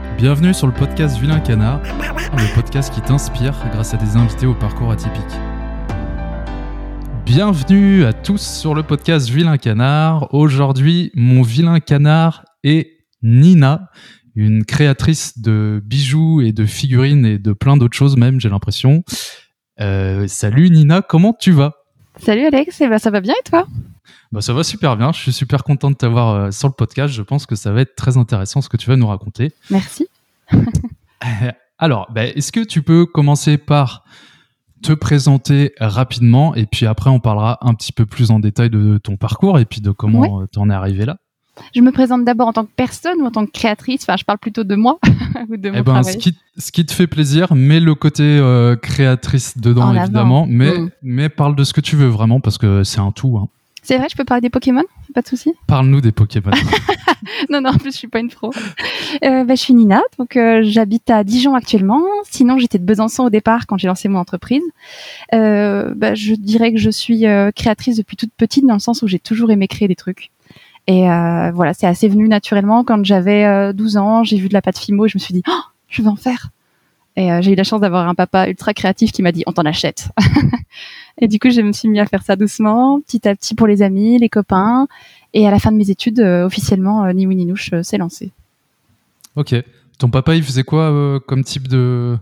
Bienvenue sur le podcast Vilain Canard, le podcast qui t'inspire grâce à des invités au parcours atypique. Bienvenue à tous sur le podcast Vilain Canard. Aujourd'hui, mon vilain canard est Nina, une créatrice de bijoux et de figurines et de plein d'autres choses même, j'ai l'impression. Salut Nina, comment tu vas ? Salut Alex, ça va bien et toi ? Ça va super bien, je suis super content de t'avoir sur le podcast. Je pense que ça va être très intéressant ce que tu vas nous raconter. Merci. Alors, est-ce que tu peux commencer par te présenter rapidement et puis après on parlera un petit peu plus en détail de ton parcours et puis de comment t'en es arrivé là. Je me présente d'abord en tant que personne ou en tant que créatrice ? Enfin, je parle plutôt de moi ou de mon travail. Ce qui te fait plaisir, mets le côté créatrice dedans évidemment, mais parle de ce que tu veux vraiment parce que c'est un tout. Hein. C'est vrai, je peux parler des Pokémon ? Pas de souci. Parle-nous des Pokémon. Non, en plus, je suis pas une pro. Je suis Nina, donc j'habite à Dijon actuellement. Sinon, j'étais de Besançon au départ quand j'ai lancé mon entreprise. Je dirais que je suis créatrice depuis toute petite dans le sens où j'ai toujours aimé créer des trucs. Et voilà, c'est assez venu naturellement. Quand j'avais 12 ans, j'ai vu de la pâte Fimo et je me suis dit « je veux en faire !» Et j'ai eu la chance d'avoir un papa ultra créatif qui m'a dit « on t'en achète !» Et du coup, je me suis mis à faire ça doucement, petit à petit pour les amis, les copains. Et à la fin de mes études, officiellement, Ni Oui Ni Nouche s'est lancé. Ok. Ton papa, il faisait quoi comme type de...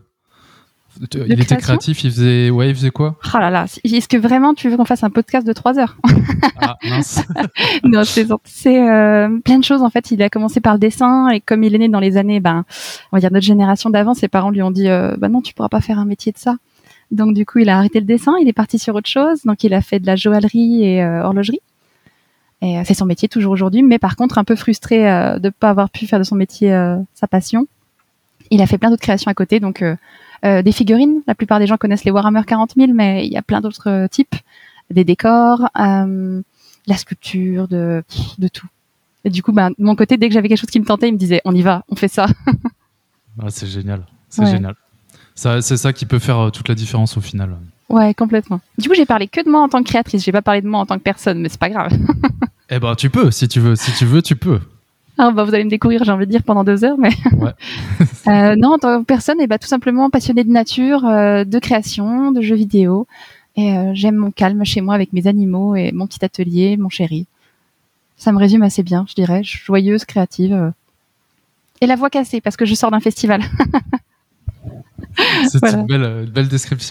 Il était créatif, il faisait quoi ? Oh là là, est-ce que vraiment tu veux qu'on fasse un podcast de 3 heures ? Ah, mince. Non, c'est plein de choses en fait. Il a commencé par le dessin et comme il est né dans les années, on va dire notre génération d'avant, ses parents lui ont dit non, tu pourras pas faire un métier de ça. Donc du coup, il a arrêté le dessin, il est parti sur autre chose. Donc il a fait de la joaillerie et horlogerie. Et c'est son métier toujours aujourd'hui, mais par contre un peu frustré de pas avoir pu faire de son métier sa passion. Il a fait plein d'autres créations à côté, donc des figurines. La plupart des gens connaissent les Warhammer 40 000, mais il y a plein d'autres types. Des décors, la sculpture, de tout. Et du coup, de mon côté, dès que j'avais quelque chose qui me tentait, il me disait, on y va, on fait ça. Ah, c'est génial, génial. Ça, c'est ça qui peut faire toute la différence au final. Ouais, complètement. Du coup, j'ai parlé que de moi en tant que créatrice. J'ai pas parlé de moi en tant que personne, mais c'est pas grave. Tu peux, si tu veux. Si tu veux, tu peux. Ah, vous allez me découvrir, j'ai envie de dire, pendant 2 heures, mais... Ouais. Non, en tant que personne, tout simplement passionnée de nature, de création, de jeux vidéo. Et j'aime mon calme chez moi avec mes animaux et mon petit atelier, mon chéri. Ça me résume assez bien, je dirais. Joyeuse, créative. Et la voix cassée, parce que je sors d'un festival. C'est une belle description.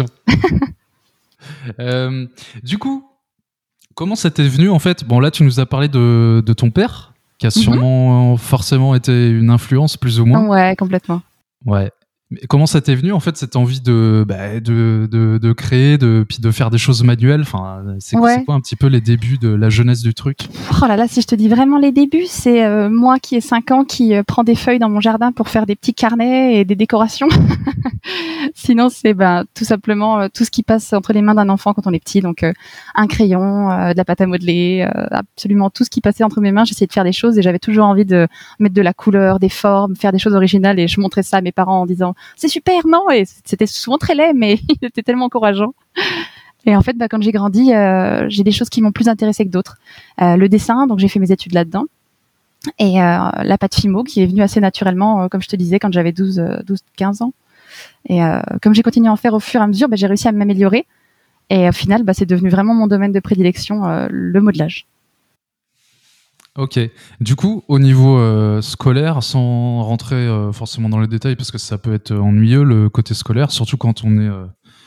Du coup, comment ça t'est venu en fait ? Bon, là, tu nous as parlé de ton père, qui a sûrement forcément été une influence, plus ou moins. Ouais, complètement. Ouais. Mais comment ça t'est venu en fait cette envie de créer, puis de faire des choses manuelles ? Enfin, c'est quoi un petit peu les débuts de la jeunesse du truc ? Oh là là, si je te dis vraiment les débuts, c'est moi qui ai 5 ans qui prend des feuilles dans mon jardin pour faire des petits carnets et des décorations. Sinon, c'est tout simplement tout ce qui passe entre les mains d'un enfant quand on est petit. Donc, un crayon, de la pâte à modeler, absolument tout ce qui passait entre mes mains. J'essayais de faire des choses et j'avais toujours envie de mettre de la couleur, des formes, faire des choses originales. Et je montrais ça à mes parents en disant « c'est super, non ?» Et c'était souvent très laid, mais il était tellement encourageant. Et en fait, quand j'ai grandi, j'ai des choses qui m'ont plus intéressée que d'autres. Le dessin, donc j'ai fait mes études là-dedans. Et la pâte Fimo, qui est venue assez naturellement, comme je te disais, quand j'avais 12-15 ans. Et comme j'ai continué à en faire au fur et à mesure, j'ai réussi à m'améliorer. Et au final, c'est devenu vraiment mon domaine de prédilection, le modelage. Ok. Du coup, au niveau scolaire, sans rentrer forcément dans les détails, parce que ça peut être ennuyeux, le côté scolaire, surtout quand on est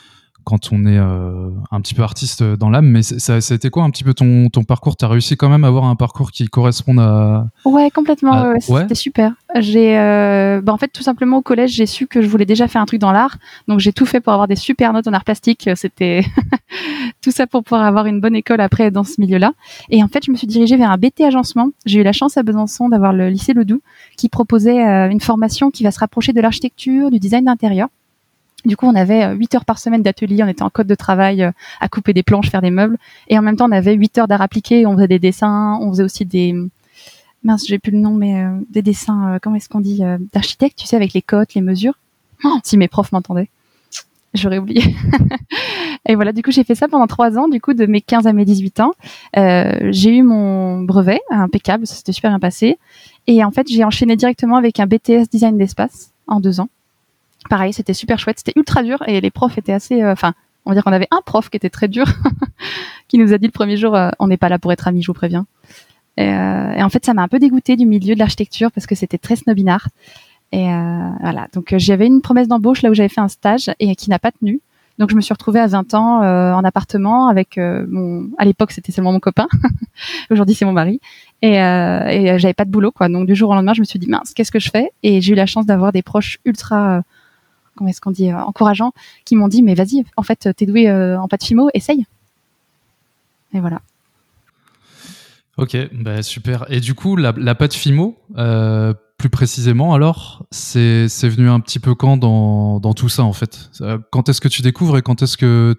un petit peu artiste dans l'âme, mais ça a été quoi un petit peu ton parcours ? T'as réussi quand même à avoir un parcours qui corresponde à... Ouais, complètement, c'était super. J'ai, en fait, tout simplement au collège, j'ai su que je voulais déjà faire un truc dans l'art, donc j'ai tout fait pour avoir des super notes en art plastique, c'était tout ça pour pouvoir avoir une bonne école après dans ce milieu-là. Et en fait, je me suis dirigée vers un BT agencement. J'ai eu la chance à Besançon d'avoir le lycée Ledoux, qui proposait une formation qui va se rapprocher de l'architecture, du design d'intérieur. Du coup, on avait 8 heures par semaine d'atelier, on était en code de travail à couper des planches, faire des meubles. Et en même temps, on avait 8 heures d'art appliqué, on faisait des dessins, on faisait aussi des... Mince, j'ai plus le nom, mais des dessins, comment est-ce qu'on dit, d'architecte, tu sais, avec les cotes, les mesures. Oh, si mes profs m'entendaient, j'aurais oublié. Et voilà, du coup, j'ai fait ça pendant 3 ans, du coup, de mes 15 à mes 18 ans. J'ai eu mon brevet, impeccable, ça s'était super bien passé. Et en fait, j'ai enchaîné directement avec un BTS design d'espace en 2 ans. Pareil, c'était super chouette, c'était ultra dur et les profs étaient assez, on va dire qu'on avait un prof qui était très dur, qui nous a dit le premier jour, on n'est pas là pour être amis, je vous préviens. Et en fait, ça m'a un peu dégoûtée du milieu de l'architecture parce que c'était très snobinard. Et voilà, donc j'avais une promesse d'embauche là où j'avais fait un stage et qui n'a pas tenu. Donc je me suis retrouvée à 20 ans en appartement avec à l'époque c'était seulement mon copain, aujourd'hui c'est mon mari, et j'avais pas de boulot quoi. Donc du jour au lendemain je me suis dit mince, qu'est-ce que je fais? Et j'ai eu la chance d'avoir des proches ultra comment est-ce qu'on dit encourageants qui m'ont dit mais vas-y, en fait t'es doué en pâte fimo, essaye. Et voilà. Ok, bah super. Et du coup, la pâte Fimo, plus précisément, alors, c'est venu un petit peu quand dans tout ça, en fait? Quand est-ce que tu découvres et quand est-ce que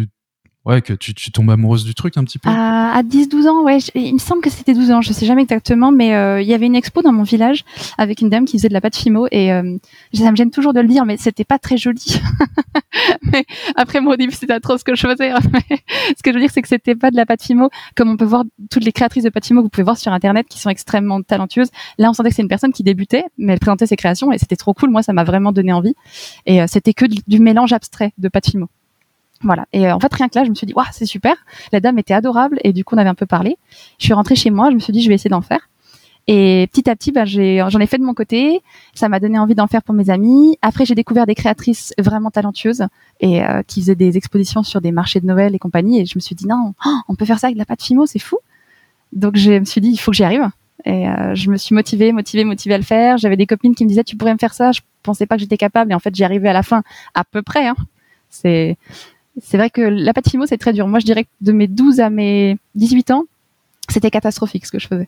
tu tombes amoureuse du truc un petit peu? À 10-12 ans, ouais, il me semble que c'était 12 ans, je sais jamais exactement, mais il y avait une expo dans mon village avec une dame qui faisait de la pâte Fimo et ça me gêne toujours de le dire, mais c'était pas très joli. Mais après, moi, au début, c'était atroce ce que je faisais. Mais ce que je veux dire, c'est que c'était pas de la pâte Fimo, comme on peut voir toutes les créatrices de pâte Fimo que vous pouvez voir sur Internet qui sont extrêmement talentueuses. Là, on sentait que c'est une personne qui débutait, mais elle présentait ses créations et c'était trop cool. Moi, ça m'a vraiment donné envie. Et c'était que du mélange abstrait de pâte Fimo. Voilà. Et en fait, rien que là, je me suis dit, waouh, c'est super. La dame était adorable et du coup, on avait un peu parlé. Je suis rentrée chez moi, je me suis dit, je vais essayer d'en faire. Et petit à petit, j'en ai fait de mon côté. Ça m'a donné envie d'en faire pour mes amis. Après, j'ai découvert des créatrices vraiment talentueuses et qui faisaient des expositions sur des marchés de Noël et compagnie. Et je me suis dit, non, on peut faire ça avec de la pâte Fimo, c'est fou. Donc, je me suis dit, il faut que j'y arrive. Et je me suis motivée à le faire. J'avais des copines qui me disaient, tu pourrais me faire ça. Je pensais pas que j'étais capable. Et en fait, j'y arrivais à la fin, à peu près. Hein. C'est vrai que la pâte Fimo, c'est très dur. Moi, je dirais que de mes 12 à mes 18 ans, c'était catastrophique ce que je faisais.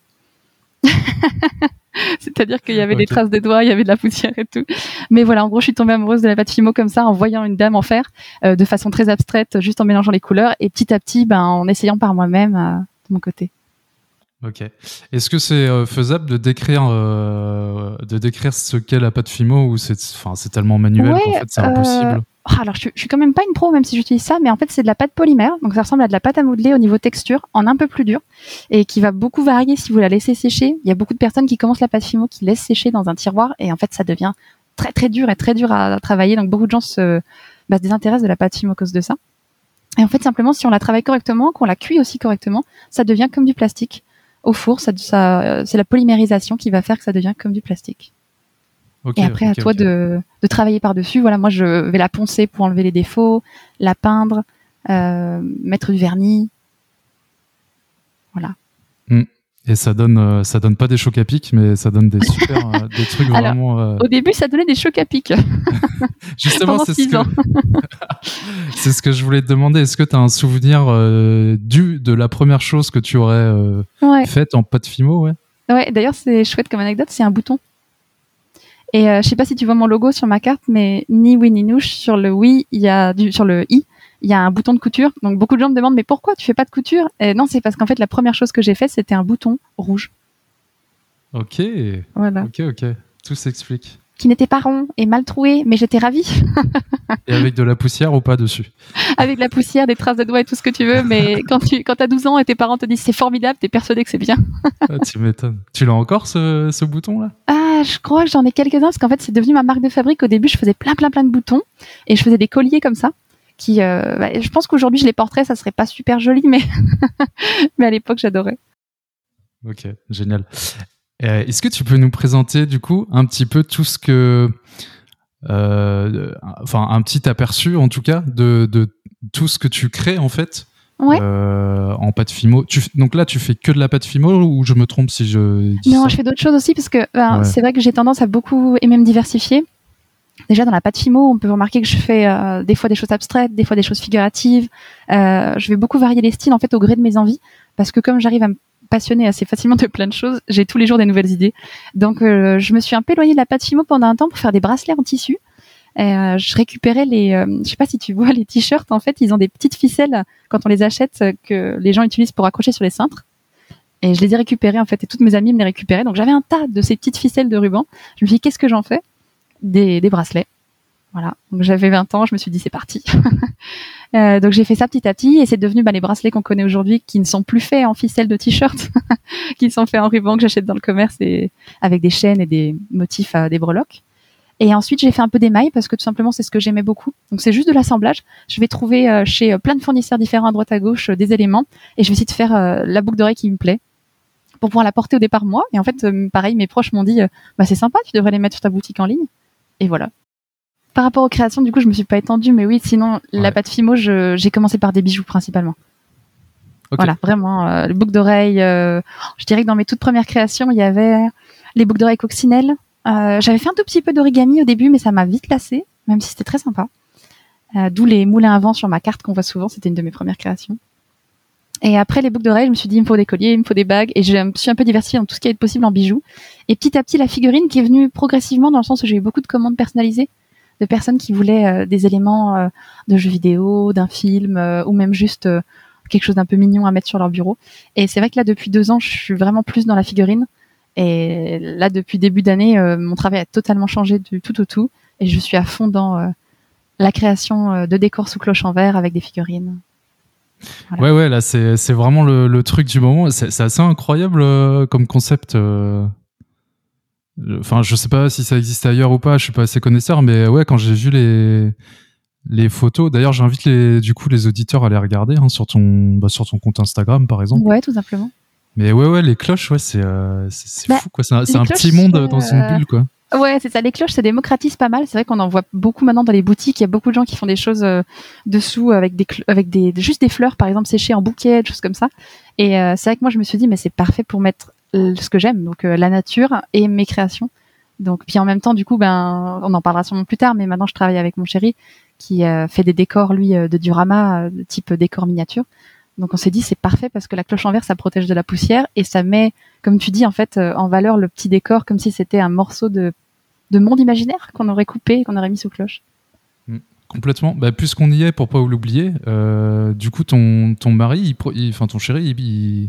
C'est-à-dire qu'il y avait des traces de doigts, il y avait de la poussière et tout. Mais voilà, en gros, je suis tombée amoureuse de la pâte Fimo comme ça, en voyant une dame en faire, de façon très abstraite, juste en mélangeant les couleurs, et petit à petit, en essayant par moi-même de mon côté. Ok. Est-ce que c'est faisable de décrire ce qu'est la pâte Fimo ou c'est tellement manuel qu'en fait c'est impossible? Alors, je suis quand même pas une pro, même si j'utilise ça, mais en fait, c'est de la pâte polymère. Donc, ça ressemble à de la pâte à modeler au niveau texture, en un peu plus dur, et qui va beaucoup varier si vous la laissez sécher. Il y a beaucoup de personnes qui commencent la pâte Fimo, qui laissent sécher dans un tiroir, et en fait, ça devient très, très dur et très dur à travailler. Donc, beaucoup de gens se désintéressent de la pâte Fimo à cause de ça. Et en fait, simplement, si on la travaille correctement, qu'on la cuit aussi correctement, ça devient comme du plastique. Au four, c'est la polymérisation qui va faire que ça devient comme du plastique. Okay, et après, à toi de travailler par-dessus. Voilà, moi, je vais la poncer pour enlever les défauts, la peindre, mettre du vernis. Voilà. Et ça donne pas des chocs à pic, mais ça donne des super, des trucs vraiment. Au début, ça donnait des chocs à pic. Justement, c'est ce que je voulais te demander. Est-ce que tu as un souvenir de la première chose que tu aurais faite en pâte Fimo? Ouais, d'ailleurs, c'est chouette comme anecdote, c'est un bouton. Et je sais pas si tu vois mon logo sur ma carte, mais ni oui ni nouche, sur le oui, sur le i, il y a un bouton de couture. Donc beaucoup de gens me demandent mais pourquoi tu fais pas de couture? Et non, c'est parce qu'en fait la première chose que j'ai fait, c'était un bouton rouge. Ok. Voilà. Ok. Tout s'explique. Qui n'était pas rond et mal troué, mais j'étais ravie. Et avec de la poussière ou pas dessus? Avec de la poussière, des traces de doigts et tout ce que tu veux, mais quand t'as 12 ans et tes parents te disent c'est formidable, t'es persuadé que c'est bien. Tu m'étonnes. Tu l'as encore ce bouton là? Je crois que j'en ai quelques-uns parce qu'en fait c'est devenu ma marque de fabrique. Au début je faisais plein de boutons et je faisais des colliers comme ça qui je pense qu'aujourd'hui je les porterais, ça serait pas super joli, mais mais à l'époque j'adorais. Ok, génial. Est-ce que tu peux nous présenter du coup un petit peu tout ce que un petit aperçu en tout cas de tout ce que tu crées en fait? Ouais. En pâte Fimo. Donc là, tu fais que de la pâte Fimo ou je me trompe si je dis Non, ça? je fais d'autres choses aussi parce que c'est vrai que j'ai tendance à beaucoup et même diversifier. Déjà dans la pâte Fimo, on peut remarquer que je fais des fois des choses abstraites, des fois des choses figuratives. Je vais beaucoup varier les styles en fait au gré de mes envies parce que comme j'arrive à me passionner assez facilement de plein de choses, j'ai tous les jours des nouvelles idées. Donc je me suis un peu éloignée de la pâte Fimo pendant un temps pour faire des bracelets en tissu. Je récupérais je sais pas si tu vois les t-shirts, en fait, ils ont des petites ficelles quand on les achète que les gens utilisent pour accrocher sur les cintres. Et je les ai récupérées en fait, et toutes mes amies me les récupéraient. Donc j'avais un tas de ces petites ficelles de ruban. Je me suis dit qu'est-ce que j'en fais? Des bracelets. Voilà. Donc j'avais 20 ans, je me suis dit c'est parti. Donc j'ai fait ça petit à petit et c'est devenu les bracelets qu'on connaît aujourd'hui, qui ne sont plus faits en ficelle de t-shirt, qui sont faits en ruban que j'achète dans le commerce et avec des chaînes et des motifs à des breloques. Et ensuite j'ai fait un peu d'émail parce que tout simplement c'est ce que j'aimais beaucoup. Donc c'est juste de l'assemblage. Je vais trouver chez plein de fournisseurs différents à droite à gauche des éléments et je vais essayer de faire la boucle d'oreille qui me plaît pour pouvoir la porter au départ moi. Et en fait pareil, mes proches m'ont dit c'est sympa, tu devrais les mettre sur ta boutique en ligne. Et voilà. Par rapport aux créations, du coup, je me suis pas étendue, mais oui, sinon, la pâte Fimo, j'ai commencé par des bijoux principalement. Okay. Voilà, vraiment, les boucles d'oreilles. Je dirais que dans mes toutes premières créations, il y avait les boucles d'oreilles coccinelles. J'avais fait un tout petit peu d'origami au début, mais ça m'a vite lassé, même si c'était très sympa. D'où les moulins à vent sur ma carte qu'on voit souvent, c'était une de mes premières créations. Et après les boucles d'oreilles, je me suis dit, il me faut des colliers, il me faut des bagues, et je me suis un peu diversifiée dans tout ce qui est possible en bijoux. Et petit à petit, la figurine qui est venue progressivement, dans le sens où j'ai eu beaucoup de commandes personnalisées, de personnes qui voulaient des éléments de jeux vidéo, d'un film, ou même juste quelque chose d'un peu mignon à mettre sur leur bureau. Et c'est vrai que là, depuis 2 ans, je suis vraiment plus dans la figurine. Et là, depuis début d'année, mon travail a totalement changé du tout au tout. Et je suis à fond dans la création de décors sous cloche en verre avec des figurines. Voilà. Ouais, là, c'est vraiment le truc du moment. C'est assez incroyable comme concept. Enfin, je sais pas si ça existe ailleurs ou pas, je suis pas assez connaisseur, mais ouais, quand j'ai vu les photos, d'ailleurs, j'invite les auditeurs à les regarder sur ton compte Instagram, par exemple. Ouais, tout simplement. Mais ouais, les cloches, ouais, c'est fou, quoi. C'est un petit monde dans une bulle, quoi. Ouais, c'est ça. Les cloches se démocratisent pas mal. C'est vrai qu'on en voit beaucoup maintenant dans les boutiques. Il y a beaucoup de gens qui font des choses dessous avec juste des fleurs, par exemple, séchées en bouquet, des choses comme ça. Et c'est vrai que moi, je me suis dit, mais c'est parfait pour mettre ce que j'aime, donc la nature et mes créations. Donc, puis en même temps, du coup, on en parlera sûrement plus tard, mais maintenant, je travaille avec mon chéri qui fait des décors, lui, de diorama, de type décor miniature. Donc, on s'est dit, c'est parfait parce que la cloche en verre, ça protège de la poussière et ça met, comme tu dis, en fait, en valeur le petit décor comme si c'était un morceau de monde imaginaire qu'on aurait coupé et qu'on aurait mis sous cloche. Complètement. Puisqu'on y est, pour pas l'oublier, du coup, ton mari, ton chéri,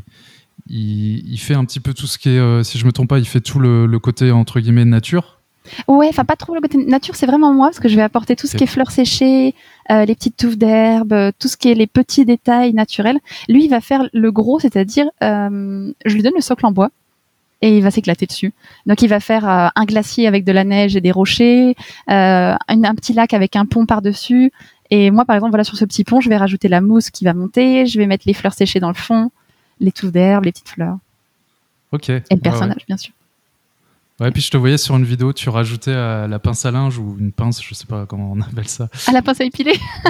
il fait un petit peu tout ce qui est, si je me trompe pas, il fait tout le côté entre guillemets nature. Ouais, enfin pas trop le côté nature, c'est vraiment moi parce que je vais apporter tout ce qui est fleurs séchées, les petites touffes d'herbe, tout ce qui est les petits détails naturels. Lui, il va faire le gros, c'est-à-dire je lui donne le socle en bois et il va s'éclater dessus. Donc il va faire un glacier avec de la neige et des rochers, un petit lac avec un pont par-dessus. Et moi, par exemple, voilà, sur ce petit pont, je vais rajouter la mousse qui va monter, je vais mettre les fleurs séchées dans le fond, les touffes d'herbe, les petites fleurs. Ok. Et le personnage, bien sûr. Ouais, puis je te voyais sur une vidéo, tu rajoutais à la pince à linge ou une pince, je sais pas comment on appelle ça. À la pince à épiler.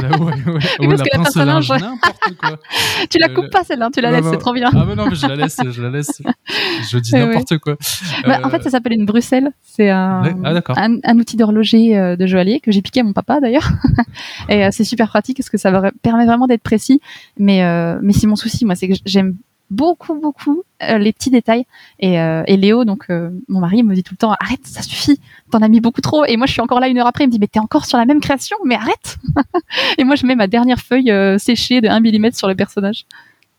Ou la pince à linge, n'importe quoi. Tu la coupes pas celle-là, tu la laisses, c'est trop bien. Ah non, mais je la laisse. Je dis n'importe quoi. En fait, ça s'appelle une bruxelle. C'est un outil d'horloger de joaillier que j'ai piqué à mon papa d'ailleurs. Et c'est super pratique parce que ça permet vraiment d'être précis. Mais c'est mon souci, moi, c'est que j'aime beaucoup les petits détails et Léo, donc mon mari, me dit tout le temps arrête, ça suffit, t'en as mis beaucoup trop. Et moi je suis encore là 1 heure après, il me dit mais t'es encore sur la même création, mais arrête. Et moi je mets ma dernière feuille séchée de 1 mm sur le personnage.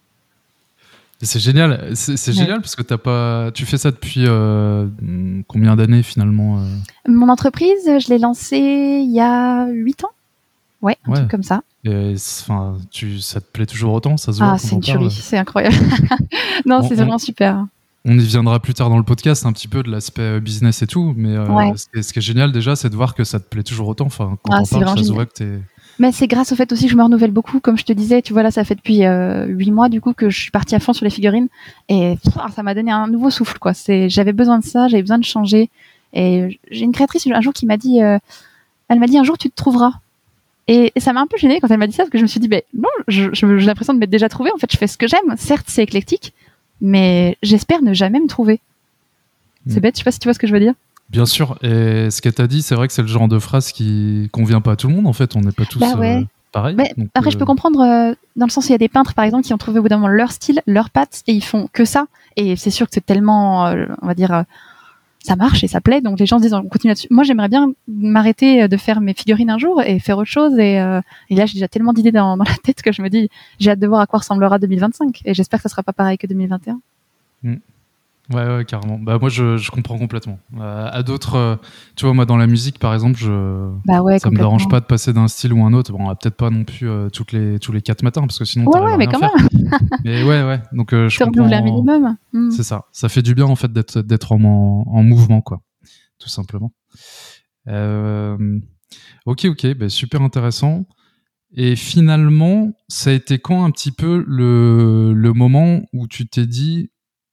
C'est génial, c'est génial parce que tu fais ça depuis combien d'années finalement Mon entreprise, je l'ai lancée il y a 8 ans. Ouais, un truc comme ça. Et, ça te plaît toujours autant, ça se voit. Ah, c'est une tuerie, c'est incroyable. Non, c'est vraiment super. On y viendra plus tard dans le podcast, un petit peu de l'aspect business et tout, mais ce qui est génial déjà, c'est de voir que ça te plaît toujours autant. Enfin, quand on parle, ça se voit que t'es... Mais c'est grâce au fait aussi que je me renouvelle beaucoup, comme je te disais. Tu vois, là, ça fait depuis 8 mois du coup que je suis partie à fond sur les figurines, et ça m'a donné un nouveau souffle, quoi. J'avais besoin de ça, j'avais besoin de changer. Et j'ai une créatrice un jour qui m'a dit, elle m'a dit un jour tu te trouveras. Et ça m'a un peu gênée quand elle m'a dit ça, parce que je me suis dit, non, j'ai l'impression de m'être déjà trouvée. En fait, je fais ce que j'aime. Certes, c'est éclectique, mais j'espère ne jamais me trouver. C'est bête, je sais pas si tu vois ce que je veux dire. Bien sûr. Et ce qu'elle t'a dit, c'est vrai que c'est le genre de phrase qui convient pas à tout le monde. En fait, on n'est pas tous pareils. Donc, après, je peux comprendre dans le sens où il y a des peintres, par exemple, qui ont trouvé au bout d'un moment leur style, leur patte, et ils font que ça. Et c'est sûr que c'est tellement, on va dire... ça marche et ça plaît, donc les gens se disent on continue là-dessus. Moi, j'aimerais bien m'arrêter de faire mes figurines un jour et faire autre chose. Et là, j'ai déjà tellement d'idées dans la tête que je me dis, j'ai hâte de voir à quoi ressemblera 2025. Et j'espère que ça sera pas pareil que 2021. Ouais, carrément. Bah moi, je comprends complètement. À d'autres, tu vois, moi dans la musique, par exemple, Bah ouais, ça me dérange complètement. pas de passer d'un style ou un autre. Bon, peut-être pas non plus tous les 4 matins, parce que sinon Ouais, t'arrives ouais, à mais rien quand faire. même, Mais ouais. Donc je se renouveler un comprends. minimum. C'est ça. Ça fait du bien en fait d'être en mouvement, quoi, tout simplement. Ok, bah, super intéressant. Et finalement, ça a été quand un petit peu le moment où tu t'es dit,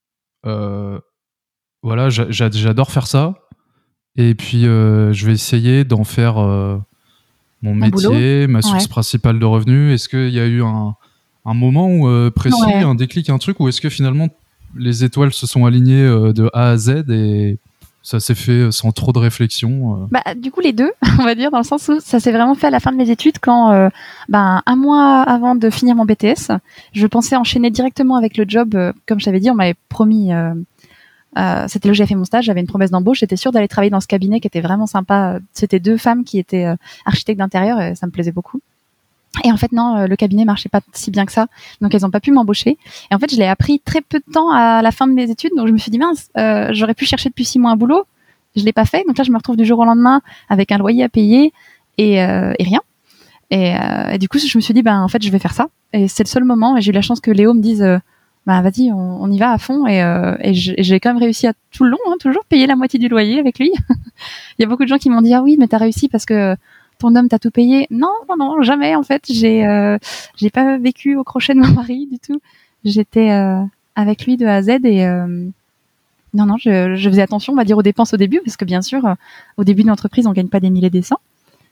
voilà, j'adore faire ça, et puis je vais essayer d'en faire mon Mon boulot. métier, ma Ouais. source principale de revenus. Est-ce qu'il y a eu un moment où, précis, Ouais. un déclic, un truc, ou est-ce que finalement les étoiles se sont alignées de A à Z et ça s'est fait sans trop de réflexion Bah, du coup, les deux, on va dire, dans le sens où ça s'est vraiment fait à la fin de mes études, quand, un mois avant de finir mon BTS, je pensais enchaîner directement avec le job. Comme je t'avais dit, on m'avait promis, c'était là où j'avais fait mon stage, j'avais une promesse d'embauche, j'étais sûre d'aller travailler dans ce cabinet qui était vraiment sympa. C'était 2 femmes qui étaient architectes d'intérieur, et ça me plaisait beaucoup. Et en fait, non, le cabinet marchait pas si bien que ça, donc elles ont pas pu m'embaucher. Et en fait, je l'ai appris très peu de temps à la fin de mes études, donc je me suis dit mince, j'aurais pu chercher depuis 6 mois un boulot. Je l'ai pas fait, donc là je me retrouve du jour au lendemain avec un loyer à payer et rien. Et du coup, je me suis dit en fait, je vais faire ça. Et c'est le seul moment. Et j'ai eu la chance que Léo me dise vas-y, on y va à fond. Et j'ai quand même réussi à tout le long, toujours payer la moitié du loyer avec lui. Il y a beaucoup de gens qui m'ont dit ah oui, mais t'as réussi parce que ton homme t'a tout payé. Non, jamais en fait. J'ai pas vécu au crochet de mon mari du tout. J'étais avec lui de A à Z et non, je faisais attention, on va dire, aux dépenses au début, parce que bien sûr, au début d'une entreprise, on gagne pas des milliers et des cents.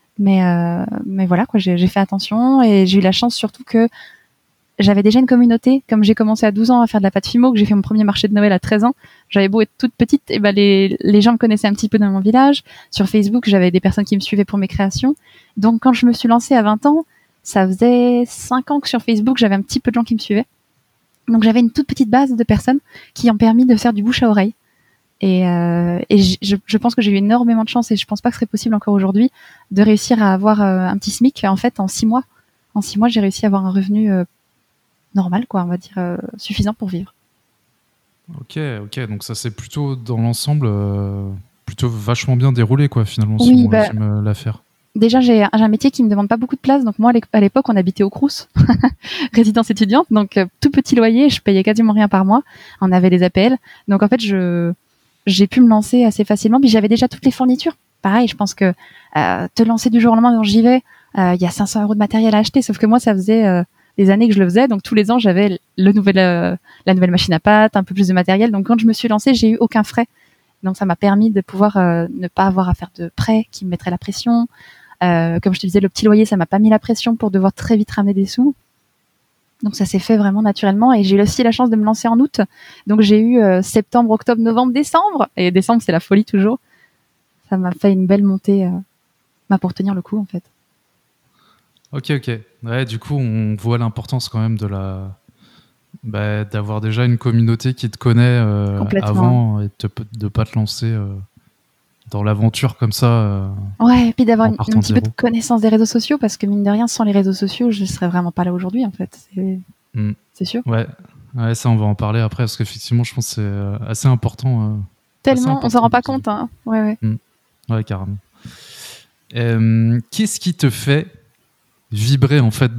Mais voilà, quoi, j'ai fait attention et j'ai eu la chance surtout que j'avais déjà une communauté. Comme j'ai commencé à 12 ans à faire de la pâte Fimo, que j'ai fait mon premier marché de Noël à 13 ans, j'avais beau être toute petite, et les gens me connaissaient un petit peu dans mon village. Sur Facebook, j'avais des personnes qui me suivaient pour mes créations. Donc quand je me suis lancée à 20 ans, ça faisait 5 ans que sur Facebook, j'avais un petit peu de gens qui me suivaient. Donc j'avais une toute petite base de personnes qui ont permis de faire du bouche à oreille. Et je pense que j'ai eu énormément de chance, et je pense pas que ce serait possible encore aujourd'hui de réussir à avoir un petit SMIC en fait en 6 mois. En 6 mois, j'ai réussi à avoir un revenu normal, quoi, on va dire suffisant pour vivre. Ok, donc ça s'est plutôt dans l'ensemble plutôt vachement bien déroulé, quoi, finalement, si Oui, on résume l'affaire. déjà j'ai un métier qui me demande pas beaucoup de place, donc moi à l'époque on habitait au Crous, résidence étudiante, donc tout petit loyer, je payais quasiment rien par mois, on avait des APL, donc en fait j'ai pu me lancer assez facilement, puis j'avais déjà toutes les fournitures. Pareil, je pense que te lancer du jour au lendemain, quand j'y vais, il y a 500 € de matériel à acheter, sauf que moi ça faisait des années que je le faisais, donc tous les ans j'avais la nouvelle machine à pâte, un peu plus de matériel, donc quand je me suis lancée, j'ai eu aucun frais. Donc ça m'a permis de pouvoir ne pas avoir à faire de prêts qui me mettraient la pression. Comme je te disais, le petit loyer, ça m'a pas mis la pression pour devoir très vite ramener des sous. Donc ça s'est fait vraiment naturellement, et j'ai eu aussi la chance de me lancer en août. Donc j'ai eu septembre, octobre, novembre, décembre, et décembre c'est la folie toujours. Ça m'a fait une belle montée pour tenir le coup en fait. Ok. Ouais, du coup, on voit l'importance quand même d'avoir déjà une communauté qui te connaît avant, et de pas te lancer dans l'aventure comme ça. Ouais, et puis d'avoir en un partant de petit peu de zéro. connaissance des réseaux sociaux, parce que mine de rien, sans les réseaux sociaux, je serais vraiment pas là aujourd'hui en fait. C'est sûr. Ouais, ça on va en parler après, parce qu'effectivement, je pense que c'est assez important. Tellement, on s'en rend pas compte. Hein. Ouais. Ouais, carrément. Qu'est-ce qui te fait vibrer en fait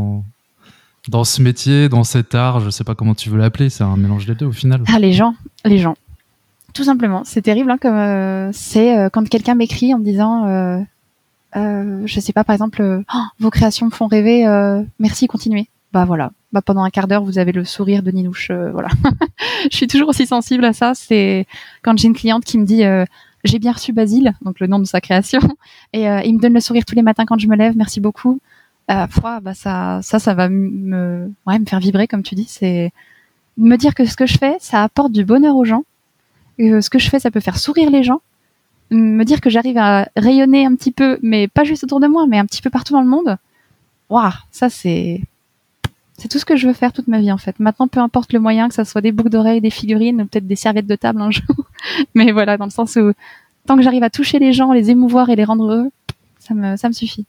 dans ce métier, dans cet art? Je sais pas comment tu veux l'appeler, c'est un mélange des deux au final. Ah, les gens. Tout simplement. C'est terrible, hein, comme c'est quand quelqu'un m'écrit en me disant, je sais pas, par exemple, vos créations me font rêver, merci, continuez. Bah voilà. Bah pendant un quart d'heure, vous avez le sourire de Ninouche, voilà. Je suis toujours aussi sensible à ça. C'est quand j'ai une cliente qui me dit, j'ai bien reçu Basile, donc le nom de sa création, et il me donne le sourire tous les matins quand je me lève, merci beaucoup. Ça va me faire vibrer, comme tu dis. C'est me dire que ce que je fais, ça apporte du bonheur aux gens. Ce que je fais, ça peut faire sourire les gens. Me dire que j'arrive à rayonner un petit peu, mais pas juste autour de moi, mais un petit peu partout dans le monde. Waouh, ça c'est tout ce que je veux faire toute ma vie en fait. Maintenant, peu importe le moyen, que ça soit des boucles d'oreilles, des figurines, ou peut-être des serviettes de table un jour. Mais voilà, dans le sens où tant que j'arrive à toucher les gens, les émouvoir et les rendre heureux, ça me suffit.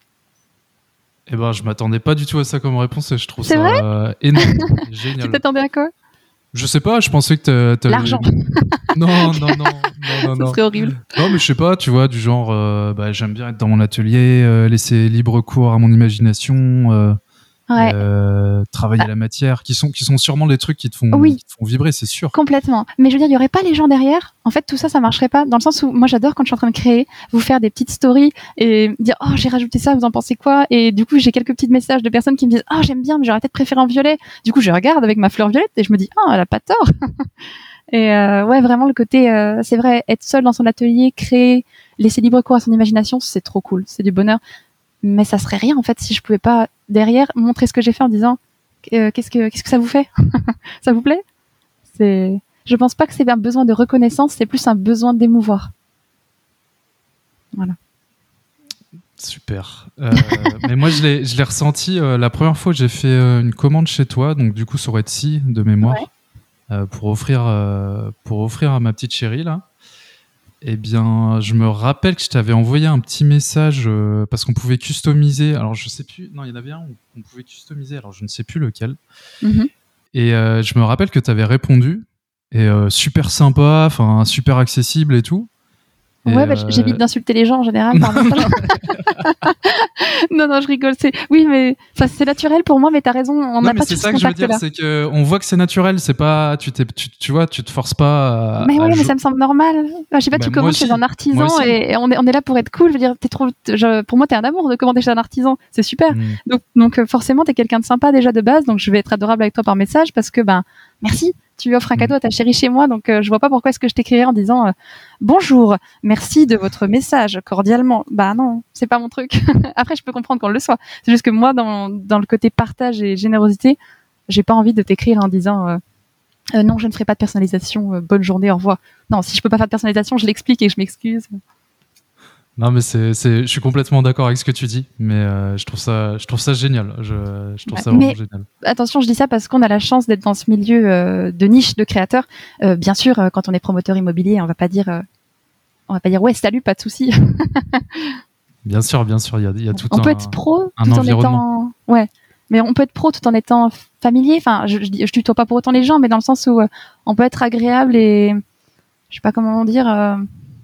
Je m'attendais pas du tout à ça comme réponse, et je trouve C'est ça vrai énorme, génial. Tu t'attendais à quoi? Je sais pas, je pensais que t'avais... L'argent. Non. Ça serait horrible. Non, mais je sais pas, tu vois, du genre, j'aime bien être dans mon atelier, laisser libre cours à mon imagination, Ouais. travailler la matière, qui sont sûrement des trucs qui te font vibrer, c'est sûr. Complètement. Mais je veux dire, il y aurait pas les gens derrière. En fait, tout ça, ça marcherait pas. Dans le sens où, moi, j'adore quand je suis en train de créer, vous faire des petites stories et dire, oh, j'ai rajouté ça, vous en pensez quoi? Et du coup, j'ai quelques petits messages de personnes qui me disent, oh, j'aime bien, mais j'aurais peut-être préféré en violet. Du coup, je regarde avec ma fleur violette et je me dis, oh, elle a pas tort. Et ouais, vraiment le côté, c'est vrai, être seul dans son atelier, créer, laisser libre cours à son imagination, c'est trop cool, c'est du bonheur. Mais ça serait rien en fait si je pouvais pas derrière montrer ce que j'ai fait en disant qu'est-ce que ça vous fait, ça vous plaît. Je pense pas que c'est un besoin de reconnaissance, c'est plus un besoin d'émouvoir. Voilà. Super. Mais moi je l'ai ressenti la première fois que j'ai fait une commande chez toi, donc du coup sur Etsy de mémoire. Ouais. Pour offrir à ma petite chérie là. Eh bien, je me rappelle que je t'avais envoyé un petit message parce qu'on pouvait customiser. Alors, je sais plus. Non, il y en avait un où on pouvait customiser. Alors, je ne sais plus lequel. Mm-hmm. Et je me rappelle que tu avais répondu. Et super sympa, enfin super accessible et tout. Ouais, j'évite d'insulter les gens en général. Par non, je rigole. Oui, mais c'est naturel pour moi, mais t'as raison. On n'a pas c'est ça que je veux dire, c'est qu'on voit que c'est naturel. C'est pas, tu vois, tu te forces pas. Mais ouais, mais ça me semble normal. Je sais pas, tu commandes chez un artisan et on est là pour être cool. Je veux dire, pour moi, t'es un amour de commander chez un artisan. C'est super. Donc forcément, t'es quelqu'un de sympa déjà de base. Donc je vais être adorable avec toi par message parce que merci. Tu lui offres un cadeau à ta chérie chez moi, donc je vois pas pourquoi est-ce que je t'écrirais en disant bonjour, merci de votre message cordialement. Bah non, c'est pas mon truc. Après, je peux comprendre qu'on le soit. C'est juste que moi, dans le côté partage et générosité, j'ai pas envie de t'écrire en disant non, je ne ferai pas de personnalisation. Bonne journée, au revoir. Non, si je peux pas faire de personnalisation, je l'explique et je m'excuse. Non, mais je suis complètement d'accord avec ce que tu dis, mais je trouve ça génial. Je trouve ça vraiment génial. Attention, je dis ça parce qu'on a la chance d'être dans ce milieu de niche de créateurs. Bien sûr, quand on est promoteur immobilier, on va pas dire ouais, salut, pas de souci. Bien sûr, il y a tout on peut être pro tout en étant mais on peut être pro tout en étant familier. Enfin, je tutoie pas pour autant les gens, mais dans le sens où on peut être agréable et je sais pas comment dire.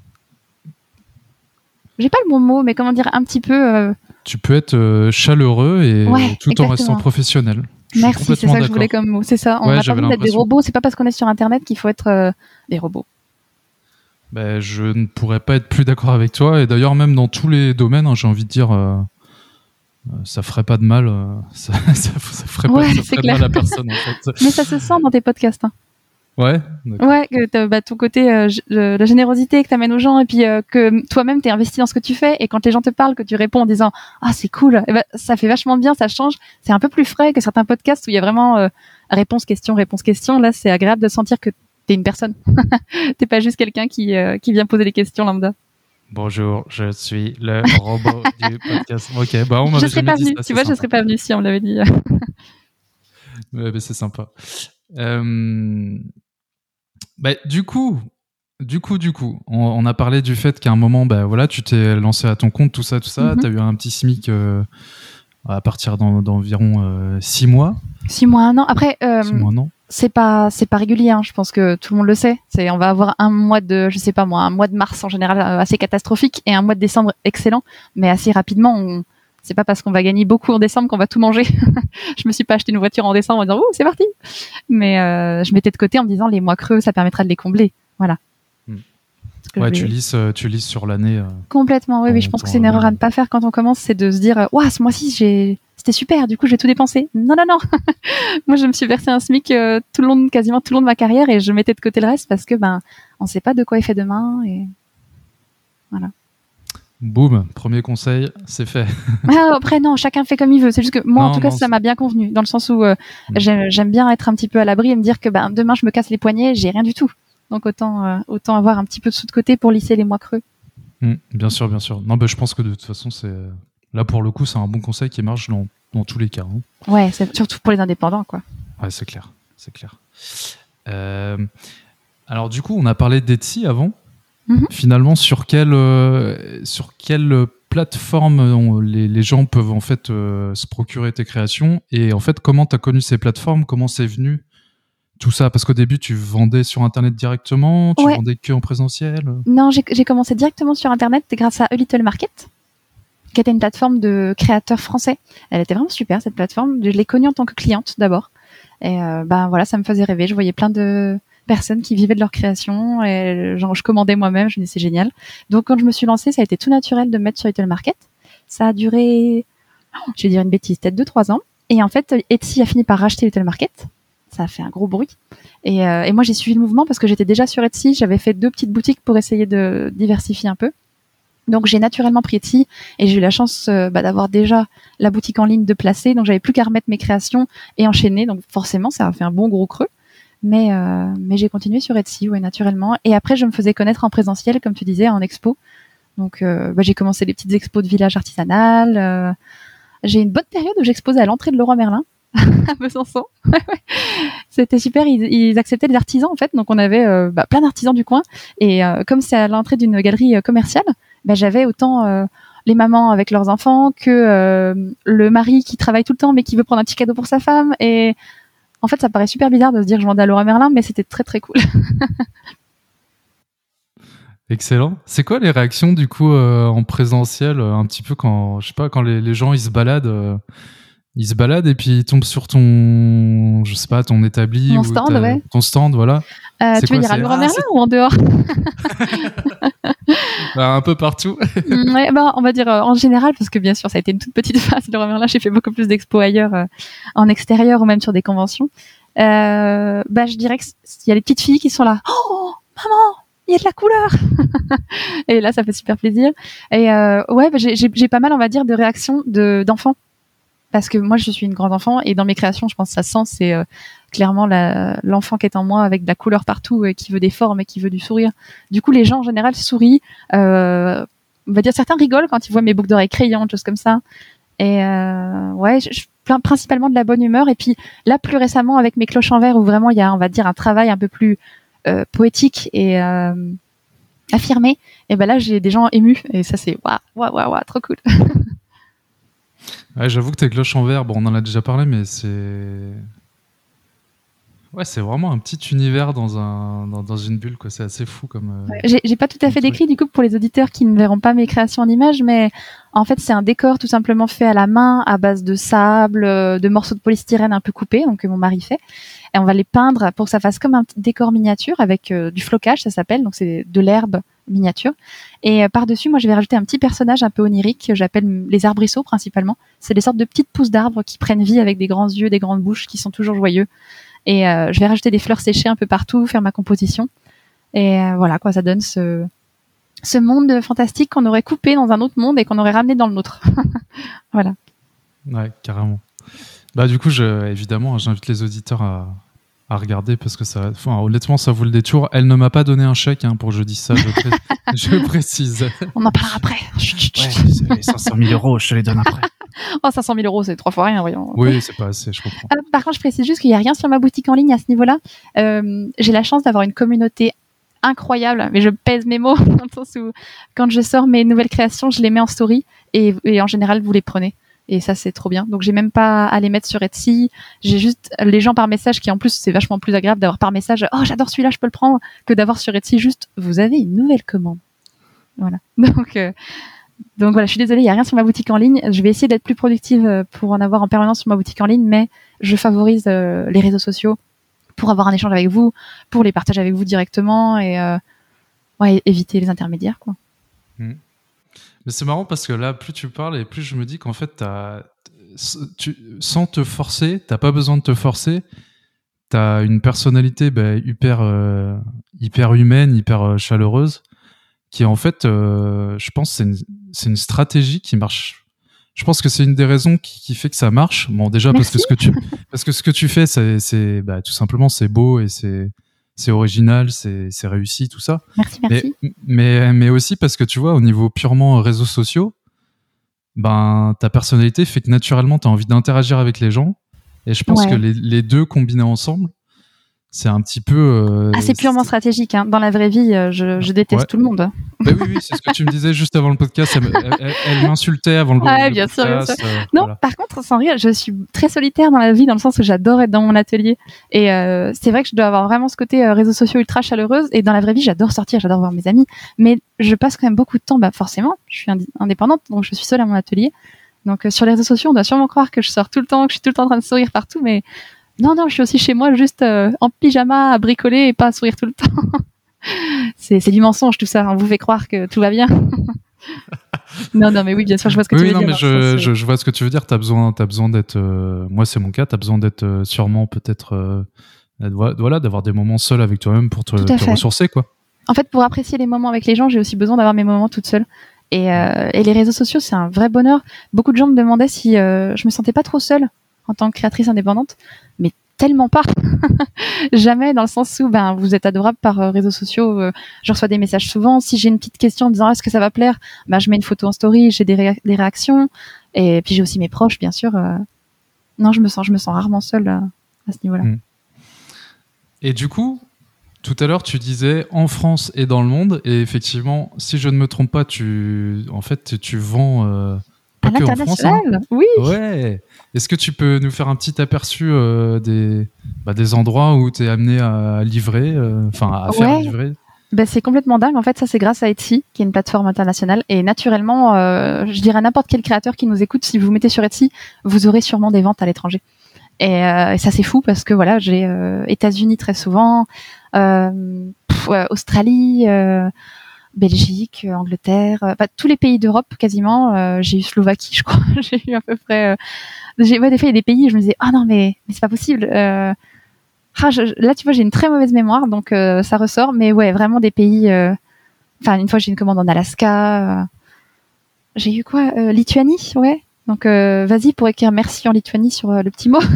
J'ai pas le bon mot, mais comment dire, un petit peu. Tu peux être chaleureux et tout exactement. En restant professionnel. Merci, c'est ça que je voulais comme mot. C'est ça. On n'a pas besoin d'être des robots. C'est pas parce qu'on est sur Internet qu'il faut être des robots. Je ne pourrais pas être plus d'accord avec toi. Et d'ailleurs, même dans tous les domaines, j'ai envie de dire, ça ferait pas de mal. Ça ferait pas de mal à personne, en fait. Mais ça se sent dans tes podcasts. Hein. Ouais. Ouais, que ton côté, la générosité que t'amènes aux gens et puis que toi-même t'es investi dans ce que tu fais et quand les gens te parlent, que tu réponds en disant ah c'est cool, ça fait vachement bien, ça change, c'est un peu plus frais que certains podcasts où il y a vraiment réponse question. Là, c'est agréable de sentir que t'es une personne, t'es pas juste quelqu'un qui vient poser des questions lambda. Bonjour, je suis le robot du podcast. Ok, on m'avait je serais pas venu. Tu vois, je serais pas venu si on me l'avait dit. mais c'est sympa. Du coup, on a parlé du fait qu'à un moment, tu t'es lancé à ton compte, tout ça, t'as eu un petit SMIC à partir d'environ 6 mois. 6 mois, 1 an. Après, 6 mois, 1 an. C'est pas régulier, hein. Je pense que tout le monde le sait. On va avoir un mois de mars en général assez catastrophique et un mois de décembre excellent, mais assez rapidement, c'est pas parce qu'on va gagner beaucoup en décembre qu'on va tout manger. Je me suis pas acheté une voiture en décembre en disant ouh c'est parti. Mais je mettais de côté en me disant les mois creux ça permettra de les combler. Voilà. Ouais, tu lises sur l'année. Complètement. Oui, je pense que c'est une erreur à ne pas faire quand on commence, c'est de se dire ouah ce mois-ci c'était super. Du coup je vais tout dépenser. Non. Moi je me suis versé un SMIC quasiment tout le long de ma carrière et je mettais de côté le reste parce que on sait pas de quoi est fait demain et voilà. Boum, premier conseil, c'est fait. Après, non, chacun fait comme il veut. C'est juste que moi, en tout cas, ça m'a bien convenu. Dans le sens où j'aime bien être un petit peu à l'abri et me dire que demain, je me casse les poignets, j'ai rien du tout. Donc, autant avoir un petit peu de sous de côté pour lisser les mois creux. Bien sûr. Non, je pense que de toute façon, là, pour le coup, c'est un bon conseil qui marche dans tous les cas. Hein. Ouais, c'est surtout pour les indépendants, quoi. Ouais, c'est clair. Alors, du coup, on a parlé d'Etsy avant. Finalement, sur quelle plateforme les gens peuvent en fait se procurer tes créations et en fait comment tu as connu ces plateformes, comment c'est venu tout ça? Parce qu'au début, tu vendais sur Internet directement, tu vendais que en présentiel? Non, j'ai commencé directement sur Internet grâce à A Little Market, qui était une plateforme de créateurs français. Elle était vraiment super, cette plateforme. Je l'ai connue en tant que cliente d'abord. Et voilà, ça me faisait rêver. Je voyais plein de personnes qui vivaient de leur création et genre, je commandais moi-même. Je me disais, c'est génial. Donc, quand je me suis lancée, ça a été tout naturel de me mettre sur Little Market. Ça a duré, je vais dire une bêtise, peut-être 2-3 ans. Et en fait, Etsy a fini par racheter Little Market. Ça a fait un gros bruit. Et moi, j'ai suivi le mouvement parce que j'étais déjà sur Etsy. J'avais fait 2 petites boutiques pour essayer de diversifier un peu. Donc, j'ai naturellement pris Etsy et j'ai eu la chance d'avoir déjà la boutique en ligne de placer. Donc, j'avais plus qu'à remettre mes créations et enchaîner. Donc, forcément, ça a fait un bon gros creux. Mais j'ai continué sur Etsy, ouais, naturellement. Et après, je me faisais connaître en présentiel, comme tu disais, en expo. Donc, j'ai commencé les petites expos de village artisanal. J'ai une bonne période où j'exposais à l'entrée de Leroy Merlin, à Besançon. C'était super. Ils acceptaient les artisans, en fait. Donc, on avait plein d'artisans du coin. Et comme c'est à l'entrée d'une galerie commerciale, j'avais autant les mamans avec leurs enfants que le mari qui travaille tout le temps mais qui veut prendre un petit cadeau pour sa femme. Et en fait, ça paraît super bizarre de se dire que je vendais à Leroy Merlin, mais c'était très très cool. Excellent. C'est quoi les réactions du coup en présentiel, un petit peu quand, je sais pas, quand les gens ils se baladent et puis ils tombent sur ton, je sais pas, ton établi Mon stand, ouais. ton stand, voilà. Tu veux dire à Leroy Merlin ou en dehors? Un peu partout. Ouais, on va dire en général, parce que bien sûr, ça a été une toute petite phase. Leroy Merlin, j'ai fait beaucoup plus d'expos ailleurs, en extérieur ou même sur des conventions. Je dirais qu'il y a les petites filles qui sont là. Oh, maman, il y a de la couleur. Et là, ça fait super plaisir. Et j'ai pas mal, on va dire, de réactions d'enfants. Parce que moi, je suis une grande enfant et dans mes créations, je pense que ça sent, c'est clairement l'enfant qui est en moi avec de la couleur partout et qui veut des formes et qui veut du sourire. Du coup, les gens en général sourient. On va dire certains rigolent quand ils voient mes boucles d'oreilles crayantes, choses comme ça. Et je plains principalement de la bonne humeur. Et puis là, plus récemment, avec mes cloches en verre, où vraiment il y a, on va dire, un travail un peu plus poétique et affirmé. Et là, j'ai des gens émus et ça, c'est waouh, trop cool. Ouais, j'avoue que tes cloches en verre, on en a déjà parlé, mais c'est vraiment un petit univers dans une bulle, quoi. C'est assez fou comme. J'ai pas tout à fait décrit du coup pour les auditeurs qui ne verront pas mes créations en images, mais en fait c'est un décor tout simplement fait à la main à base de sable, de morceaux de polystyrène un peu coupés, donc que mon mari fait. Et on va les peindre pour que ça fasse comme un petit décor miniature avec du flocage, ça s'appelle, donc c'est de l'herbe miniature. Et par-dessus, moi je vais rajouter un petit personnage un peu onirique que j'appelle les arbrisseaux principalement. C'est des sortes de petites pousses d'arbres qui prennent vie avec des grands yeux, des grandes bouches, qui sont toujours joyeux. Et je vais rajouter des fleurs séchées un peu partout, faire ma composition. Et voilà quoi, ça donne ce monde fantastique qu'on aurait coupé dans un autre monde et qu'on aurait ramené dans le nôtre. Voilà. Ouais, carrément. Du coup, évidemment, j'invite les auditeurs à regarder parce que honnêtement, ça vaut le détour. Elle ne m'a pas donné un chèque pour que je dise ça, je précise. On en parlera après. Ouais, 500 000 euros, je te les donne après. Oh, 500 000 euros, c'est 3 fois rien, voyons. Oui, c'est pas assez, je comprends. Par contre, je précise juste qu'il n'y a rien sur ma boutique en ligne à ce niveau-là. J'ai la chance d'avoir une communauté incroyable, mais je pèse mes mots dans le sens où quand je sors mes nouvelles créations, je les mets en story et en général, vous les prenez. Et ça, c'est trop bien. Donc, j'ai même pas à les mettre sur Etsy. J'ai juste les gens par message qui, en plus, c'est vachement plus agréable d'avoir par message. Oh, j'adore celui-là, je peux le prendre, que d'avoir sur Etsy juste, vous avez une nouvelle commande. Voilà. Donc voilà, je suis désolée, il n'y a rien sur ma boutique en ligne. Je vais essayer d'être plus productive pour en avoir en permanence sur ma boutique en ligne, mais je favorise les réseaux sociaux pour avoir un échange avec vous, pour les partager avec vous directement et éviter les intermédiaires, quoi. Mais c'est marrant parce que là, plus tu parles et plus je me dis qu'en fait, sans te forcer, t'as pas besoin de te forcer, t'as une personnalité hyper humaine, hyper chaleureuse, qui en fait, je pense, c'est une stratégie qui marche. Je pense que c'est une des raisons qui fait que ça marche. Bon, déjà parce que ce que tu fais, c'est tout simplement c'est beau et c'est original, c'est réussi, tout ça. Merci. Mais aussi parce que tu vois, au niveau purement réseaux sociaux, ta personnalité fait que naturellement, tu as envie d'interagir avec les gens. Et je pense que les deux combinés ensemble, c'est un petit peu. C'est purement stratégique. Hein. Dans la vraie vie, je déteste tout le monde. Oui, c'est ce que tu me disais juste avant le podcast. Elle m'insultait avant le podcast. Bien sûr. Non, voilà. Par contre, sans rire, je suis très solitaire dans la vie, dans le sens où j'adore être dans mon atelier. Et c'est vrai que je dois avoir vraiment ce côté réseaux sociaux ultra chaleureuse. Et dans la vraie vie, j'adore sortir, j'adore voir mes amis. Mais je passe quand même beaucoup de temps, forcément, je suis indépendante, donc je suis seule à mon atelier. Donc sur les réseaux sociaux, on doit sûrement croire que je sors tout le temps, que je suis tout le temps en train de sourire partout, mais non, je suis aussi chez moi, juste en pyjama, à bricoler et pas à sourire tout le temps. c'est du mensonge tout ça, on vous fait croire que tout va bien. non, mais oui, bien sûr, je vois ce que tu veux dire. Oui, non, mais je vois ce que tu veux dire. T'as besoin d'être. Moi, c'est mon cas. T'as besoin d'être sûrement peut-être. Voilà, d'avoir des moments seuls avec toi-même pour te ressourcer, quoi. En fait, pour apprécier les moments avec les gens, j'ai aussi besoin d'avoir mes moments toute seule. Et les réseaux sociaux, c'est un vrai bonheur. Beaucoup de gens me demandaient si je me sentais pas trop seule en tant que créatrice indépendante, mais tellement pas. Jamais, dans le sens où vous êtes adorable par réseaux sociaux. Je reçois des messages souvent. Si j'ai une petite question en disant est-ce que ça va plaire, je mets une photo en story, j'ai des réactions. Et puis j'ai aussi mes proches, bien sûr. Non, je me sens rarement seule à ce niveau-là. Et du coup, tout à l'heure, tu disais en France et dans le monde. Et effectivement, si je ne me trompe pas, tu vends pas que en France. Oui. Ouais. Est-ce que tu peux nous faire un petit aperçu des endroits où tu es amené à livrer, à faire livrer? C'est complètement dingue. En fait, ça, c'est grâce à Etsy, qui est une plateforme internationale. Et naturellement, je dirais à n'importe quel créateur qui nous écoute, si vous mettez sur Etsy, vous aurez sûrement des ventes à l'étranger. Et ça, c'est fou parce que voilà, j'ai États-Unis très souvent, Australie, Belgique, Angleterre, tous les pays d'Europe quasiment. J'ai eu Slovaquie, je crois. J'ai eu à peu près. Des fois, il y a des pays où je me disais, non, mais c'est pas possible. Là, tu vois, j'ai une très mauvaise mémoire, donc ça ressort. Mais ouais, vraiment des pays. Une fois, j'ai une commande en Alaska. J'ai eu quoi Lituanie, ouais. Donc, vas-y pour écrire merci en Lituanie sur le petit mot.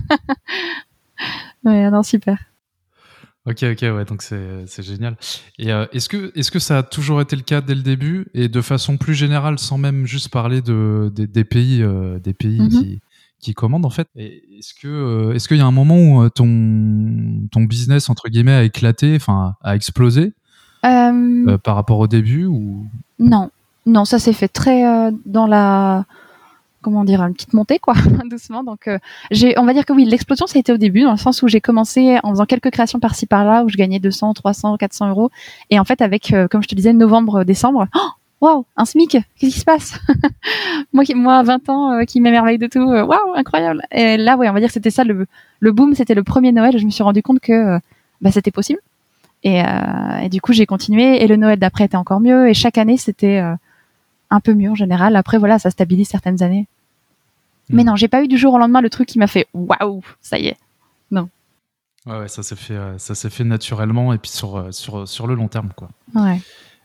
Ouais, non, super. Ok, ouais, donc c'est génial. Et est-ce que ça a toujours été le cas dès le début, et de façon plus générale, sans même juste parler des pays qui commandent en fait. Et est-ce qu'il y a un moment où ton business entre guillemets a éclaté, a explosé par rapport au début ou Non, ça s'est fait très dans la une petite montée quoi, doucement. Donc on va dire que oui, l'explosion ça a été au début, dans le sens où j'ai commencé en faisant quelques créations par-ci par-là, où je gagnais 200, 300, 400 euros. Et en fait, avec comme je te disais, novembre, décembre, waouh, un SMIC, qu'est-ce qui se passe? moi à 20 ans qui m'émerveille de tout, waouh, incroyable. Et là, ouais, on va dire que c'était ça le boom, c'était le premier Noël. Je me suis rendu compte que c'était possible. Et du coup, j'ai continué, et le Noël d'après était encore mieux, et chaque année c'était un peu mieux en général. Après, voilà, ça stabilise certaines années. Mais non, j'ai pas eu du jour au lendemain le truc qui m'a fait waouh, ça y est. Non. Ouais, ça s'est fait naturellement, et puis sur le long terme, quoi. Ouais.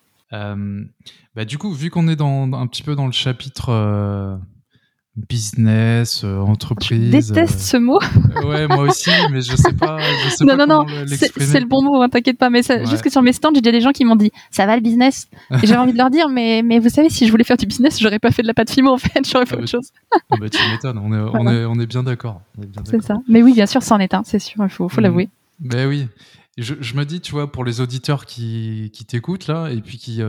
Du coup, vu qu'on est un petit peu dans le chapitre business, entreprise. Je déteste ce mot. Ouais, moi aussi, mais je sais pas non, comment l'exprimer. C'est le bon mot, hein, t'inquiète pas. Mais juste que sur mes stands, j'ai déjà des gens qui m'ont dit ça va le business. Et j'avais envie de leur dire, mais vous savez, si je voulais faire du business, j'aurais pas fait de la pâte fimo en fait, j'aurais fait autre chose. Tu m'étonnes, on est bien d'accord. C'est ça. Mais oui, bien sûr, c'en est un, c'est sûr, il faut l'avouer. Ben oui. Je me dis, tu vois, pour les auditeurs qui t'écoutent là, et puis qui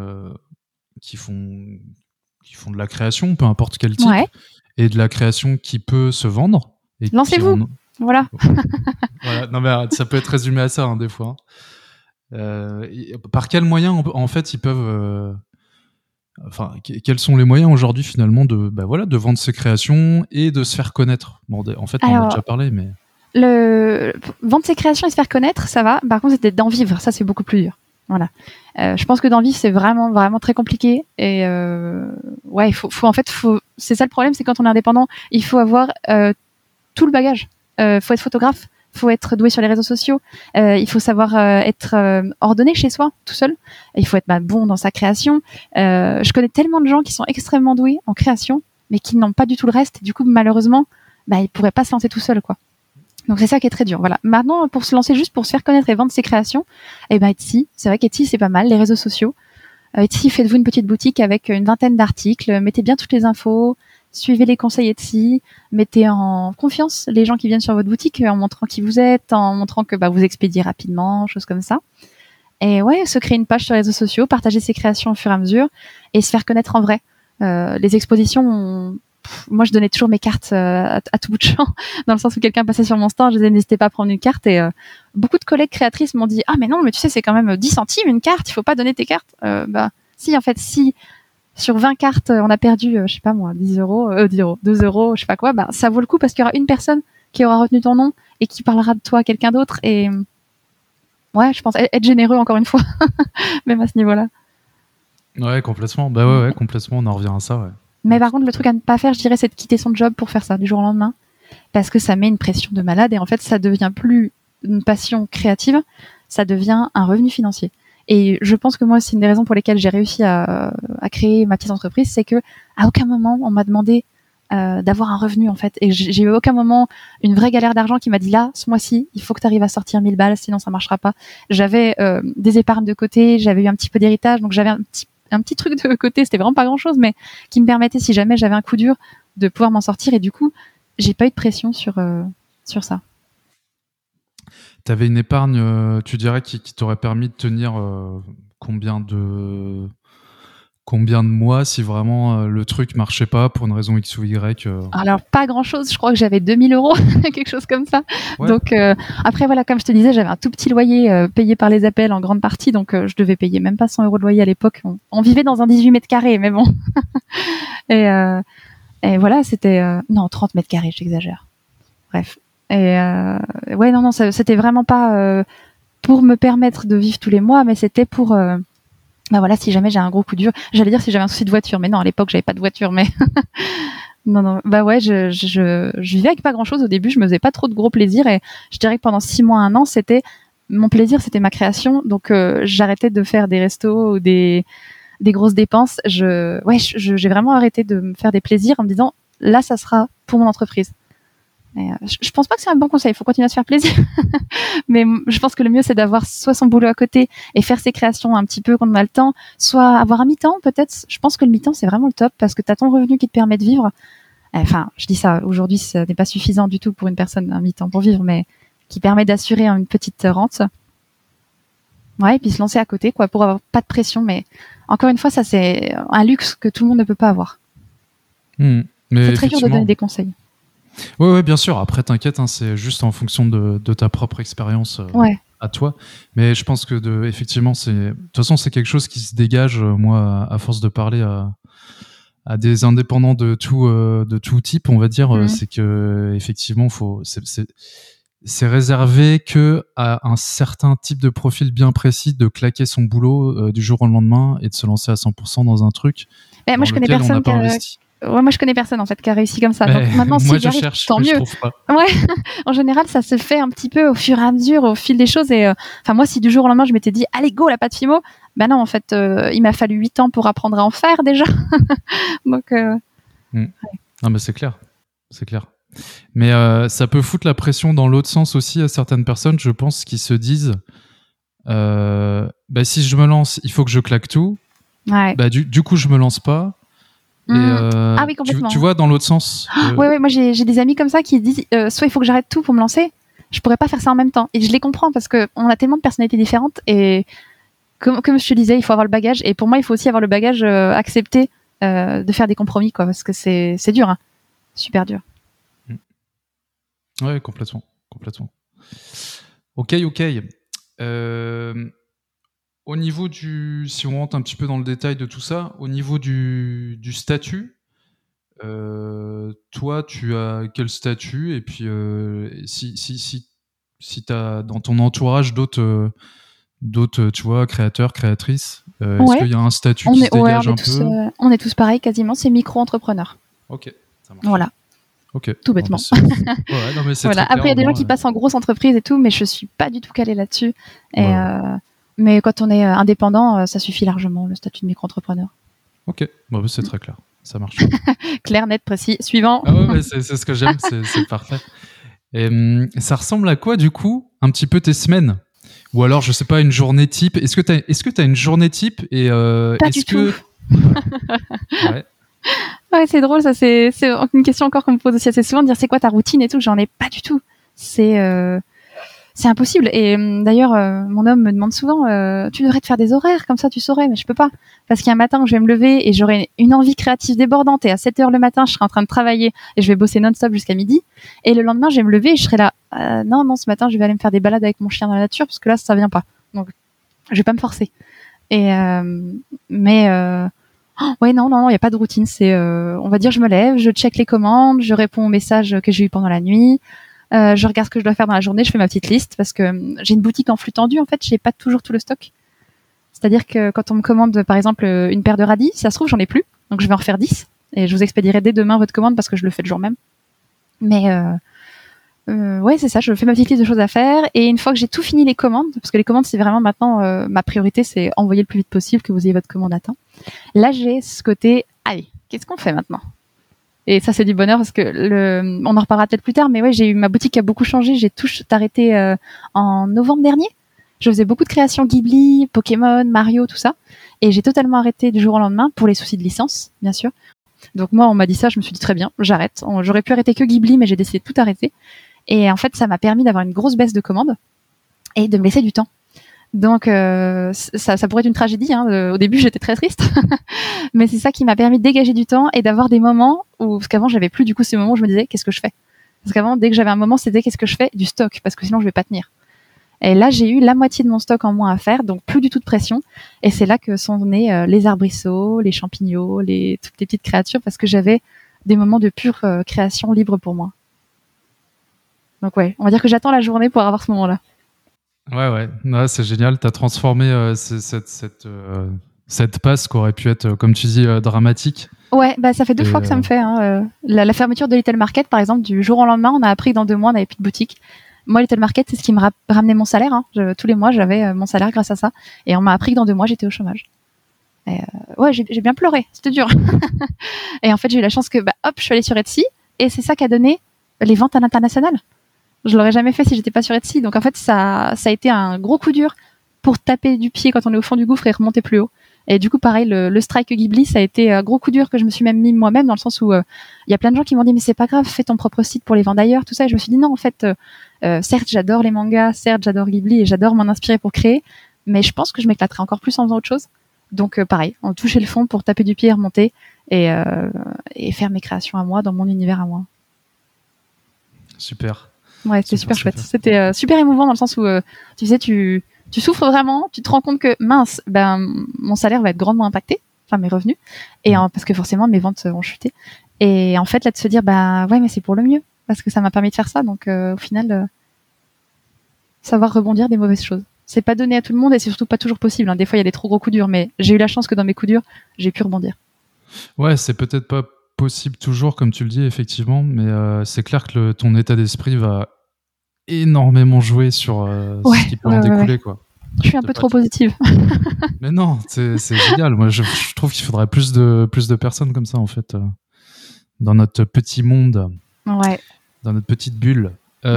font de la création, peu importe quel type, et de la création qui peut se vendre. Et lancez-vous. Voilà. Voilà. Non, mais ça peut être résumé à ça, hein, des fois. Par quels moyens, en fait, ils peuvent... quels sont les moyens aujourd'hui, finalement, de vendre ses créations et de se faire connaître? Bon, en fait, on en a déjà parlé, mais... Vendre ses créations et se faire connaître, ça va. Par contre, c'était d'en vivre. Ça, c'est beaucoup plus dur. Voilà. Je pense que d'en vivre, c'est vraiment, vraiment très compliqué. Et il faut c'est ça le problème, c'est quand on est indépendant, il faut avoir tout le bagage. Faut être photographe, faut être doué sur les réseaux sociaux, il faut savoir être ordonné chez soi, tout seul. Il faut être bon dans sa création. Je connais tellement de gens qui sont extrêmement doués en création, mais qui n'ont pas du tout le reste. Du coup, malheureusement, ils pourraient pas se lancer tout seuls, quoi. Donc c'est ça qui est très dur. Voilà. Maintenant, pour se lancer juste pour se faire connaître et vendre ses créations, Etsy, c'est vrai qu'Etsy c'est pas mal, les réseaux sociaux. Etsy, faites-vous une petite boutique avec une 20aine d'articles, mettez bien toutes les infos. suivez les conseils Etsy, mettez en confiance les gens qui viennent sur votre boutique en montrant qui vous êtes, en montrant que vous expédiez rapidement, choses comme ça. Et ouais, se créer une page sur les réseaux sociaux, partager ses créations au fur et à mesure et se faire connaître en vrai. Les expositions, moi je donnais toujours mes cartes à tout bout de champ, dans le sens où quelqu'un passait sur mon stand, je disais n'hésitez pas à prendre une carte et beaucoup de collègues créatrices m'ont dit mais non, mais tu sais c'est quand même 10 centimes une carte, il faut pas donner tes cartes. Si en fait, si sur 20 cartes on a perdu je sais pas moi 10 euros, 2 euros, je sais pas quoi, ça vaut le coup parce qu'il y aura une personne qui aura retenu ton nom et qui parlera de toi à quelqu'un d'autre. Et ouais, je pense être généreux encore une fois, même à ce niveau-là. Ouais, complètement. Ouais, complètement. On en revient à ça, ouais. Mais par contre, le truc à ne pas faire, je dirais, c'est de quitter son job pour faire ça du jour au lendemain, parce que ça met une pression de malade et en fait, ça devient plus une passion créative, ça devient un revenu financier. Et je pense que moi, c'est une des raisons pour lesquelles j'ai réussi à créer ma petite entreprise, c'est que à aucun moment on m'a demandé d'avoir un revenu en fait, et j'ai eu aucun moment une vraie galère d'argent qui m'a dit là, ce mois-ci, il faut que tu arrives à sortir 1000 balles, sinon ça marchera pas. J'avais des épargnes de côté, j'avais eu un petit peu d'héritage, donc j'avais un petit truc de côté, c'était vraiment pas grand-chose, mais qui me permettait, si jamais j'avais un coup dur, de pouvoir m'en sortir. Et du coup, j'ai pas eu de pression sur ça. T'avais une épargne, tu dirais, qui t'aurait permis de tenir combien de mois si vraiment le truc marchait pas pour une raison X ou Y Alors, pas grand-chose. Je crois que j'avais 2000 euros, quelque chose comme ça. Ouais. Donc, après, voilà, comme je te disais, j'avais un tout petit loyer payé par les appels en grande partie. Donc, je devais payer même pas 100 euros de loyer à l'époque. On vivait dans un 18 mètres carrés, mais bon. Et voilà, c'était... non, 30 mètres carrés, j'exagère. Bref. Et ouais, non, c'était vraiment pas pour me permettre de vivre tous les mois, mais c'était pour... voilà, si jamais j'ai un gros coup dur, j'allais dire si j'avais un souci de voiture, mais non, à l'époque j'avais pas de voiture, mais non, ouais, je vivais avec pas grand chose au début, je me faisais pas trop de gros plaisirs et je dirais que pendant 6 mois, 1 an, c'était mon plaisir, c'était ma création, donc j'arrêtais de faire des restos ou des grosses dépenses. J'ai vraiment arrêté de me faire des plaisirs en me disant là, ça sera pour mon entreprise. Et, je pense pas que c'est un bon conseil, il faut continuer à se faire plaisir. Mais je pense que le mieux, c'est d'avoir soit son boulot à côté et faire ses créations un petit peu quand on a le temps, soit avoir un mi-temps peut-être. Je pense que le mi-temps, c'est vraiment le top parce que tu as ton revenu qui te permet de vivre. Enfin, je dis ça, aujourd'hui, ça n'est pas suffisant du tout pour une personne, un mi-temps pour vivre, mais qui permet d'assurer une petite rente. Ouais, et puis se lancer à côté, quoi, pour avoir pas de pression. Mais encore une fois, ça, c'est un luxe que tout le monde ne peut pas avoir. Mais c'est très dur de donner des conseils. Ouais, bien sûr. Après, t'inquiète, c'est juste en fonction de ta propre expérience à toi. Mais je pense que effectivement, de toute façon, c'est quelque chose qui se dégage. Moi, à force de parler à des indépendants de tout type, on va dire, c'est que effectivement, c'est réservé que à un certain type de profil bien précis de claquer son boulot du jour au lendemain et de se lancer à 100% dans un truc. Moi, je connais personne moi, je connais personne en fait qui a réussi comme ça. Donc maintenant, si j'y arrive, tant mieux. Ouais. En général, ça se fait un petit peu au fur et à mesure, au fil des choses. Et moi, si du jour au lendemain, je m'étais dit, allez go, la pâte Fimo, non, en fait, il m'a fallu 8 ans pour apprendre à en faire déjà. Donc. Ouais. Non, mais c'est clair. Mais ça peut foutre la pression dans l'autre sens aussi à certaines personnes, je pense, qui se disent, si je me lance, il faut que je claque tout. Ouais. Du coup, je me lance pas. Et oui, complètement. Tu vois, dans l'autre sens. Ouais, moi j'ai des amis comme ça qui disent soit il faut que j'arrête tout pour me lancer, je pourrais pas faire ça en même temps. Et je les comprends parce que on a tellement de personnalités différentes et comme je te disais, il faut avoir le bagage. Et pour moi, il faut aussi avoir le bagage accepter de faire des compromis, quoi, parce que c'est dur, hein. Super dur. Ouais, complètement. Ok. Au niveau si on rentre un petit peu dans le détail de tout ça, au niveau du statut, toi, tu as quel statut? Et puis, si tu as dans ton entourage d'autres, tu vois, créateurs, créatrices, est-ce qu'il y a un statut qui se dégage un peu? On est tous pareils quasiment, c'est micro-entrepreneur. Ok, ça marche. Voilà. Ok. Tout bêtement. Voilà. Après, il y a des gens qui passent en grosse entreprise et tout, mais je suis pas du tout calée là-dessus. Et mais quand on est indépendant, ça suffit largement, le statut de micro-entrepreneur. Ok, c'est très clair. Ça marche. Clair, net, précis. Suivant. Ah ouais, c'est ce que j'aime, c'est parfait. Et ça ressemble à quoi, du coup, un petit peu tes semaines? Ou alors, je sais pas, une journée type. Est-ce que t'as une journée type et pas du tout. Ouais. Ouais, Ouais, c'est drôle, ça, c'est une question encore qu'on me pose aussi assez souvent, de dire c'est quoi ta routine et tout. J'en ai pas du tout. C'est impossible. Et d'ailleurs, mon homme me demande souvent, tu devrais te faire des horaires, comme ça tu saurais, mais je peux pas. Parce qu'il y a un matin où je vais me lever et j'aurai une envie créative débordante, et à 7h le matin, je serai en train de travailler et je vais bosser non-stop jusqu'à midi. Et le lendemain, je vais me lever et je serai là, non, ce matin, je vais aller me faire des balades avec mon chien dans la nature, parce que là, ça vient pas. Donc, je vais pas me forcer. Et ouais, non, il y a pas de routine. C'est, on va dire, je me lève, je check les commandes, je réponds aux messages que j'ai eu pendant la nuit. Je regarde ce que je dois faire dans la journée, je fais ma petite liste, parce que j'ai une boutique en flux tendu, en fait, j'ai pas toujours tout le stock. C'est-à-dire que quand on me commande, par exemple, une paire de radis, si ça se trouve, j'en ai plus, donc je vais en refaire 10, et je vous expédierai dès demain votre commande, parce que je le fais le jour même. Mais ouais, c'est ça, je fais ma petite liste de choses à faire, et une fois que j'ai tout fini les commandes, parce que les commandes, c'est vraiment maintenant, ma priorité, c'est envoyer le plus vite possible, que vous ayez votre commande à temps. Là, j'ai ce côté, allez, qu'est-ce qu'on fait maintenant ? Et ça, c'est du bonheur, parce que on en reparlera peut-être plus tard, mais ouais, ma boutique a beaucoup changé. J'ai tout arrêté en novembre dernier. Je faisais beaucoup de créations Ghibli, Pokémon, Mario, tout ça. Et j'ai totalement arrêté du jour au lendemain pour les soucis de licence, bien sûr. Donc moi, on m'a dit ça, je me suis dit très bien, j'arrête. J'aurais pu arrêter que Ghibli, mais j'ai décidé de tout arrêter. Et en fait, ça m'a permis d'avoir une grosse baisse de commandes et de me laisser du temps. Donc ça pourrait être une tragédie, hein. Au début, j'étais très triste. Mais c'est ça qui m'a permis de dégager du temps et d'avoir des moments où, parce qu'avant, j'avais plus du coup ces moments où je me disais, qu'est-ce que je fais ? Parce qu'avant, dès que j'avais un moment, c'était qu'est-ce que je fais ? Du stock, parce que sinon, je vais pas tenir. Et là, j'ai eu la moitié de mon stock en moins à faire, donc plus du tout de pression. Et c'est là que sont nés les arbrisseaux, les champignons, toutes les petites créatures, parce que j'avais des moments de pure création libre pour moi. Donc ouais, on va dire que j'attends la journée pour avoir ce moment-là. Ouais, c'est génial. T'as transformé cette passe qui aurait pu être, comme tu dis, dramatique. Ouais, bah ça fait 2 fois que ça me fait. Hein. La fermeture de Little Market, par exemple, du jour au lendemain, on a appris que dans 2 mois, on n'avait plus de boutique. Moi, Little Market, c'est ce qui me ramenait mon salaire. Hein. Tous les mois, j'avais mon salaire grâce à ça. Et on m'a appris que dans 2 mois, j'étais au chômage. Et ouais, j'ai bien pleuré. C'était dur. Et en fait, j'ai eu la chance que, hop, je suis allée sur Etsy. Et c'est ça qui a donné les ventes à l'international. Je l'aurais jamais fait si j'étais pas sur Etsy. Donc en fait, ça a été un gros coup dur pour taper du pied quand on est au fond du gouffre et remonter plus haut. Et du coup, pareil, le strike Ghibli, ça a été un gros coup dur que je me suis même mis moi-même, dans le sens où il y a plein de gens qui m'ont dit mais c'est pas grave, fais ton propre site pour les vendre ailleurs, tout ça. Et je me suis dit non, en fait, certes, j'adore les mangas, certes, j'adore Ghibli et j'adore m'en inspirer pour créer, mais je pense que je m'éclaterais encore plus en faisant autre chose. Donc pareil, on touchait le fond pour taper du pied et remonter et faire mes créations à moi, dans mon univers à moi. Super. Ouais, c'était super chouette. C'était super émouvant dans le sens où tu sais, tu souffres vraiment, tu te rends compte que mince, mon salaire va être grandement impacté, enfin mes revenus, et parce que forcément mes ventes ont chuté. Et en fait là de se dire ouais mais c'est pour le mieux parce que ça m'a permis de faire ça. Donc au final, savoir rebondir des mauvaises choses, c'est pas donné à tout le monde et c'est surtout pas toujours possible. Hein. Des fois il y a des trop gros coups durs, mais j'ai eu la chance que dans mes coups durs, j'ai pu rebondir. Ouais, c'est peut-être pas possible toujours comme tu le dis effectivement, mais c'est clair que ton état d'esprit va énormément jouer sur ce qui peut en découler, quoi. Je suis un peu trop positive. Mais non, c'est génial. Moi, je trouve qu'il faudrait plus de personnes comme ça, en fait, dans notre petit monde, dans notre petite bulle.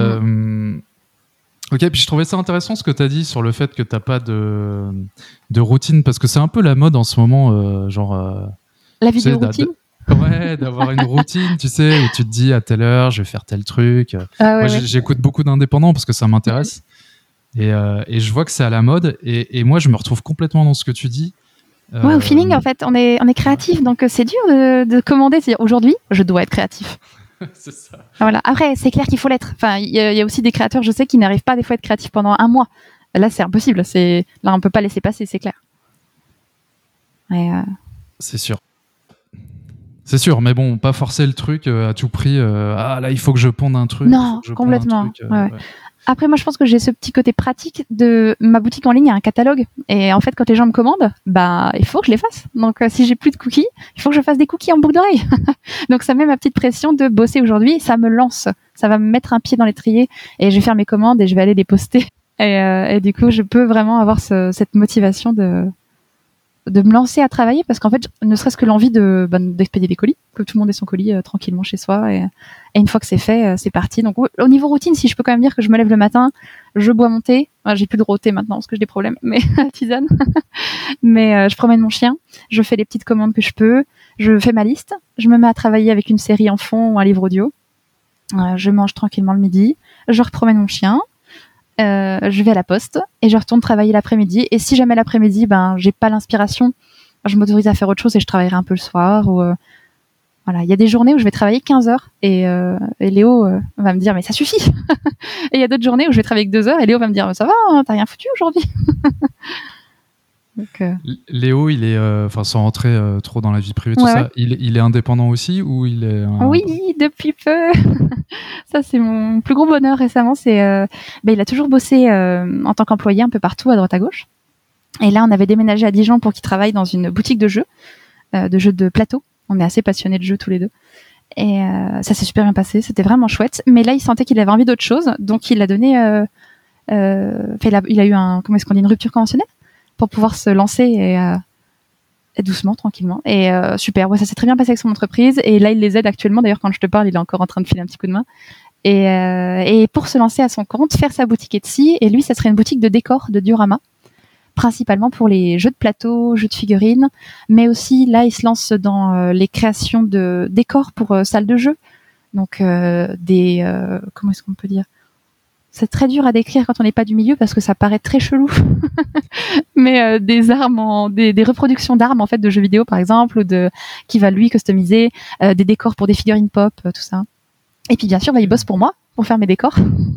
Ok, puis je trouvais ça intéressant ce que tu as dit sur le fait que tu n'as pas de routine, parce que c'est un peu la mode en ce moment, la vidéo routine. Ouais, d'avoir une routine, tu sais, où tu te dis à telle heure, je vais faire tel truc. Moi, j'écoute beaucoup d'indépendants parce que ça m'intéresse. Et je vois que c'est à la mode. Et moi, je me retrouve complètement dans ce que tu dis. Ouais, au feeling, en fait, on est créatif. Donc, c'est dur de commander. C'est-à-dire, aujourd'hui, je dois être créatif. C'est ça. Voilà. Après, c'est clair qu'il faut l'être. Enfin, il y a aussi des créateurs, je sais, qui n'arrivent pas des fois à être créatifs pendant 1 mois. Là, c'est impossible. Là, on peut pas laisser passer, c'est clair. C'est sûr. C'est sûr, mais bon, pas forcer le truc à tout prix. Là, il faut que je ponde un truc. Non, complètement. Ouais. Après, moi, je pense que j'ai ce petit côté pratique de ma boutique en ligne, il y a un catalogue. Et en fait, quand les gens me commandent, il faut que je les fasse. Donc, si j'ai plus de cookies, il faut que je fasse des cookies en boucle d'oreille. Donc, ça met ma petite pression de bosser aujourd'hui. Ça me lance. Ça va me mettre un pied dans l'étrier et je vais faire mes commandes et je vais aller les poster. Et du coup, je peux vraiment avoir cette motivation de me lancer à travailler, parce qu'en fait, ne serait-ce que l'envie d'expédier des colis, que tout le monde ait son colis tranquillement chez soi, et une fois que c'est fait, c'est parti. Donc au niveau routine, si je peux quand même dire que je me lève le matin, je bois mon thé, j'ai plus de gros thé maintenant parce que j'ai des problèmes, mais tisane, mais je promène mon chien, je fais les petites commandes que je peux, Je fais ma liste, je me mets à travailler avec une série en fond ou un livre audio. Je mange tranquillement le midi, je repromène mon chien, je vais à la poste et je retourne travailler l'après-midi. Et si jamais l'après-midi, j'ai pas l'inspiration, je m'autorise à faire autre chose et je travaillerai un peu le soir. Ou voilà, il y a des journées où je vais travailler 15 heures et Léo va me dire mais ça suffit. Et il y a d'autres journées où je vais travailler que 2 heures et Léo va me dire ça va, hein, t'as rien foutu aujourd'hui. Donc, Léo, il est, sans rentrer trop dans la vie privée, tout ouais, ça, ouais. il est indépendant aussi ou il est Oui, depuis peu. Ça, c'est mon plus gros bonheur récemment. C'est, il a toujours bossé en tant qu'employé un peu partout, à droite à gauche. Et là, on avait déménagé à Dijon pour qu'il travaille dans une boutique de jeux de plateau. On est assez passionnés de jeux tous les deux. Et ça s'est super bien passé. C'était vraiment chouette. Mais là, il sentait qu'il avait envie d'autre chose. Donc, il a donné... il a eu une rupture conventionnelle pour pouvoir se lancer et doucement, tranquillement. Et super, ouais, ça s'est très bien passé avec son entreprise. Et là, il les aide actuellement. D'ailleurs, quand je te parle, il est encore en train de filer un petit coup de main. Et pour se lancer à son compte, faire sa boutique Etsy. Et lui, ça serait une boutique de décor, de diorama, principalement pour les jeux de plateau, jeux de figurines. Mais aussi, là, il se lance dans les créations de décors pour salles de jeu. Donc, comment est-ce qu'on peut dire ? C'est très dur à décrire quand on n'est pas du milieu parce que ça paraît très chelou. Mais des armes, des reproductions d'armes en fait de jeux vidéo par exemple, ou qui va lui customiser, des décors pour des figurines pop, tout ça. Et puis bien sûr, il bosse pour moi pour faire mes décors.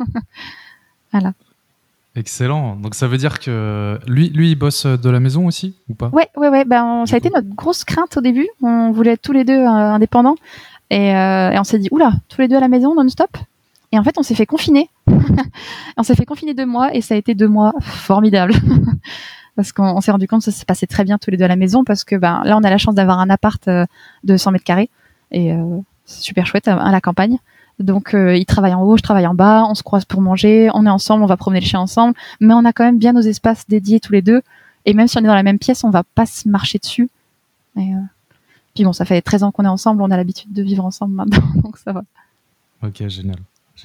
Voilà. Excellent. Donc ça veut dire que lui, il bosse de la maison aussi ou pas ? Ouais. Ça a été notre grosse crainte au début. On voulait être tous les deux indépendants et on s'est dit oula, tous les deux à la maison non-stop. Et en fait, on s'est fait confiner. On s'est fait confiner 2 mois et ça a été 2 mois formidables. Parce qu'on s'est rendu compte que ça s'est passé très bien tous les deux à la maison parce que là, on a la chance d'avoir un appart de 100 mètres carrés et c'est super chouette à la campagne. Donc, il travaille en haut, je travaille en bas, on se croise pour manger, on est ensemble, on va promener le chien ensemble, mais on a quand même bien nos espaces dédiés tous les deux. Et même si on est dans la même pièce, on va pas se marcher dessus. Et, puis bon, ça fait 13 ans qu'on est ensemble, on a l'habitude de vivre ensemble maintenant, donc ça va. Ok, génial.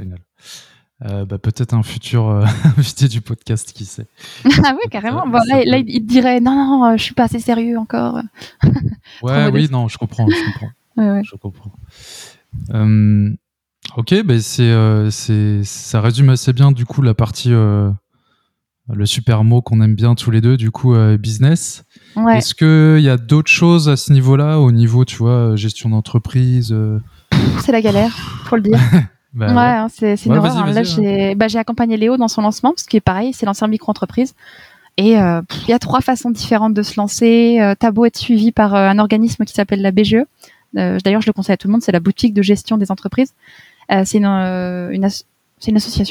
Peut-être un futur invité du podcast, qui sait. Ah oui, carrément. Bon, là, il te dirait non, je suis pas assez sérieux encore. Ouais, oui, non, je comprends. Ouais. Je comprends. Ok, ça résume assez bien du coup la partie, le super mot qu'on aime bien tous les deux, du coup business. Ouais. Est-ce qu'il y a d'autres choses à ce niveau-là, au niveau, tu vois, gestion d'entreprise C'est la galère, faut le dire. Ouais. Hein, c'est une horreur. Vas-y, Là, j'ai accompagné Léo dans son lancement, parce qu'il est pareil, c'est lancer en micro-entreprise. Et il y a 3 façons différentes de se lancer. T'as beau être suivi par un organisme qui s'appelle la BGE. D'ailleurs, je le conseille à tout le monde, c'est la boutique de gestion des entreprises. C'est une association ?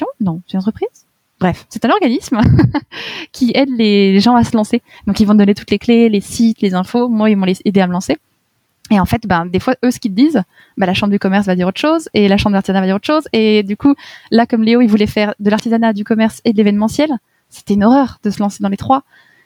Non, c'est une entreprise ? Bref, c'est un organisme qui aide les gens à se lancer. Donc, ils vont te donner toutes les clés, les sites, les infos. Moi, ils m'ont aidé à me lancer. Et en fait, des fois, eux, ce qu'ils te disent, la chambre du commerce va dire autre chose, et la chambre d'artisanat va dire autre chose. Et du coup, là, comme Léo, il voulait faire de l'artisanat, du commerce et de l'événementiel, c'était une horreur de se lancer dans les 3.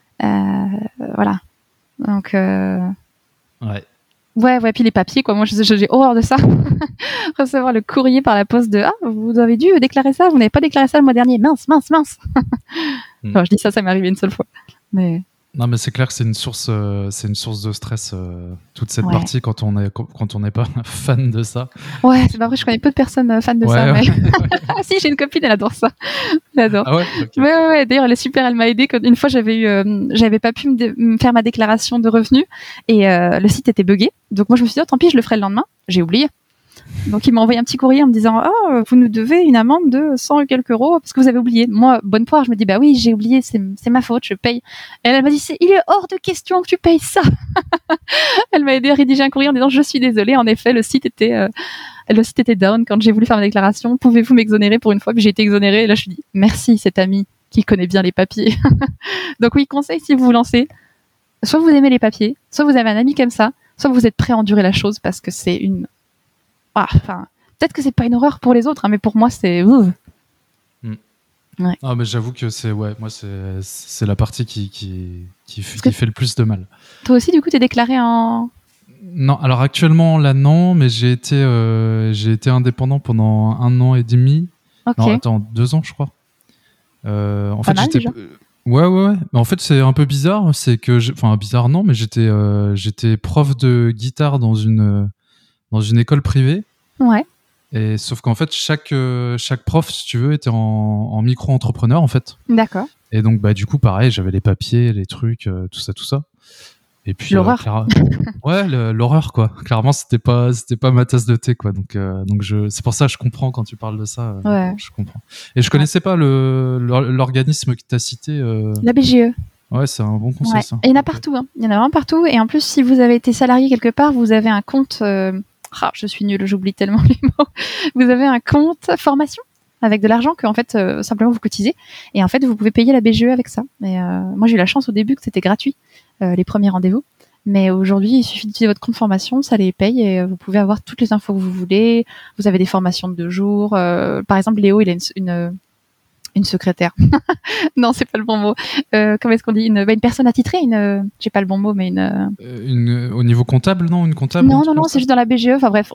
Voilà. Donc, Ouais. Ouais, puis les papiers, quoi. Moi, j'ai horreur de ça. Recevoir le courrier par la poste de vous avez dû déclarer ça, vous n'avez pas déclaré ça le mois dernier. Mince. Enfin, je dis ça m'est arrivé une seule fois. Mais... Non, mais c'est clair que c'est une source de stress, toute cette partie, quand on n'est pas fan de ça. Ouais, c'est pas vrai, je connais peu de personnes fans de ça. Mais... si, j'ai une copine, elle adore ça. Elle adore. Ah ouais, okay. Ouais. D'ailleurs, elle est super, elle m'a aidée. Une fois, j'avais pas pu me faire ma déclaration de revenus et le site était buggé. Donc moi, je me suis dit, tant pis, je le ferai le lendemain. J'ai oublié. Donc il m'a envoyé un petit courrier en me disant vous nous devez une amende de 100 et quelques euros parce que vous avez oublié. Moi, bonne poire, je me dis oui, j'ai oublié, c'est ma faute, je paye. Et elle m'a dit il est hors de question que tu payes ça. Elle m'a aidé à rédiger un courrier en disant je suis désolée, en effet le site était down quand j'ai voulu faire ma déclaration, pouvez-vous m'exonérer pour une fois? Puis j'ai été exonérée et là je me suis dit merci cet ami qui connaît bien les papiers. Donc oui, conseil si vous vous lancez, soit vous aimez les papiers, soit vous avez un ami comme ça, soit vous êtes prêt à endurer la chose parce que c'est une peut-être que c'est pas une horreur pour les autres, mais pour moi c'est. Ouais. Ah, mais j'avoue que c'est la partie qui fait le plus de mal. Toi aussi, du coup, t'es déclaré en. Non, alors actuellement là non, mais j'ai été indépendant pendant 1 an et demi. Ok. Non, attends, 2 ans je crois. En fait, mal, déjà. Ouais. Mais en fait, c'est un peu bizarre. C'est que, enfin, bizarre non, mais j'étais prof de guitare dans une école privée. Ouais. Et sauf qu'en fait, chaque prof, si tu veux, était en micro-entrepreneur, en fait. D'accord. Et donc, bah, du coup, pareil, j'avais les papiers, les trucs, tout ça. Et puis, L'horreur. ouais, l'horreur, quoi. Clairement, c'était pas ma tasse de thé, quoi. Donc c'est pour ça que je comprends quand tu parles de ça. Ouais. Je comprends. Et je connaissais pas l'organisme que tu as cité. La BGE. Ouais, c'est un bon conseil, Ouais. ça. Et il y en a partout. Hein. Il y en a vraiment partout. Et en plus, si vous avez été salarié quelque part, vous avez un compte. Je suis nulle, j'oublie tellement les mots. Vous avez un compte formation avec de l'argent que en fait simplement vous cotisez. Et en fait, vous pouvez payer la BGE avec ça. Et moi, j'ai eu la chance au début que c'était gratuit les premiers rendez-vous. Mais aujourd'hui, il suffit d'utiliser votre compte formation, ça les paye et vous pouvez avoir toutes les infos que vous voulez. Vous avez des formations de 2 jours. Par exemple, Léo, il a une secrétaire. Non, c'est pas le bon mot. Comment est-ce qu'on dit une personne attitrée, j'ai pas le bon mot, mais au niveau comptable, non, une comptable. Non, c'est juste dans la BGE. Enfin bref,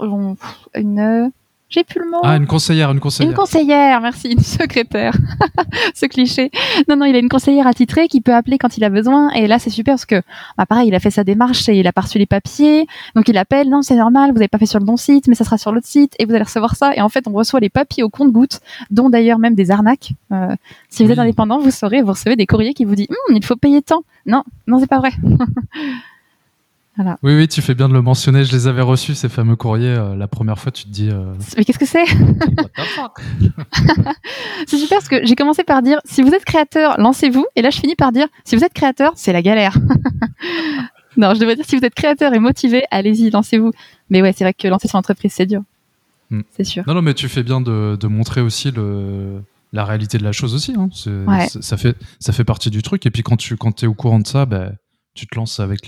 j'ai plus le mot. Ah, une conseillère. Une conseillère, merci, une secrétaire. Ce cliché. Non, il a une conseillère attitrée qui peut appeler quand il a besoin. Et là, c'est super parce que, pareil, il a fait sa démarche et il a pas reçu les papiers. Donc, il appelle. Non, c'est normal, vous avez pas fait sur le bon site, mais ça sera sur l'autre site et vous allez recevoir ça. Et en fait, on reçoit les papiers au compte-gouttes, dont d'ailleurs même des arnaques. Si vous êtes indépendant, vous recevez des courriers qui vous disent, il faut payer tant. Non, c'est pas vrai. Voilà. Oui, tu fais bien de le mentionner. Je les avais reçus, ces fameux courriers. La première fois, tu te dis... Mais qu'est-ce que c'est? What the fuck? C'est super parce que j'ai commencé par dire, si vous êtes créateur, lancez-vous. Et là, je finis par dire, si vous êtes créateur, c'est la galère. Non, je devrais dire, si vous êtes créateur et motivé, allez-y, lancez-vous. Mais ouais, c'est vrai que lancer son entreprise, c'est dur. C'est sûr. Non, mais tu fais bien de montrer aussi la réalité de la chose aussi. Hein. Ça fait partie du truc. Et puis, quand tu es au courant de ça, tu te lances avec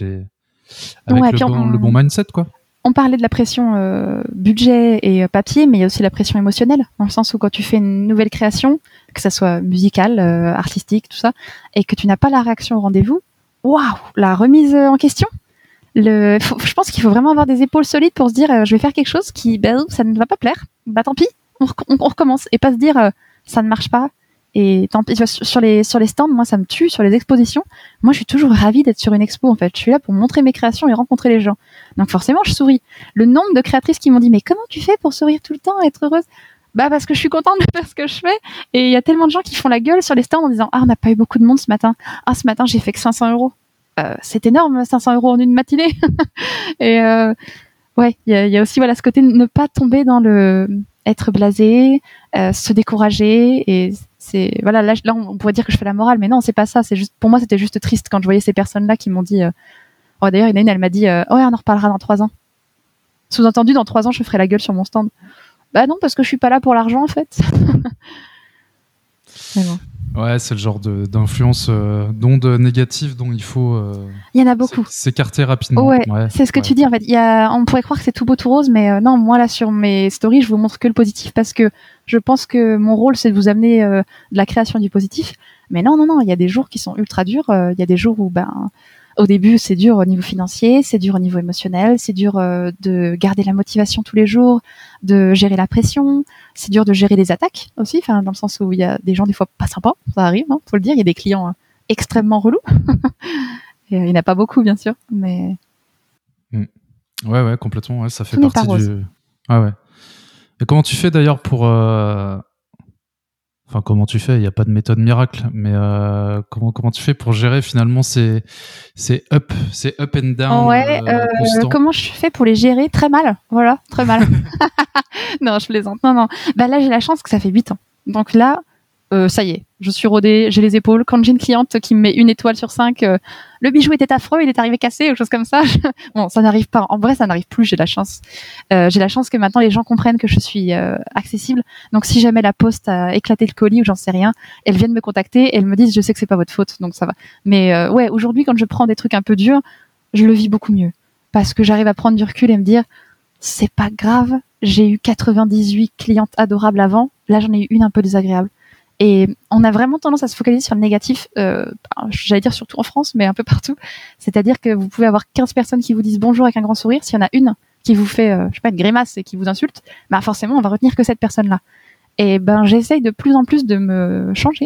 le bon mindset, quoi. On parlait de la pression budget et papier, mais il y a aussi la pression émotionnelle, dans le sens où quand tu fais une nouvelle création, que ça soit musicale, artistique, tout ça, et que tu n'as pas la réaction au rendez-vous, waouh, la remise en question. Je pense qu'il faut vraiment avoir des épaules solides pour se dire, je vais faire quelque chose qui, ça ne va pas plaire, tant pis, on recommence, et pas se dire, ça ne marche pas. Et tant pis, sur les stands, moi, ça me tue. Sur les expositions, moi, je suis toujours ravie d'être sur une expo, en fait. Je suis là pour montrer mes créations et rencontrer les gens. Donc, forcément, je souris. Le nombre de créatrices qui m'ont dit, mais comment tu fais pour sourire tout le temps, être heureuse? Parce que je suis contente de faire ce que je fais. Et il y a tellement de gens qui font la gueule sur les stands en disant, on n'a pas eu beaucoup de monde ce matin. Ce matin, j'ai fait que 500 €. C'est énorme, 500 € en une matinée. Et ouais, il y a aussi ce côté ne pas tomber dans le être blasé, se décourager. Et c'est là on pourrait dire que je fais la morale, mais non, c'est pas ça. C'est juste, pour moi, c'était juste triste quand je voyais ces personnes-là qui m'ont dit. D'ailleurs, il y en a une, elle m'a dit, ouais, on en reparlera dans 3 ans. Sous-entendu, dans 3 ans, je ferai la gueule sur mon stand. Non, parce que je suis pas là pour l'argent, en fait. Mais bon. Ouais, c'est le genre d'influence, d'onde négative dont il faut. Il y en a beaucoup. S'écarter rapidement. Ouais, c'est ce que tu dis en fait. On pourrait croire que c'est tout beau tout rose, mais non, moi là sur mes stories, je vous montre que le positif parce que je pense que mon rôle c'est de vous amener de la création du positif. Mais non, il y a des jours qui sont ultra durs. Il y a des jours où au début c'est dur au niveau financier, c'est dur au niveau émotionnel, c'est dur de garder la motivation tous les jours, de gérer la pression, c'est dur de gérer les attaques aussi, dans le sens où il y a des gens des fois pas sympas, ça arrive, faut le dire, il y a des clients extrêmement relous. Et, il n'y en a pas beaucoup bien sûr, mais ouais, complètement, ouais, ça fait tout partie du. Ouais. Et comment tu fais d'ailleurs pour Enfin, comment tu fais? Il n'y a pas de méthode miracle, mais comment tu fais pour gérer finalement ces up and down constants? Comment je fais pour les gérer? Très mal, voilà, très mal. Non, je plaisante. Non. Là, j'ai la chance que ça fait 8 ans. Donc là, ça y est, je suis rodée, j'ai les épaules. Quand j'ai une cliente qui me met 1 étoile sur 5, le bijou était affreux, il est arrivé cassé, ou chose comme ça. Bon, ça n'arrive pas. En vrai, ça n'arrive plus, j'ai la chance. J'ai la chance que maintenant les gens comprennent que je suis accessible. Donc si jamais la poste a éclaté le colis ou j'en sais rien, elles viennent me contacter et elles me disent, je sais que c'est pas votre faute, donc ça va. Mais ouais, aujourd'hui, quand je prends des trucs un peu durs, je le vis beaucoup mieux. Parce que j'arrive à prendre du recul et me dire, c'est pas grave, j'ai eu 98 clientes adorables avant, là j'en ai eu une un peu désagréable. Et on a vraiment tendance à se focaliser sur le négatif, j'allais dire surtout en France, mais un peu partout. C'est-à-dire que vous pouvez avoir 15 personnes qui vous disent bonjour avec un grand sourire. S'il y en a une qui vous fait, une grimace et qui vous insulte, forcément, on va retenir que cette personne-là. Et j'essaye de plus en plus de me changer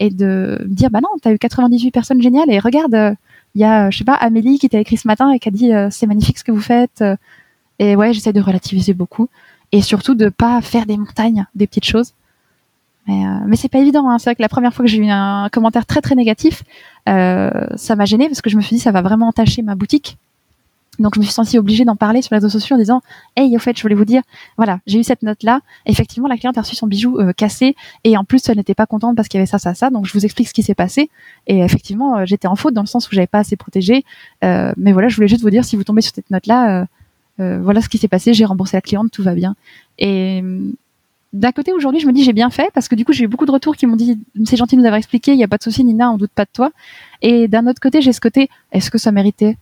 et de me dire, bah non, t'as eu 98 personnes géniales et regarde, il y a, je sais pas, Amélie qui t'a écrit ce matin et qui a dit, c'est magnifique ce que vous faites. Et ouais, j'essaie de relativiser beaucoup et surtout de pas faire des montagnes, des petites choses. Mais c'est pas évident, hein. C'est vrai que la première fois que j'ai eu un commentaire très très négatif, ça m'a gênée parce que je me suis dit ça va vraiment entacher ma boutique. Donc je me suis sentie obligée d'en parler sur les réseaux sociaux en disant hey, au fait, je voulais vous dire, voilà, j'ai eu cette note là, effectivement la cliente a reçu son bijou cassé et en plus elle n'était pas contente parce qu'il y avait ça, donc je vous explique ce qui s'est passé et effectivement j'étais en faute dans le sens où j'avais pas assez protégé, mais voilà, je voulais juste vous dire, si vous tombez sur cette note là, voilà ce qui s'est passé, j'ai remboursé la cliente, tout va bien. Et d'un côté, aujourd'hui, je me dis j'ai bien fait parce que du coup, j'ai eu beaucoup de retours qui m'ont dit c'est gentil de nous avoir expliqué, il n'y a pas de souci, Nina, on doute pas de toi. Et d'un autre côté, j'ai ce côté est-ce que ça méritait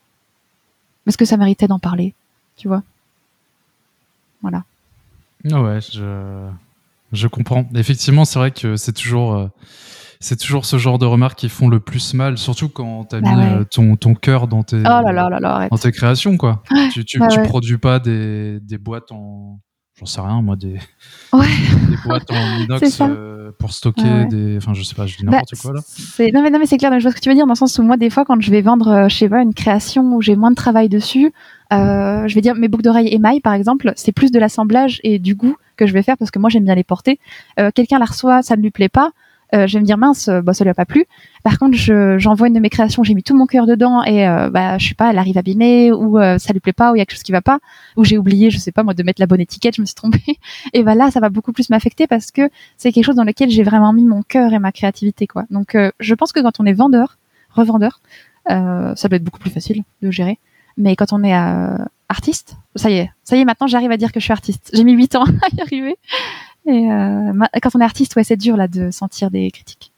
d'en parler, tu vois? Voilà. Ah ouais, je comprends. Effectivement, c'est vrai que c'est toujours ce genre de remarques qui font le plus mal, surtout quand t'as mis ton cœur dans tes arrête. dans tes créations, quoi. Ouais, Tu produis pas des boîtes en, j'en sais rien moi, des boîtes en inox pour stocker des, enfin je sais pas, je dis n'importe quoi là. Non mais c'est clair, je vois ce que tu veux dire dans le sens où moi des fois quand je vais vendre je sais pas une création où j'ai moins de travail dessus, je vais dire mes boucles d'oreilles émail par exemple, c'est plus de l'assemblage et du goût que je vais faire parce que moi j'aime bien les porter. Quelqu'un la reçoit, ça ne lui plaît pas. Je vais me dire mince, ça lui a pas plu. Par contre, j'envoie une de mes créations, j'ai mis tout mon cœur dedans et je sais pas, elle arrive abîmée ou ça lui plaît pas ou il y a quelque chose qui va pas ou j'ai oublié, je sais pas moi, de mettre la bonne étiquette, je me suis trompée. Et là, ça va beaucoup plus m'affecter parce que c'est quelque chose dans lequel j'ai vraiment mis mon cœur et ma créativité, quoi. Donc, je pense que quand on est revendeur, ça doit être beaucoup plus facile de gérer. Mais quand on est artiste, ça y est, maintenant j'arrive à dire que je suis artiste. J'ai mis 8 ans à y arriver. Et quand on est artiste, ouais, c'est dur là de sentir des critiques.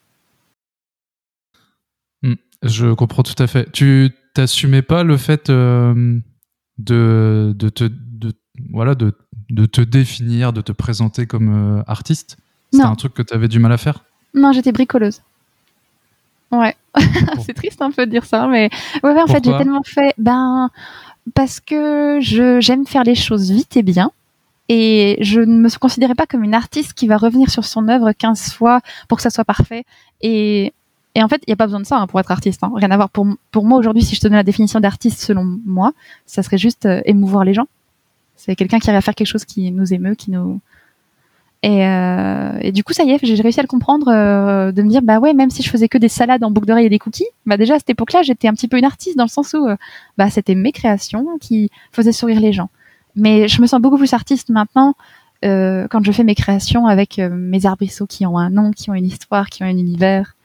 Je comprends tout à fait. Tu t'assumais pas le fait de te définir, de te présenter comme artiste? C'était un truc que tu avais du mal à faire? Non, j'étais bricoleuse. Ouais. C'est triste un peu de dire ça, mais ouais, en fait, j'ai tellement fait, parce que j'aime faire les choses vite et bien. Et je ne me considérais pas comme une artiste qui va revenir sur son œuvre 15 fois pour que ça soit parfait. Et en fait, il n'y a pas besoin de ça pour être artiste. Rien à voir. Pour moi, aujourd'hui, si je te donne la définition d'artiste selon moi, ça serait juste émouvoir les gens. C'est quelqu'un qui arrive à faire quelque chose qui nous émeut, qui nous... Et du coup, ça y est, j'ai réussi à le comprendre, de me dire, ouais, même si je faisais que des salades en boucle d'oreilles et des cookies, déjà à cette époque-là, j'étais un petit peu une artiste dans le sens où c'était mes créations qui faisaient sourire les gens. Mais je me sens beaucoup plus artiste maintenant quand je fais mes créations avec mes arbrisseaux qui ont un nom, qui ont une histoire, qui ont un univers.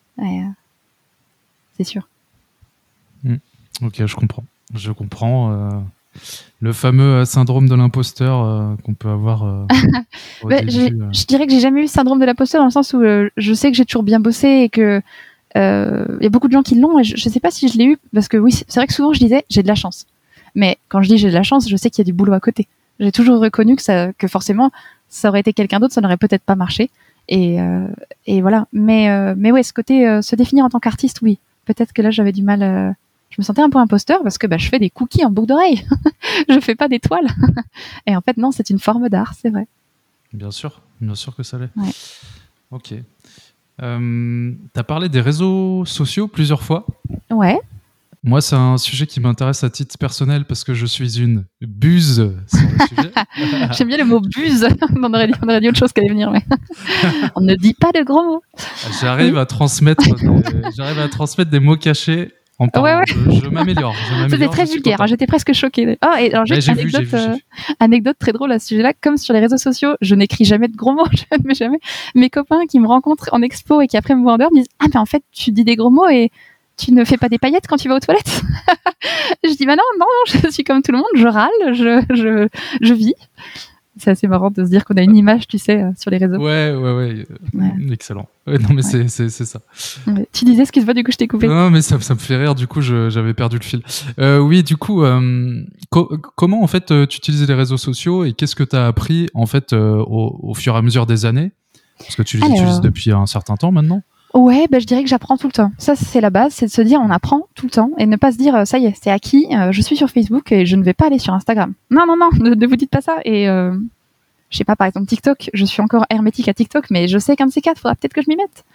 C'est sûr. Ok, je comprends. Le fameux syndrome de l'imposteur qu'on peut avoir au début. Je dirais que j'ai jamais eu le syndrome de l'imposteur dans le sens où je sais que j'ai toujours bien bossé et que y a beaucoup de gens qui l'ont et je sais pas si je l'ai eu parce que oui, c'est vrai que souvent je disais j'ai de la chance. Mais quand je dis j'ai de la chance, je sais qu'il y a du boulot à côté. J'ai toujours reconnu que forcément, ça aurait été quelqu'un d'autre, ça n'aurait peut-être pas marché. Et voilà. Mais ouais, ce côté, se définir en tant qu'artiste, oui. Peut-être que là, j'avais du mal. Je me sentais un peu imposteur parce que je fais des cookies en boucle d'oreille. Je fais pas des toiles. Et en fait, non, c'est une forme d'art, c'est vrai. Bien sûr que ça l'est. Ouais. Ok. T'as parlé des réseaux sociaux plusieurs fois. Ouais. Moi, c'est un sujet qui m'intéresse à titre personnel parce que je suis une buse sur le sujet. J'aime bien le mot buse. On aurait dit autre chose qui allait venir, mais on ne dit pas de gros mots. J'arrive à transmettre des mots cachés en parlant. Ouais. Je m'améliore. C'était très vulgaire. J'étais presque choquée. Oh, et alors, j'ai une anecdote très drôle à ce sujet-là. Comme sur les réseaux sociaux, je n'écris jamais de gros mots. Jamais. Mes copains qui me rencontrent en expo et qui après me voient en dehors me disent « Ah, mais en fait, tu dis des gros mots et tu ne fais pas des paillettes quand tu vas aux toilettes ?» Je dis « non, je suis comme tout le monde, je râle, je vis. » C'est assez marrant de se dire qu'on a une image, tu sais, sur les réseaux. Ouais. Excellent. Non, mais c'est ça. Ouais. Tu disais, excuse-moi, du coup, je t'ai coupé. Non, mais ça me fait rire, du coup, j'avais perdu le fil. Oui, du coup, comment, en fait, tu utilises les réseaux sociaux et qu'est-ce que tu as appris, en fait, au fur et à mesure des années? Parce que tu les utilises depuis un certain temps maintenant. Ouais, je dirais que j'apprends tout le temps. Ça, c'est la base, c'est de se dire on apprend tout le temps et ne pas se dire ça y est, c'est acquis, je suis sur Facebook et je ne vais pas aller sur Instagram. Non, ne vous dites pas ça. Et je sais pas, par exemple TikTok, je suis encore hermétique à TikTok, mais je sais qu'un de ces quatre, faudra peut-être que je m'y mette.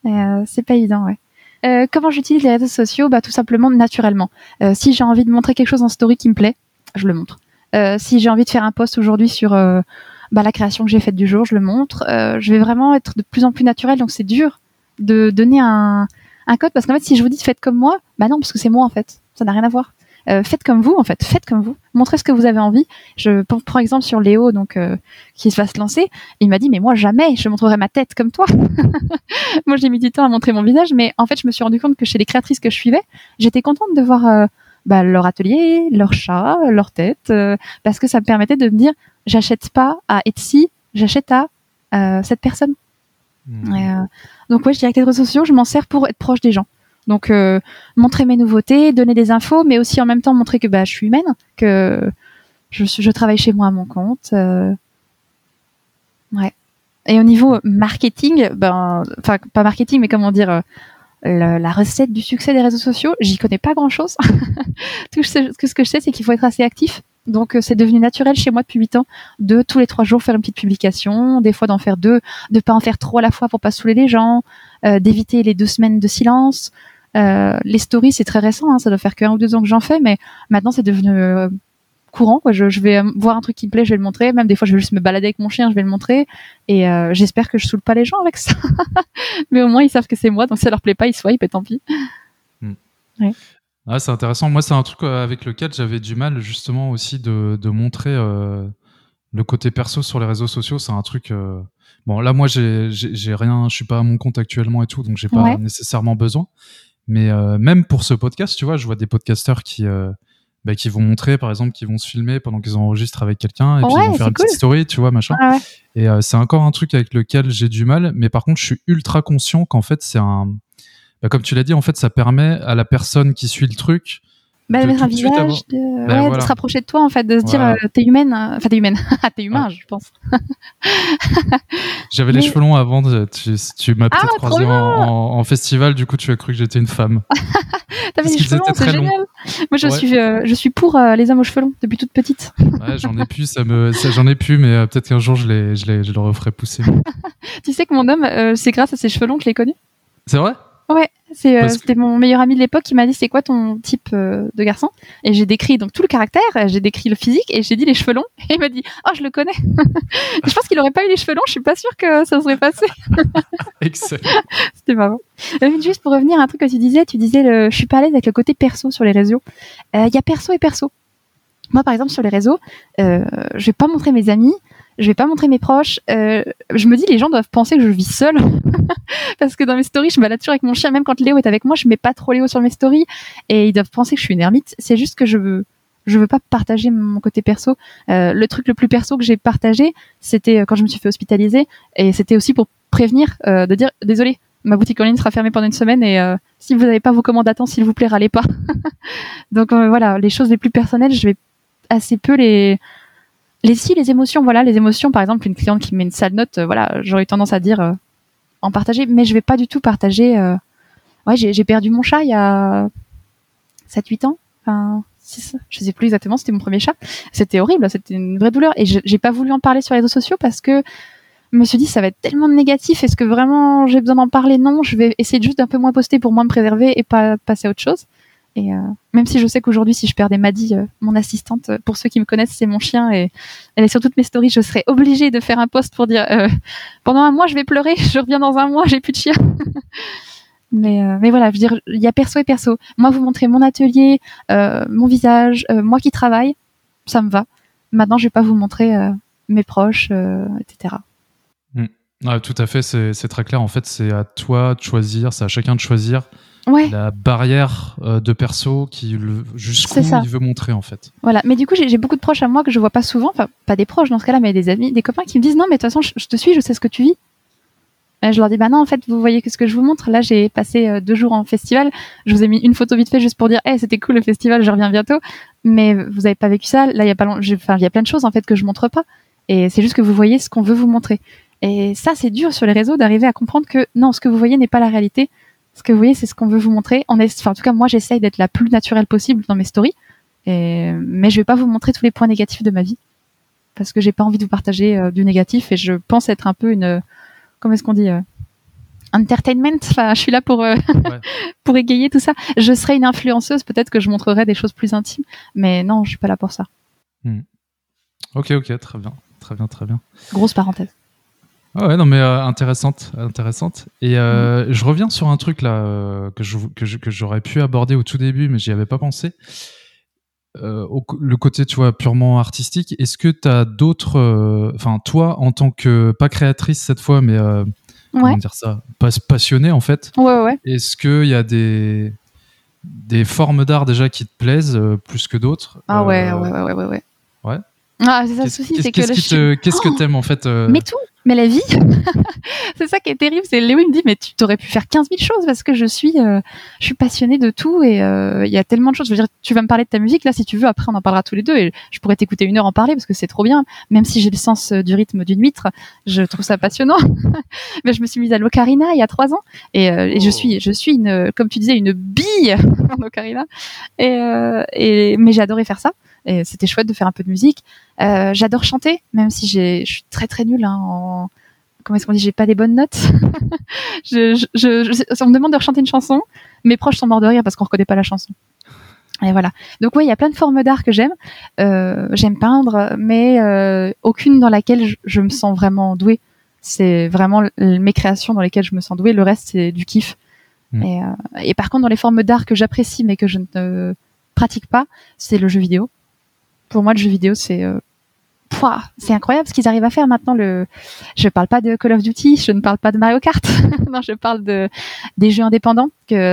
C'est pas évident, ouais. Comment j'utilise les réseaux sociaux? Bah, tout simplement naturellement. Si j'ai envie de montrer quelque chose en story qui me plaît, je le montre. Si j'ai envie de faire un post aujourd'hui sur la création que j'ai faite du jour, je le montre. Je vais vraiment être de plus en plus naturelle, donc c'est dur de donner un code, parce qu'en fait, si je vous dis faites comme moi, bah non, parce que c'est moi en fait, ça n'a rien à voir. Faites comme vous, en fait, faites comme vous, montrez ce que vous avez envie. Je prends exemple sur Léo, donc qui va se lancer. Il m'a dit mais moi jamais, je montrerai ma tête comme toi. Moi j'ai mis du temps à montrer mon visage, mais en fait je me suis rendu compte que chez les créatrices que je suivais, j'étais contente de voir leur atelier, leur chat, leur tête, parce que ça me permettait de me dire j'achète pas à Etsy, j'achète à cette personne. Donc ouais, je dirais que les réseaux sociaux, je m'en sers pour être proche des gens. Donc montrer mes nouveautés, donner des infos, mais aussi en même temps montrer que je suis humaine, que je travaille chez moi à mon compte. Ouais. Et au niveau marketing, enfin pas marketing, mais comment dire, la recette du succès des réseaux sociaux, j'y connais pas grand-chose. Tout ce que je sais, c'est qu'il faut être assez actif. Donc c'est devenu naturel chez moi depuis 8 ans de tous les 3 jours faire une petite publication, des fois d'en faire 2, de pas en faire trop à la fois pour pas saouler les gens, d'éviter les 2 semaines de silence. Les stories, c'est très récent, hein, ça doit faire que 1 ou 2 ans que j'en fais, mais maintenant c'est devenu courant, quoi. Je vais voir un truc qui me plaît, je vais le montrer. Même des fois, je vais juste me balader avec mon chien, je vais le montrer. Et j'espère que je saoule pas les gens avec ça. Mais au moins, ils savent que c'est moi, donc si ça leur plaît pas, ils swipe et tant pis. Ouais. Ah, c'est intéressant. Moi, c'est un truc avec lequel j'avais du mal justement aussi de montrer le côté perso sur les réseaux sociaux. C'est un truc. Bon, là, moi, j'ai rien. Je suis pas à mon compte actuellement et tout, donc j'ai pas nécessairement besoin. Mais même pour ce podcast, tu vois, je vois des podcasteurs qui vont montrer, par exemple, qui vont se filmer pendant qu'ils enregistrent avec quelqu'un et puis ils vont faire une petite story, tu vois, machin. Ouais. Et c'est encore un truc avec lequel j'ai du mal. Mais par contre, je suis ultra conscient qu'en fait, c'est un. Comme tu l'as dit, en fait, ça permet à la personne qui suit le truc de mettre un visage, de se rapprocher de toi, en fait, de se dire t'es humaine, enfin t'es humaine, t'es humain, je pense. J'avais les cheveux longs avant, tu m'as peut-être croisé en festival, du coup tu as cru que j'étais une femme. T'avais les cheveux longs, c'est génial. Moi je suis pour les hommes aux cheveux longs depuis toute petite. Ouais, j'en ai plus, j'en ai plus, mais peut-être qu'un jour je le referai pousser. Tu sais que mon homme, c'est grâce à ses cheveux longs que je l'ai connu. C'est vrai? Ouais, c'était mon meilleur ami de l'époque qui m'a dit c'est quoi ton type de garçon, et j'ai décrit donc tout le caractère, j'ai décrit le physique et j'ai dit les cheveux longs et il m'a dit oh je le connais. Je pense qu'il aurait pas eu les cheveux longs, je suis pas sûre que ça serait passé. Excellent. C'était marrant. Juste pour revenir à un truc que tu disais je suis pas à l'aise avec le côté perso sur les réseaux. Il y a perso et perso. Moi par exemple sur les réseaux, je vais pas montrer mes amis, je vais pas montrer mes proches. Je me dis les gens doivent penser que je vis seule. Parce que dans mes stories, je me balade toujours avec mon chien. Même quand Léo est avec moi, je mets pas trop Léo sur mes stories. Et ils doivent penser que je suis une ermite. C'est juste que je veux pas partager mon côté perso. Le truc le plus perso que j'ai partagé, c'était quand je me suis fait hospitaliser. Et c'était aussi pour prévenir, de dire, désolé, ma boutique en ligne sera fermée pendant une semaine. Et si vous n'avez pas vos commandes à temps, s'il vous plaît, râlez pas. Donc voilà, les choses les plus personnelles, je vais assez peu les émotions. Voilà, les émotions, par exemple, une cliente qui met une sale note, j'aurais eu tendance à dire... en partager, mais je vais pas du tout partager. J'ai perdu mon chat il y a 7-8 ans. Enfin, 6, je sais plus exactement, c'était mon premier chat. C'était horrible, c'était une vraie douleur. Et j'ai pas voulu en parler sur les réseaux sociaux parce que je me suis dit, ça va être tellement négatif. Est-ce que vraiment j'ai besoin d'en parler? Non, je vais essayer juste d'un peu moins poster pour moins me préserver et pas passer à autre chose. Et même si je sais qu'aujourd'hui, si je perdais Maddy, mon assistante, pour ceux qui me connaissent, c'est mon chien et elle est sur toutes mes stories, je serais obligée de faire un post pour dire pendant 1 mois, je vais pleurer, je reviens dans 1 mois, j'ai plus de chien. mais voilà, je veux dire, il y a perso et perso. Moi, vous montrez mon atelier, mon visage, moi qui travaille, ça me va. Maintenant, je vais pas vous montrer mes proches, etc. Ah, tout à fait, c'est très clair. En fait, c'est à toi de choisir, c'est à chacun de choisir. Ouais. La barrière de perso jusqu'où il veut montrer en fait. Voilà, mais du coup j'ai beaucoup de proches à moi que je vois pas souvent, enfin pas des proches dans ce cas-là, mais des amis, des copains qui me disent non mais de toute façon je te suis, je sais ce que tu vis. Et je leur dis bah non en fait vous voyez que ce que je vous montre, là j'ai passé 2 jours en festival, je vous ai mis une photo vite fait juste pour dire c'était cool le festival, je reviens bientôt, mais vous avez pas vécu ça, là il y a plein de choses en fait que je montre pas, et c'est juste que vous voyez ce qu'on veut vous montrer. Et ça c'est dur sur les réseaux d'arriver à comprendre que non, ce que vous voyez n'est pas la réalité. Ce que vous voyez, c'est ce qu'on veut vous montrer. En tout cas, moi, j'essaye d'être la plus naturelle possible dans mes stories. Mais je vais pas vous montrer tous les points négatifs de ma vie. Parce que j'ai pas envie de vous partager du négatif. Et je pense être un peu comment est-ce qu'on dit entertainment. Enfin, je suis là pour pour égayer tout ça. Je serais une influenceuse, peut-être que je montrerais des choses plus intimes, mais non, je suis pas là pour ça. Ok, très bien, très bien. Grosse parenthèse. Ah ouais, non mais intéressante. Et je reviens sur un truc là que j'aurais pu aborder au tout début, mais j'y avais pas pensé. Le côté, tu vois, purement artistique. Est-ce que t'as d'autres, enfin toi, en tant que pas créatrice cette fois, mais comment dire ça, passionnée en fait. Ouais. Est-ce qu'il y a des formes d'art déjà qui te plaisent plus que d'autres? Ah ouais. Ouais. Ah, c'est ça le souci, c'est que qu'est-ce que t'aimes en fait Mais tout, mais la vie. C'est ça qui est terrible, c'est Léo il me dit mais tu t'aurais pu faire 15 000 choses parce que je suis passionnée de tout et il y a tellement de choses. Je veux dire, tu vas me parler de ta musique là si tu veux, après on en parlera tous les deux et je pourrais t'écouter 1 heure en parler parce que c'est trop bien. Même si j'ai le sens du rythme d'une huître, je trouve ça passionnant. Mais je me suis mise à l'ocarina il y a 3 ans et je suis une, comme tu disais, une bille en ocarina mais j'ai adoré faire ça. Et c'était chouette de faire un peu de musique. J'adore chanter, même si je suis très très nulle en comment est-ce qu'on dit, j'ai pas des bonnes notes. On me demande de rechanter une chanson, mes proches sont morts de rire parce qu'on reconnaît pas la chanson. Et voilà. Donc ouais, il y a plein de formes d'art que j'aime. J'aime peindre, mais aucune dans laquelle je me sens vraiment douée. C'est vraiment mes créations dans lesquelles je me sens douée. Le reste, c'est du kiff. Et par contre, dans les formes d'art que j'apprécie mais que je ne pratique pas, c'est le jeu vidéo. Pour moi, le jeu vidéo, c'est incroyable ce qu'ils arrivent à faire maintenant. Je parle pas de Call of Duty, je ne parle pas de Mario Kart. Non, je parle des jeux indépendants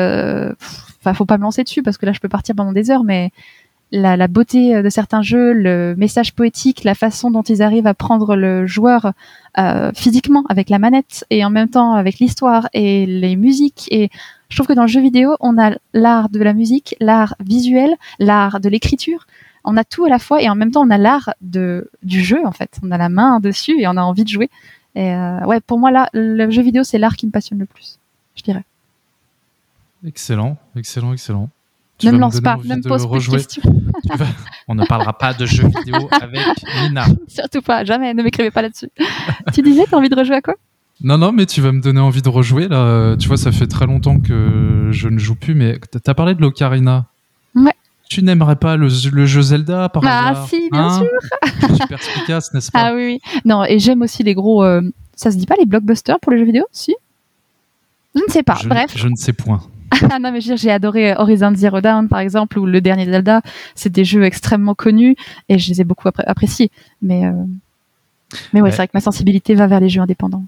faut pas me lancer dessus parce que là, je peux partir pendant des heures, mais la beauté de certains jeux, le message poétique, la façon dont ils arrivent à prendre le joueur physiquement avec la manette et en même temps avec l'histoire et les musiques. Et je trouve que dans le jeu vidéo, on a l'art de la musique, l'art visuel, l'art de l'écriture. On a tout à la fois et en même temps on a l'art du jeu en fait. On a la main dessus et on a envie de jouer. Et pour moi là, le jeu vidéo c'est l'art qui me passionne le plus, je dirais. Excellent. Ne me lance pas, ne me pose plus de questions. On ne parlera pas de jeux vidéo avec Nina. Surtout pas, jamais, ne m'écrivez pas là-dessus. Tu disais, t'as envie de rejouer à quoi ? Non, mais tu vas me donner envie de rejouer là. Tu vois, ça fait très longtemps que je ne joue plus, mais t'as parlé de l'Ocarina. Ouais. Tu n'aimerais pas le jeu Zelda par hasard ? Ah si, bien sûr. Super efficace, n'est-ce pas ? Ah oui. Non, et j'aime aussi les gros... ça se dit pas les blockbusters pour les jeux vidéo ? Si ? Je ne sais pas, bref. Je ne sais point. Ah non, mais j'ai adoré Horizon Zero Dawn, par exemple, ou le dernier Zelda. C'est des jeux extrêmement connus et je les ai beaucoup appréciés. Mais ouais, c'est vrai que ma sensibilité va vers les jeux indépendants.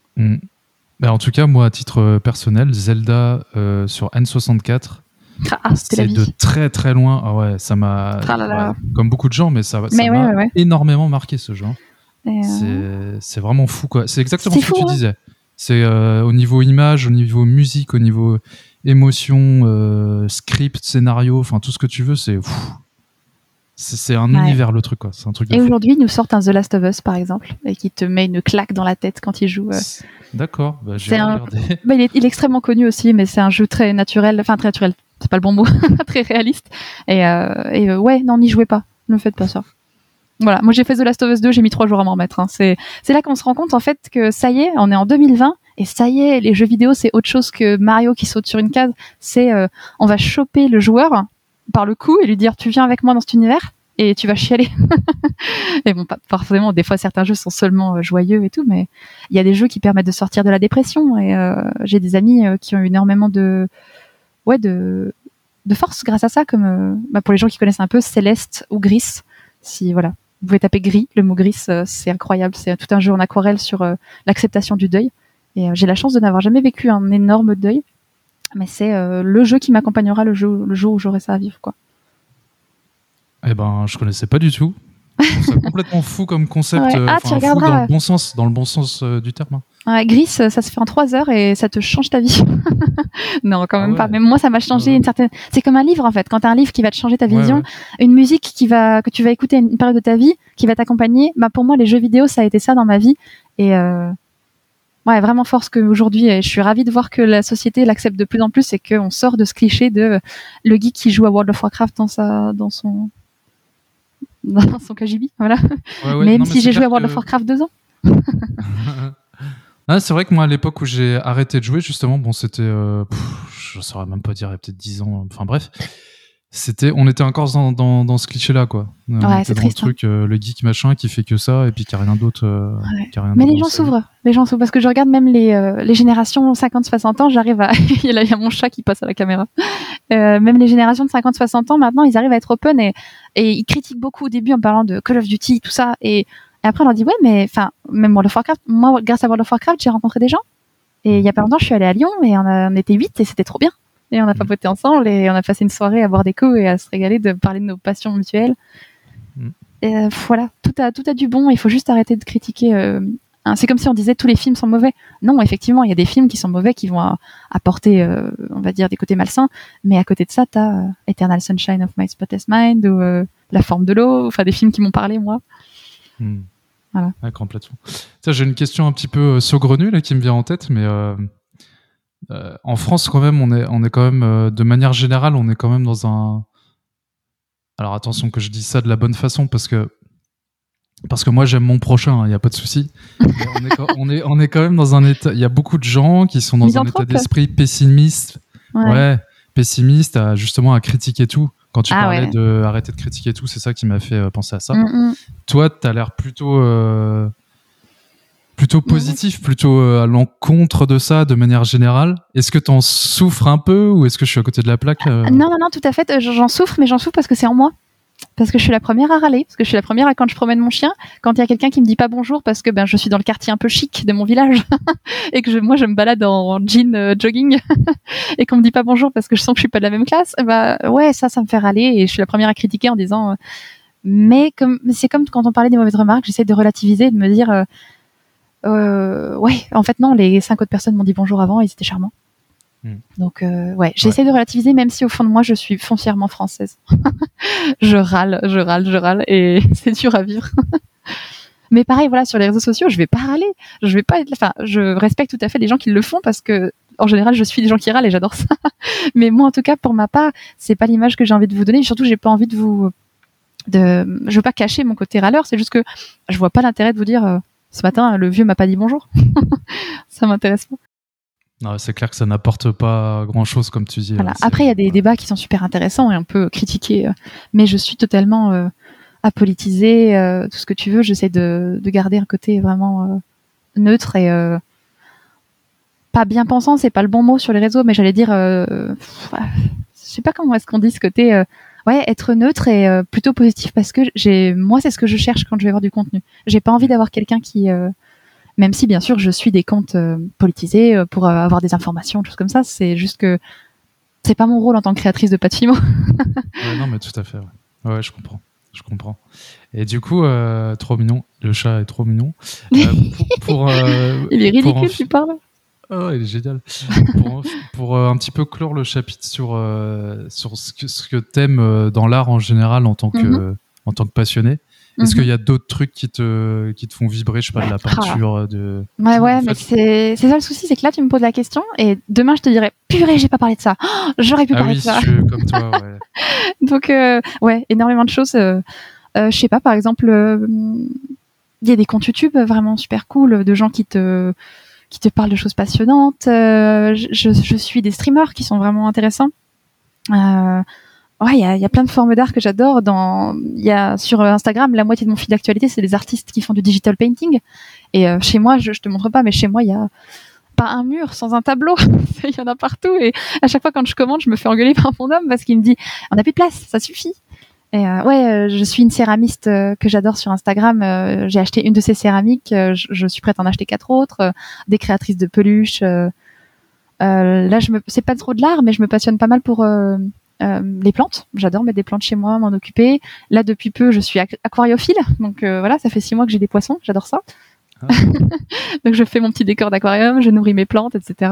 En tout cas, moi, à titre personnel, Zelda sur N64, c'est de très très loin. Ah ouais, ça m'a, comme beaucoup de gens, mais ça m'a énormément marqué ce jeu. C'est vraiment fou, quoi. C'est exactement ce que tu disais. C'est au niveau image, au niveau musique, au niveau émotion, script, scénario, enfin tout ce que tu veux, c'est un univers le truc, quoi. C'est un truc. Et aujourd'hui, ils nous sortent un The Last of Us par exemple, et qui te met une claque dans la tête quand il joue. D'accord, je vais regarder. Il est extrêmement connu aussi, mais c'est un jeu très naturel, c'est pas le bon mot, très réaliste. Et ouais, non, n'y jouez pas, ne faites pas ça. Voilà, moi j'ai fait The Last of Us 2, j'ai mis 3 jours à m'en remettre. C'est là qu'on se rend compte en fait que ça y est, on est en 2020 et ça y est, les jeux vidéo c'est autre chose que Mario qui saute sur une case. C'est on va choper le joueur par le cou et lui dire tu viens avec moi dans cet univers et tu vas chialer. Et bon, pas forcément, des fois certains jeux sont seulement joyeux et tout, mais il y a des jeux qui permettent de sortir de la dépression et j'ai des amis qui ont eu énormément de force grâce à ça, comme pour les gens qui connaissent un peu Céleste ou Gris. Si voilà. Vous pouvez taper Gris, le mot Gris, c'est incroyable. C'est tout un jeu en aquarelle sur l'acceptation du deuil. Et j'ai la chance de n'avoir jamais vécu un énorme deuil. Mais c'est le jeu qui m'accompagnera le jour où j'aurai ça à vivre, quoi. Eh ben, je connaissais pas du tout. C'est complètement fou comme concept. Ouais. Ah, tu regarderas. Dans le bon sens du terme. Gris, ça se fait en 3 heures et ça te change ta vie. Non, quand même pas. Même moi, ça m'a changé une certaine. C'est comme un livre en fait. Quand t'as un livre qui va te changer ta vision, une musique que tu vas écouter une période de ta vie, qui va t'accompagner. Pour moi, les jeux vidéo, ça a été ça dans ma vie. Et vraiment force qu'aujourd'hui, je suis ravie de voir que la société l'accepte de plus en plus et qu'on sort de ce cliché de le geek qui joue à World of Warcraft dans son KGB, voilà. Même si j'ai joué à World of Warcraft 2 ans. Ah, c'est vrai que moi, à l'époque où j'ai arrêté de jouer, justement, bon, c'était, je saurais même pas dire, il y a peut-être 10 ans. Enfin bref, on était encore dans ce cliché-là, quoi. On Ouais, était c'est dans le triste. truc, le geek machin qui fait que ça et puis qui a rien d'autre. Ouais. Qui a rien Mais d'autre les dans gens sa vie. s'ouvrent. Les gens s'ouvrent parce que je regarde même les générations 50-60 ans. J'arrive à. Il y a mon chat qui passe à la caméra. Même les générations de 50-60 ans, maintenant, ils arrivent à être open et ils critiquent beaucoup au début en parlant de Call of Duty, tout ça. Et après, on leur dit, ouais, mais enfin, même World of Warcraft, moi, grâce à World of Warcraft, j'ai rencontré des gens. Et il y a pas longtemps, je suis allée à Lyon et on était 8 et c'était trop bien. Et on a papoté ensemble et on a passé une soirée à boire des coups et à se régaler de parler de nos passions mutuelles. Et voilà, tout a du bon. Il faut juste arrêter de critiquer. C'est comme si on disait tous les films sont mauvais. Non, effectivement, il y a des films qui sont mauvais, qui vont apporter, on va dire, des côtés malsains. Mais à côté de ça, t'as Eternal Sunshine of My Spotless Mind ou La Forme de l'eau. Enfin, des films qui m'ont parlé, moi. Voilà. Ouais, complètement. Tiens, j'ai une question un petit peu saugrenue là, qui me vient en tête, mais en France, quand même, on est quand même, de manière générale, on est quand même dans un... Alors attention que je dis ça de la bonne façon, parce que moi j'aime mon prochain, il n'y a pas de souci. On est quand même dans un état... Il y a beaucoup de gens qui sont dans un état d'esprit pessimiste. Ouais, pessimiste, justement à critiquer tout. Quand tu parlais de arrêter de critiquer tout, c'est ça qui m'a fait penser à ça. Toi, tu as l'air plutôt positif, plutôt à l'encontre de ça de manière générale. Est-ce que tu en souffres un peu ou est-ce que je suis à côté de la plaque Non, tout à fait. J'en souffre, mais j'en souffre parce que c'est en moi. Parce que je suis la première à râler, parce que je suis la première à quand je promène mon chien, quand il y a quelqu'un qui me dit pas bonjour parce que je suis dans le quartier un peu chic de mon village et que moi je me balade en jean jogging et qu'on me dit pas bonjour parce que je sens que je suis pas de la même classe, ouais, ça me fait râler et je suis la première à critiquer en disant mais c'est comme quand on parlait des mauvaises remarques, j'essaie de relativiser et de me dire ouais, en fait non, les 5 autres personnes m'ont dit bonjour avant et ils étaient charmants. Donc ouais, j'essaie de relativiser même si au fond de moi je suis foncièrement française. je râle et c'est dur à vivre. Mais pareil, voilà, sur les réseaux sociaux, je vais pas râler, je respecte tout à fait les gens qui le font parce que en général, je suis des gens qui râlent et j'adore ça. Mais moi en tout cas pour ma part, c'est pas l'image que j'ai envie de vous donner, surtout j'ai pas envie je veux pas cacher mon côté râleur, c'est juste que je vois pas l'intérêt de vous dire ce matin le vieux m'a pas dit bonjour. Ça m'intéresse pas. Non, c'est clair que ça n'apporte pas grand-chose, comme tu dis. Voilà. Après, il y a des débats qui sont super intéressants et on peut critiquer, mais je suis totalement apolitisée, tout ce que tu veux. J'essaie de garder un côté vraiment neutre et pas bien pensant, c'est pas le bon mot sur les réseaux, mais j'allais dire, je sais pas comment est-ce qu'on dit ce côté, ouais, être neutre et plutôt positif parce que moi, c'est ce que je cherche quand je vais voir du contenu. J'ai pas envie d'avoir quelqu'un qui même si, bien sûr, je suis des comptes politisés pour avoir des informations, choses comme ça. C'est juste que c'est pas mon rôle en tant que créatrice de Patfimo. Ouais, non, mais tout à fait. Ouais, je comprends. Et du coup, trop mignon. Le chat est trop mignon. Il est ridicule, tu parles. Oh, il est génial. pour un petit peu clore le chapitre sur ce que t'aimes dans l'art en général en tant que passionné. Est-ce qu'il y a d'autres trucs qui te font vibrer, je sais pas, de la peinture Ouais, mais c'est ça le souci, c'est que là tu me poses la question et demain je te dirais purée, j'ai pas parlé de ça. Oh, j'aurais pu parler de ça. Oui, je suis comme toi, ouais. Donc ouais, énormément de choses. Je sais pas, par exemple, il y a des comptes YouTube vraiment super cool de gens qui te parlent de choses passionnantes. Je suis des streamers qui sont vraiment intéressants. Ouais, il y a plein de formes d'art que j'adore. Il y a sur Instagram, la moitié de mon fil d'actualité, c'est des artistes qui font du digital painting. Et chez moi, je te montre pas, mais chez moi, il y a pas un mur sans un tableau. Il y en a partout. Et à chaque fois, quand je commande, je me fais engueuler par mon homme parce qu'il me dit, on n'a plus de place, ça suffit. Et je suis une céramiste que j'adore sur Instagram. J'ai acheté une de ces céramiques. Je suis prête à en acheter 4 autres. Des créatrices de peluches. Là, c'est pas trop de l'art, mais je me passionne pas mal pour les plantes. J'adore mettre des plantes chez moi, m'en occuper. Là, depuis peu, je suis aquariophile. Donc voilà, ça fait 6 mois que j'ai des poissons. J'adore ça. Ah. Donc je fais mon petit décor d'aquarium, je nourris mes plantes, etc.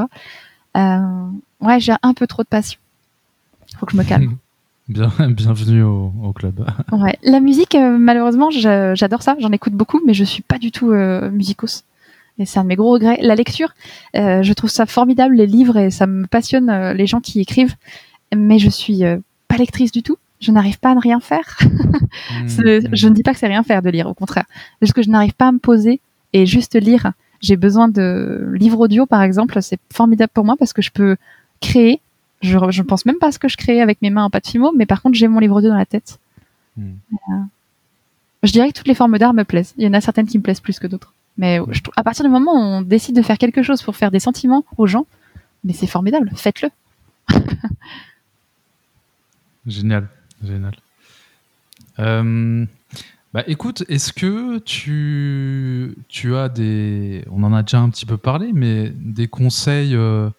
Ouais, j'ai un peu trop de passion. Faut que je me calme. Bienvenue au club. Ouais, la musique, malheureusement, j'adore ça. J'en écoute beaucoup, mais je suis pas du tout musicos. Et c'est un de mes gros regrets. La lecture, je trouve ça formidable, les livres, et ça me passionne, les gens qui écrivent. Mais je suis pas lectrice du tout. Je n'arrive pas à ne rien faire. Je ne dis pas que c'est rien faire de lire, au contraire. C'est juste que je n'arrive pas à me poser et juste lire. j'ai besoin de livres audio, par exemple. C'est formidable pour moi parce que je peux créer. Je ne pense même pas à ce que je crée avec mes mains en pâte Fimo, mais par contre, j'ai mon livre audio dans la tête. Je dirais que toutes les formes d'art me plaisent. Il y en a certaines qui me plaisent plus que d'autres. Mais à partir du moment où on décide de faire quelque chose pour faire des sentiments aux gens, mais c'est formidable, faites-le. Génial. Écoute, est-ce que tu as on en a déjà un petit peu parlé, mais des conseils,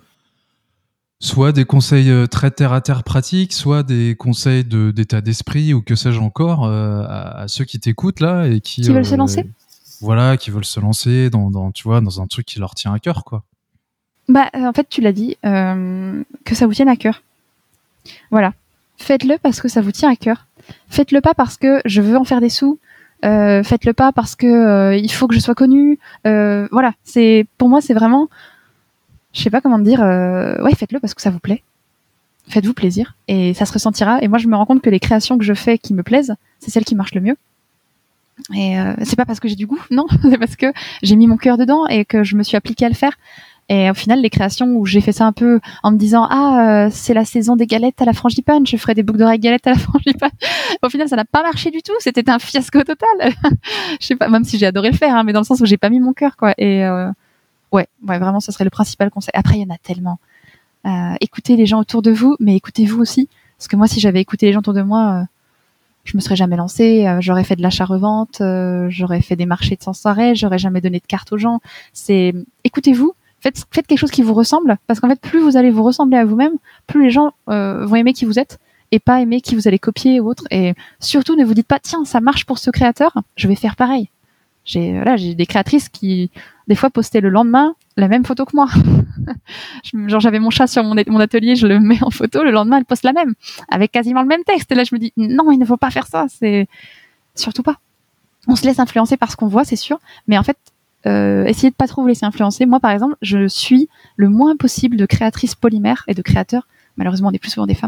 soit des conseils très terre-à-terre pratiques, soit des conseils d'état d'esprit ou que sais-je encore à ceux qui t'écoutent là et qui veulent se lancer. Voilà, qui veulent se lancer dans un truc qui leur tient à cœur, quoi. En fait, tu l'as dit, que ça vous tienne à cœur. Voilà. Faites-le parce que ça vous tient à cœur. Faites-le pas parce que je veux en faire des sous. Faites-le pas parce que il faut que je sois connue. Voilà. Pour moi, c'est vraiment, je sais pas comment dire. Faites-le parce que ça vous plaît. Faites-vous plaisir et ça se ressentira. Et moi, je me rends compte que les créations que je fais qui me plaisent, c'est celles qui marchent le mieux. Et c'est pas parce que j'ai du goût, non. C'est parce que j'ai mis mon cœur dedans et que je me suis appliquée à le faire. Et au final, les créations où j'ai fait ça un peu en me disant c'est la saison des galettes à la frangipane, je ferai des boucles d'oreilles galettes à la frangipane. Au final, ça n'a pas marché du tout. C'était un fiasco total. Je sais pas, même si j'ai adoré le faire, mais dans le sens où j'ai pas mis mon cœur, quoi. Et vraiment, ce serait le principal conseil. Après, il y en a tellement. Écoutez les gens autour de vous, mais écoutez-vous aussi, parce que moi, si j'avais écouté les gens autour de moi, je me serais jamais lancée. J'aurais fait de l'achat-revente, j'aurais fait des marchés de sans arrêt, j'aurais jamais donné de carte aux gens. Écoutez-vous. Faites quelque chose qui vous ressemble, parce qu'en fait, plus vous allez vous ressembler à vous-même, plus les gens vont aimer qui vous êtes et pas aimer qui vous allez copier ou autre. Et surtout, ne vous dites pas, tiens, ça marche pour ce créateur, je vais faire pareil. J'ai des créatrices qui, des fois, postaient le lendemain la même photo que moi. Genre, j'avais mon chat sur mon atelier, je le mets en photo, le lendemain, elle poste la même, avec quasiment le même texte. Et là, je me dis, non, il ne faut pas faire ça, c'est surtout pas. On se laisse influencer par ce qu'on voit, c'est sûr, mais en fait, essayez de pas trop vous laisser influencer. Moi, par exemple, je suis le moins possible de créatrices polymères et de créateurs. Malheureusement, on est plus souvent des femmes.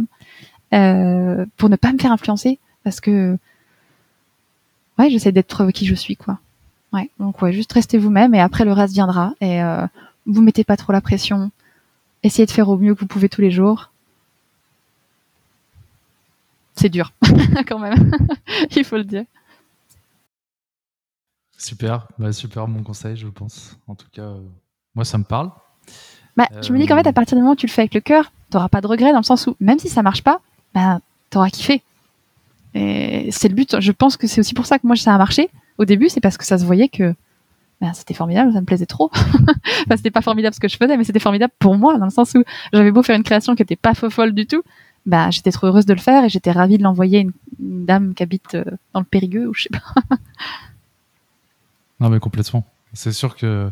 Pour ne pas me faire influencer, parce que j'essaie d'être qui je suis, quoi. Donc juste restez vous-même et après le reste viendra. Et vous mettez pas trop la pression. Essayez de faire au mieux que vous pouvez tous les jours. C'est dur, quand même. Il faut le dire. Super bon conseil, je pense. En tout cas, moi, ça me parle. Je me dis qu'en fait, à partir du moment où tu le fais avec le cœur, t'auras pas de regrets, dans le sens où, même si ça marche pas, t'auras kiffé. Et c'est le but. Je pense que c'est aussi pour ça que moi, ça a marché. Au début, c'est parce que ça se voyait que c'était formidable, ça me plaisait trop. C'était pas formidable ce que je faisais, mais c'était formidable pour moi, dans le sens où j'avais beau faire une création qui était pas folle du tout, j'étais trop heureuse de le faire et j'étais ravie de l'envoyer à une dame qui habite dans le Périgueux ou je sais pas. Non, mais complètement. C'est sûr que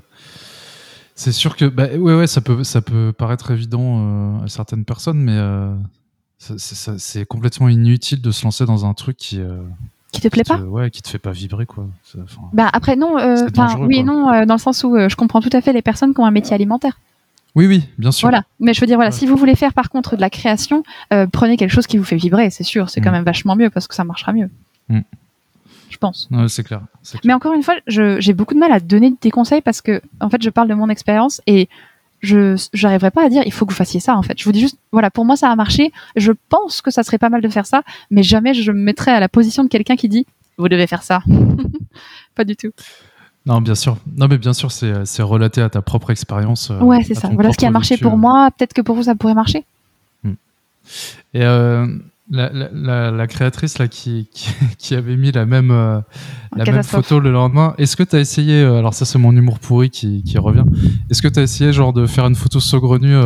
ça peut paraître évident à certaines personnes, mais c'est complètement inutile de se lancer dans un truc qui te plaît pas. Qui te fait pas vibrer, quoi. Après non, oui et non, dans le sens où je comprends tout à fait les personnes qui ont un métier alimentaire. Oui, bien sûr. Voilà, mais je veux dire, si vous voulez faire par contre de la création, prenez quelque chose qui vous fait vibrer, c'est sûr, c'est quand même vachement mieux parce que ça marchera mieux. Je pense. Ouais, c'est clair. Mais encore une fois, j'ai beaucoup de mal à donner des conseils parce que, en fait, je parle de mon expérience et je n'arriverai pas à dire il faut que vous fassiez ça, en fait. Je vous dis juste, pour moi, ça a marché. Je pense que ça serait pas mal de faire ça, mais jamais je me mettrais à la position de quelqu'un qui dit vous devez faire ça. Pas du tout. Non, bien sûr. Non, mais bien sûr, c'est relaté à ta propre expérience. C'est ça. Voilà ce qui a marché pour moi. Peut-être que pour vous, ça pourrait marcher. Et la créatrice là qui avait mis la même photo le lendemain, est-ce que tu as essayé, alors ça c'est mon humour pourri qui revient, est-ce que tu as essayé genre de faire une photo saugrenue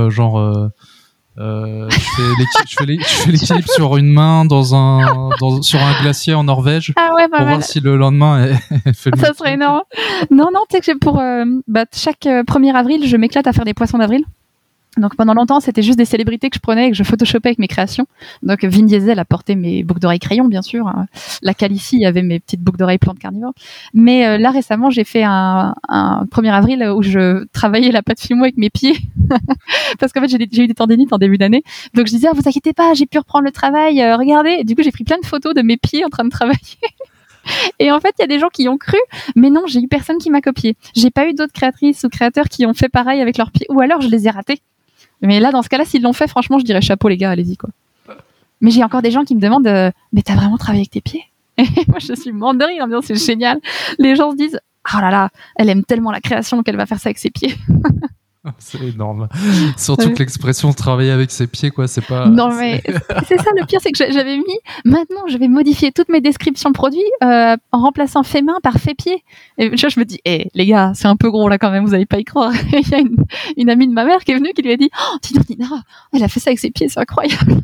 je fais l'équilibre sur une main sur un glacier en Norvège pour voir si le lendemain elle fait le ça serait énorme. Non, tu sais que pour chaque 1er avril je m'éclate à faire des poissons d'avril. Donc pendant longtemps, c'était juste des célébrités que je prenais et que je photoshopais avec mes créations. Donc Vin Diesel a porté mes boucles d'oreilles crayon, bien sûr. La Calicie avait mes petites boucles d'oreilles plantes carnivores. Mais là récemment, j'ai fait un 1er avril où je travaillais la pâte Fimo avec mes pieds. Parce qu'en fait, j'ai eu des tendinites en début d'année. Donc je disais, vous inquiétez pas, j'ai pu reprendre le travail, regardez. Et du coup, j'ai pris plein de photos de mes pieds en train de travailler. Et en fait, il y a des gens qui y ont cru, mais non, j'ai eu personne qui m'a copié. J'ai pas eu d'autres créatrices ou créateurs qui ont fait pareil avec leurs pieds, ou alors je les ai ratés. Mais là, dans ce cas-là, s'ils l'ont fait, franchement, je dirais chapeau les gars, allez-y quoi. Mais j'ai encore des gens qui me demandent, mais t'as vraiment travaillé avec tes pieds? Et moi, je suis morte de rire en me disant c'est génial. Les gens se disent, oh là là, elle aime tellement la création qu'elle va faire ça avec ses pieds. C'est énorme. Surtout que l'expression travailler avec ses pieds, quoi, c'est pas. Non, mais c'est ça le pire, c'est que j'avais mis. Maintenant, je vais modifier toutes mes descriptions produits en remplaçant fait main par fait pied. Et tu vois, je me dis, les gars, c'est un peu gros là quand même, vous allez pas y croire. Il y a une amie de ma mère qui est venue qui lui a dit, oh, dis donc, Nina, elle a fait ça avec ses pieds, c'est incroyable.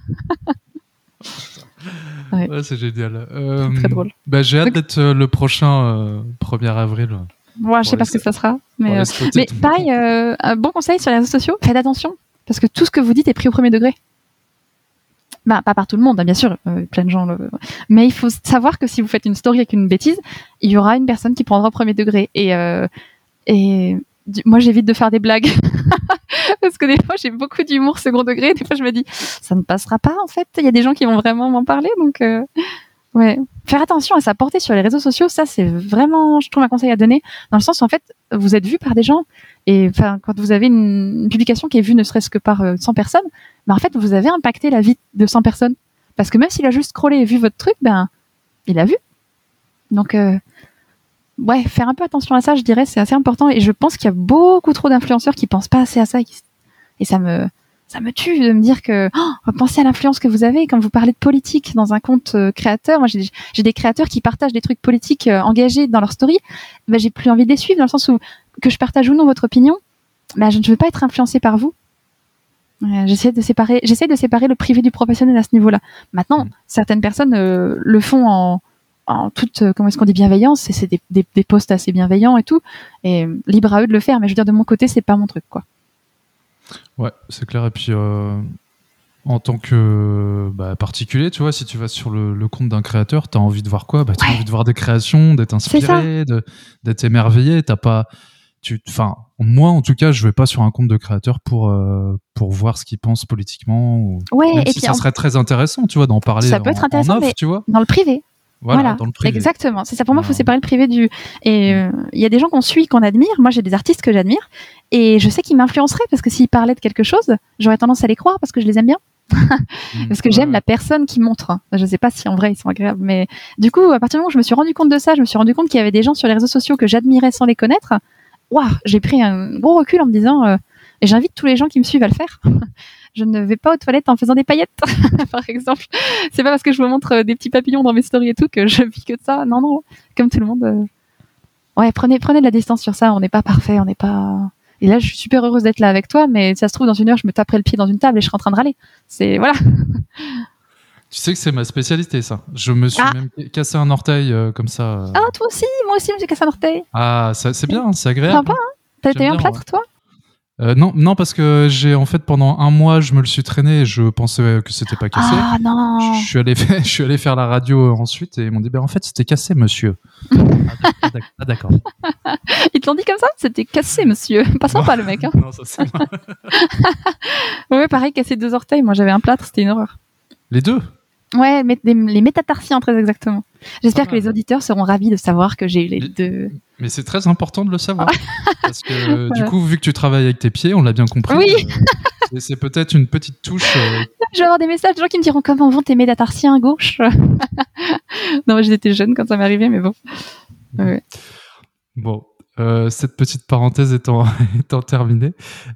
Ouais, c'est génial. Très drôle. Bah, j'ai hâte d'être le prochain 1er avril. Moi, je sais pas ce que ça sera. Mais pareil, un bon conseil sur les réseaux sociaux, faites attention. Parce que tout ce que vous dites est pris au premier degré. Bah, pas par tout le monde, hein, bien sûr. Plein de gens mais il faut savoir que si vous faites une story avec une bêtise, il y aura une personne qui prendra au premier degré. Et moi, j'évite de faire des blagues. Parce que des fois, j'ai beaucoup d'humour second degré. Des fois, je me dis, ça ne passera pas, en fait. Il y a des gens qui vont vraiment m'en parler. Donc, ouais. Faire attention à sa portée sur les réseaux sociaux, ça, c'est vraiment, je trouve, un conseil à donner. Dans le sens où, en fait, vous êtes vu par des gens. Et enfin, quand vous avez une publication qui est vue ne serait-ce que par 100 personnes, ben, en fait, vous avez impacté la vie de 100 personnes. Parce que même s'il a juste scrollé et vu votre truc, ben, il a vu. Donc, ouais, faire un peu attention à ça, je dirais, c'est assez important. Et je pense qu'il y a beaucoup trop d'influenceurs qui pensent pas assez à ça. Et ça me tue de me dire que pensez à l'influence que vous avez quand vous parlez de politique dans un compte créateur. Moi, j'ai des créateurs qui partagent des trucs politiques engagés dans leur story. Ben, j'ai plus envie de les suivre dans le sens où que je partage ou non votre opinion, ben, je ne veux pas être influencée par vous. J'essaie de séparer le privé du professionnel à ce niveau-là. Maintenant, certaines personnes le font en toute, comment est-ce qu'on dit, bienveillance, et c'est des posts assez bienveillants et tout, et libre à eux de le faire, mais je veux dire, de mon côté, c'est pas mon truc, quoi. Ouais, c'est clair. Et puis, en tant que particulier, tu vois, si tu vas sur le compte d'un créateur, t'as envie de voir quoi? T'as envie de voir des créations, d'être inspiré, d'être émerveillé. T'as pas... Enfin, moi, en tout cas, je vais pas sur un compte de créateur pour voir ce qu'ils pensent politiquement. Ouais, même si ça serait très intéressant, tu vois, d'en parler. Ça peut être intéressant, off, mais tu vois. dans le privé. Voilà, dans le privé. Exactement. C'est ça. Pour moi, il faut séparer le privé du. Et il y a des gens qu'on suit, qu'on admire. Moi, j'ai des artistes que j'admire, et je sais qu'ils m'influenceraient parce que s'ils parlaient de quelque chose, j'aurais tendance à les croire parce que je les aime bien. Parce que j'aime la personne qui montre. Je sais pas si en vrai ils sont agréables, mais du coup, à partir du moment où je me suis rendu compte de ça, je me suis rendu compte qu'il y avait des gens sur les réseaux sociaux que j'admirais sans les connaître. Waouh, j'ai pris un gros recul en me disant, et j'invite tous les gens qui me suivent à le faire. Je ne vais pas aux toilettes en faisant des paillettes, par exemple. C'est pas parce que je vous montre des petits papillons dans mes stories et tout que je vis que de ça. Non, non. Comme tout le monde. Ouais, prenez de la distance sur ça. On n'est pas parfait, on n'est pas. Et là, je suis super heureuse d'être là avec toi, mais ça se trouve, dans une heure, je me taperai le pied dans une table et je serai en train de râler. C'est, voilà. Tu sais que c'est ma spécialité, ça. Je me suis même cassé un orteil comme ça. Ah, toi aussi? Moi aussi, je me suis cassé un orteil. Ah, c'est bien, c'est agréable. Sympa, hein? T'as eu un plâtre, toi? Non, parce que en fait, pendant un mois, je me le suis traîné et je pensais que c'était pas cassé. Ah non. Je suis allé faire la radio ensuite et ils m'ont dit, en fait, c'était cassé, monsieur. Ah, d'accord. Ils te l'ont dit comme ça? C'était cassé, monsieur. Pas sympa, le mec. Hein. Non, ça c'est mal. Ouais, pareil, casser 2 orteils. Moi, j'avais un plâtre, c'était une horreur. Les deux? Ouais, les métatarsiens, très exactement. J'espère que les auditeurs seront ravis de savoir que j'ai eu les deux. Mais c'est très important de le savoir. Parce que du coup, vu que tu travailles avec tes pieds, on l'a bien compris. Oui. C'est peut-être une petite touche. Je vais avoir des messages de gens qui me diront comment vont tes métatarsiens à gauche. Non, j'étais jeune quand ça m'est arrivé, mais bon. Ouais. Bon, cette petite parenthèse étant terminée.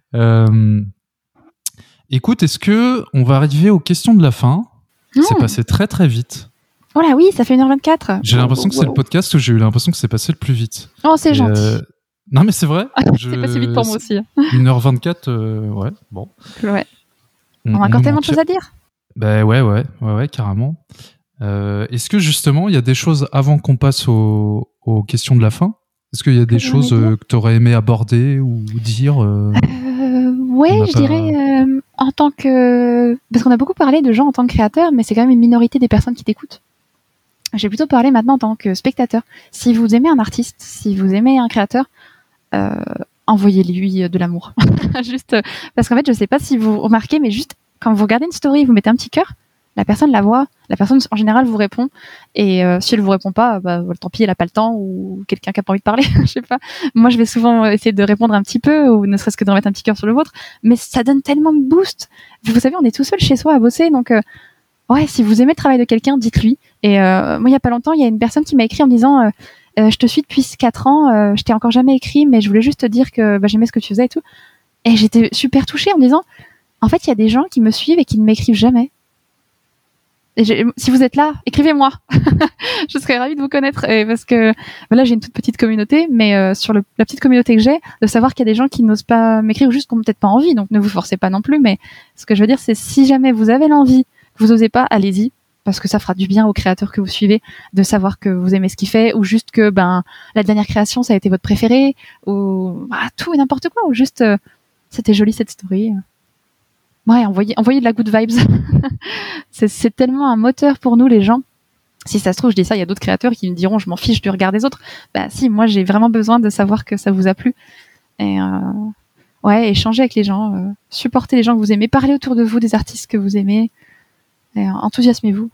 Écoute, est-ce que on va arriver aux questions de la fin? C'est passé très très vite. Oh là oui, ça fait 1h24. J'ai l'impression que c'est le podcast où j'ai eu l'impression que c'est passé le plus vite. Oh, c'est gentil. Non, mais c'est vrai. C'est passé vite pour moi aussi. 1h24, ouais, bon. Ouais. On a encore tellement de choses à dire. Ben ouais, carrément. Est-ce que justement, il y a des choses avant qu'on passe aux questions de la fin? Est-ce qu'il y a des choses que tu aurais aimé aborder ou dire Ouais, je dirais en tant que... Parce qu'on a beaucoup parlé de gens en tant que créateurs, mais c'est quand même une minorité des personnes qui t'écoutent. J'ai plutôt parlé maintenant en tant que spectateur. Si vous aimez un artiste, si vous aimez un créateur, envoyez-lui de l'amour. Juste parce qu'en fait, je sais pas si vous remarquez, mais juste quand vous regardez une story, vous mettez un petit cœur, La personne la voit, la personne en général vous répond, et si elle vous répond pas, tant pis, elle a pas le temps, ou quelqu'un qui a pas envie de parler, je sais pas. Moi, je vais souvent essayer de répondre un petit peu, ou ne serait-ce que de remettre un petit cœur sur le vôtre, mais ça donne tellement de boost. Vous savez, on est tout seul chez soi à bosser, donc ouais, si vous aimez le travail de quelqu'un, dites-lui. Et moi, il y a pas longtemps, il y a une personne qui m'a écrit en me disant je te suis depuis 4 ans, je t'ai encore jamais écrit, mais je voulais juste te dire que j'aimais ce que tu faisais et tout. Et j'étais super touchée en me disant, en fait, il y a des gens qui me suivent et qui ne m'écrivent jamais. Et si vous êtes là, écrivez-moi. Je serais ravie de vous connaître. Et parce que là, j'ai une toute petite communauté, mais sur la petite communauté que j'ai, de savoir qu'il y a des gens qui n'osent pas m'écrire ou juste qui n'ont peut-être pas envie. Donc ne vous forcez pas non plus. Mais ce que je veux dire, c'est si jamais vous avez l'envie, que vous osez pas, allez-y. Parce que ça fera du bien au créateur que vous suivez de savoir que vous aimez ce qu'il fait, ou juste que la dernière création, ça a été votre préféré, ou tout et n'importe quoi, ou juste c'était joli cette story. Ouais, envoyez de la good vibes. c'est tellement un moteur pour nous, les gens. Si ça se trouve, je dis ça, il y a d'autres créateurs qui me diront, je m'en fiche du regard des autres. Si, moi, j'ai vraiment besoin de savoir que ça vous a plu. Et ouais, échanger avec les gens, supporter les gens que vous aimez, parler autour de vous des artistes que vous aimez, et enthousiasmez-vous.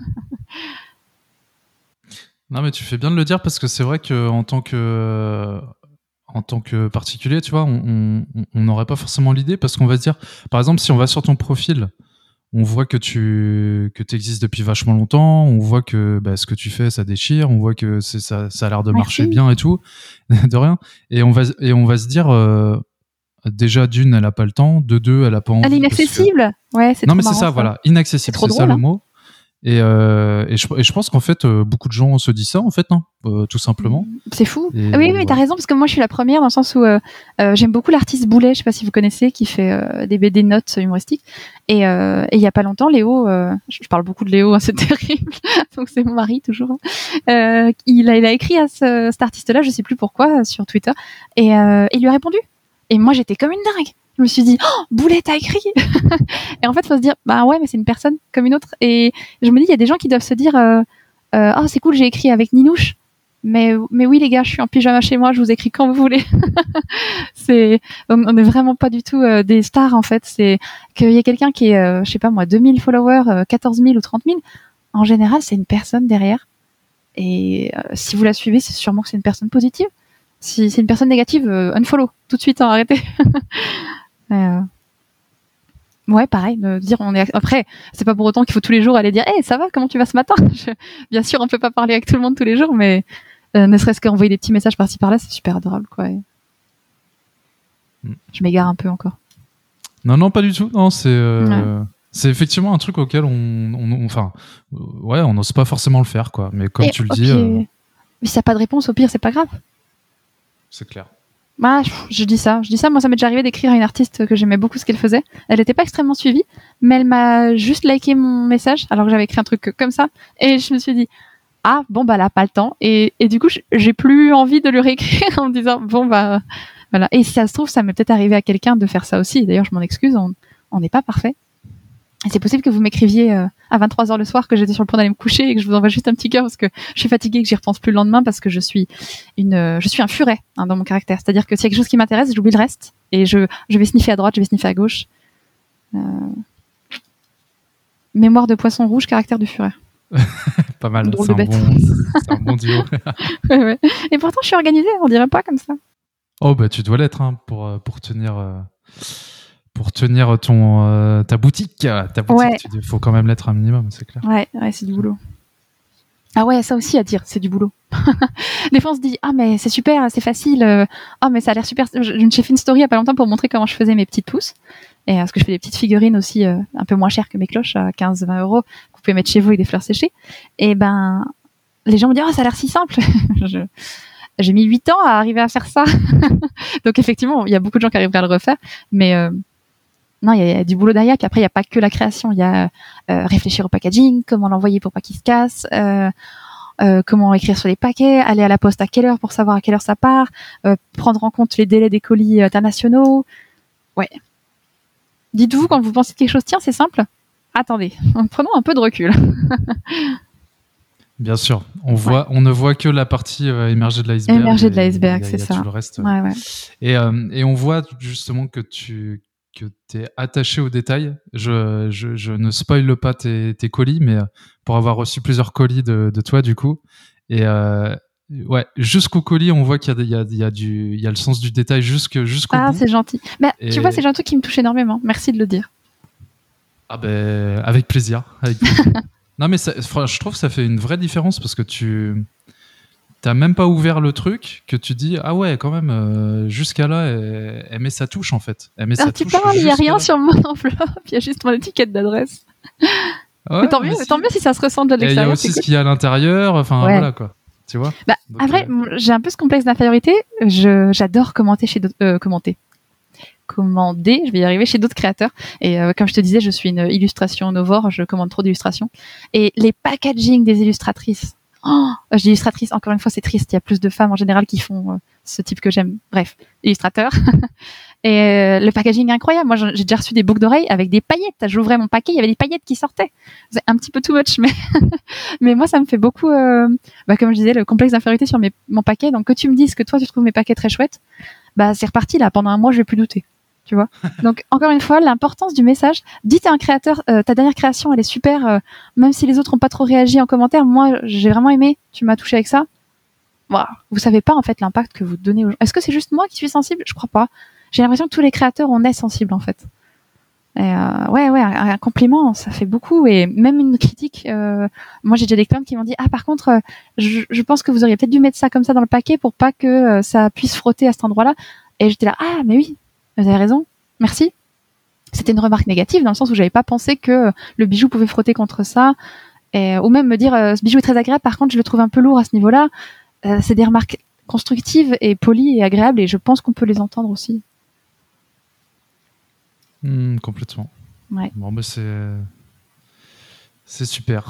Non, mais tu fais bien de le dire, parce que c'est vrai que en tant que particulier, tu vois, on n'aurait pas forcément l'idée, parce qu'on va se dire, par exemple, si on va sur ton profil, on voit que tu existes depuis vachement longtemps, on voit que ce que tu fais, ça déchire, on voit que ça a l'air de marcher bien et tout, de rien. Et on va se dire, déjà, d'une, elle a pas le temps, de deux, elle a pas envie. Elle est inaccessible. Ouais, c'est non, trop mais marrant, c'est ça, voilà, inaccessible, c'est drôle, ça le mot. Et je pense qu'en fait, beaucoup de gens se disent ça, en fait, tout simplement. C'est fou. Et oui, t'as raison, parce que moi, je suis la première dans le sens où j'aime beaucoup l'artiste Boulet, je sais pas si vous connaissez, qui fait des BD notes humoristiques. Et il y a pas longtemps, Léo, je parle beaucoup de Léo, c'est terrible, donc c'est mon mari toujours. Il a écrit à cet artiste-là, je sais plus pourquoi, sur Twitter, et il lui a répondu. Et moi, j'étais comme une dingue. Je me suis dit, oh, Boulet, t'as écrit. Et en fait, faut se dire, ouais, mais c'est une personne comme une autre. Et je me dis, il y a des gens qui doivent se dire, oh, c'est cool, j'ai écrit avec Ninouche. Mais oui, les gars, je suis en pyjama chez moi, je vous écris quand vous voulez. On est vraiment pas du tout des stars, en fait. C'est qu'il y a quelqu'un qui est, je sais pas moi, 2000 followers, 14 000 ou 30 000. En général, c'est une personne derrière. Et si vous la suivez, c'est sûrement que c'est une personne positive. Si c'est une personne négative, unfollow tout de suite, arrêtez. Ouais, pareil, de dire après, c'est pas pour autant qu'il faut tous les jours aller dire hey, ça va, comment tu vas ce matin. Bien sûr, on peut pas parler avec tout le monde tous les jours, mais ne serait-ce qu'envoyer des petits messages par-ci par-là, c'est super adorable, quoi. Je m'égare un peu encore. Non, pas du tout. Non, c'est effectivement un truc auquel on n'ose pas forcément le faire, quoi. Mais comme tu le dis, mais s'il n'y a pas de réponse, au pire, c'est pas grave. C'est clair. Je dis ça. Moi, ça m'est déjà arrivé d'écrire à une artiste que j'aimais beaucoup ce qu'elle faisait. Elle n'était pas extrêmement suivie, mais elle m'a juste liké mon message, alors que j'avais écrit un truc comme ça. Et je me suis dit, elle a pas le temps. Et du coup, j'ai plus envie de lui réécrire en me disant, voilà. Et si ça se trouve, ça m'est peut-être arrivé à quelqu'un de faire ça aussi. D'ailleurs, je m'en excuse, on n'est pas parfait. Et c'est possible que vous m'écriviez à 23h le soir, que j'étais sur le point d'aller me coucher et que je vous envoie juste un petit cœur parce que je suis fatiguée et que j'y repense plus le lendemain, parce que je suis un furet dans mon caractère. C'est-à-dire que s'il y a quelque chose qui m'intéresse, j'oublie le reste et je vais sniffer à droite, je vais sniffer à gauche. Mémoire de poisson rouge, caractère du furet. Pas mal. Drôle de bête. C'est un bon duo. Ouais. Et pourtant, je suis organisée, on dirait pas comme ça. Oh, tu dois l'être pour tenir... Pour tenir ta boutique. Ouais. Il faut quand même l'être un minimum, c'est clair. Ouais, c'est du boulot. Ah ouais, ça aussi à dire, c'est du boulot. Des fois, on se dit, mais c'est super, c'est facile. Mais ça a l'air super. J'ai fait une story il y a pas longtemps pour montrer comment je faisais mes petites pousses. Et parce que je fais des petites figurines aussi, un peu moins chères que mes cloches, à 15-20 euros, que vous pouvez mettre chez vous avec des fleurs séchées. Et les gens me disent, ça a l'air si simple. J'ai mis 8 ans à arriver à faire ça. Donc effectivement, il y a beaucoup de gens qui arriveraient à le refaire. Mais non, il y a du boulot derrière. Puis après, il n'y a pas que la création. Il y a réfléchir au packaging, comment l'envoyer pour pas qu'il se casse, comment écrire sur les paquets, aller à la poste à quelle heure pour savoir à quelle heure ça part, prendre en compte les délais des colis internationaux. Ouais. Dites-vous, quand vous pensez que quelque chose tient, c'est simple. Attendez, prenons un peu de recul. Bien sûr, on ne voit que la partie émergée de l'iceberg. Émergée de l'iceberg, c'est ça. Tout le reste. Ouais. Et on voit justement que tu que t'es attaché aux détails. Je ne spoile pas tes colis, mais pour avoir reçu plusieurs colis de toi, du coup. Et ouais, jusqu'au colis, on voit qu'il y a le sens du détail jusqu'au bout. C'est gentil. Bah, tu vois, c'est le genre de truc qui me touche énormément. Merci de le dire. Ah ben, avec plaisir. Non, mais je trouve que ça fait une vraie différence parce que t'as même pas ouvert le truc que tu dis ah ouais quand même jusqu'à là elle met sa touche en fait. Elle met sa tu touche. parles, il y a rien sur mon enveloppe, il y a juste mon étiquette d'adresse. Ouais, mais tant mieux si ça se ressent de l'extérieur. Il y a aussi ce qu'il y a à l'intérieur. Enfin voilà quoi. Tu vois. Bah, après, j'ai un peu ce complexe d'infériorité. J'adore commenter chez d'autres. Commander, je vais y arriver, chez d'autres créateurs. Et comme je te disais, je suis une illustration novore, je commande trop d'illustrations. Et les packaging des illustratrices, je dis illustratrice, encore une fois, c'est triste, il y a plus de femmes en général qui font ce type que j'aime. Bref, illustrateur. Et le packaging est incroyable. Moi, j'ai déjà reçu des boucles d'oreilles avec des paillettes. J'ouvrais mon paquet, il y avait des paillettes qui sortaient. C'est un petit peu too much, mais moi, ça me fait beaucoup, comme je disais, le complexe d'infériorité sur mon paquet. Donc, que tu me dises que toi, tu trouves mes paquets très chouettes, bah, c'est reparti là. Pendant un mois, je vais plus douter. Tu vois. Donc, encore une fois, l'importance du message. Dites à un créateur, ta dernière création, elle est super, même si les autres n'ont pas trop réagi en commentaire. Moi, j'ai vraiment aimé. Tu m'as touché avec ça. Voilà. Vous savez pas, en fait, l'impact que vous donnez aux gens. Est-ce que c'est juste moi qui suis sensible? Je crois pas. J'ai l'impression que tous les créateurs, on est sensible, en fait. Et un compliment, ça fait beaucoup. Et même une critique, moi, j'ai déjà des clients qui m'ont dit, par contre, je pense que vous auriez peut-être dû mettre ça comme ça dans le paquet pour pas que ça puisse frotter à cet endroit-là. Et j'étais là, mais oui. Vous avez raison, merci. C'était une remarque négative dans le sens où j'avais pas pensé que le bijou pouvait frotter contre ça, ou même me dire ce bijou est très agréable. Par contre, je le trouve un peu lourd à ce niveau-là. C'est des remarques constructives et polies et agréables, et je pense qu'on peut les entendre aussi. Complètement. Ouais. Bon, bah c'est super.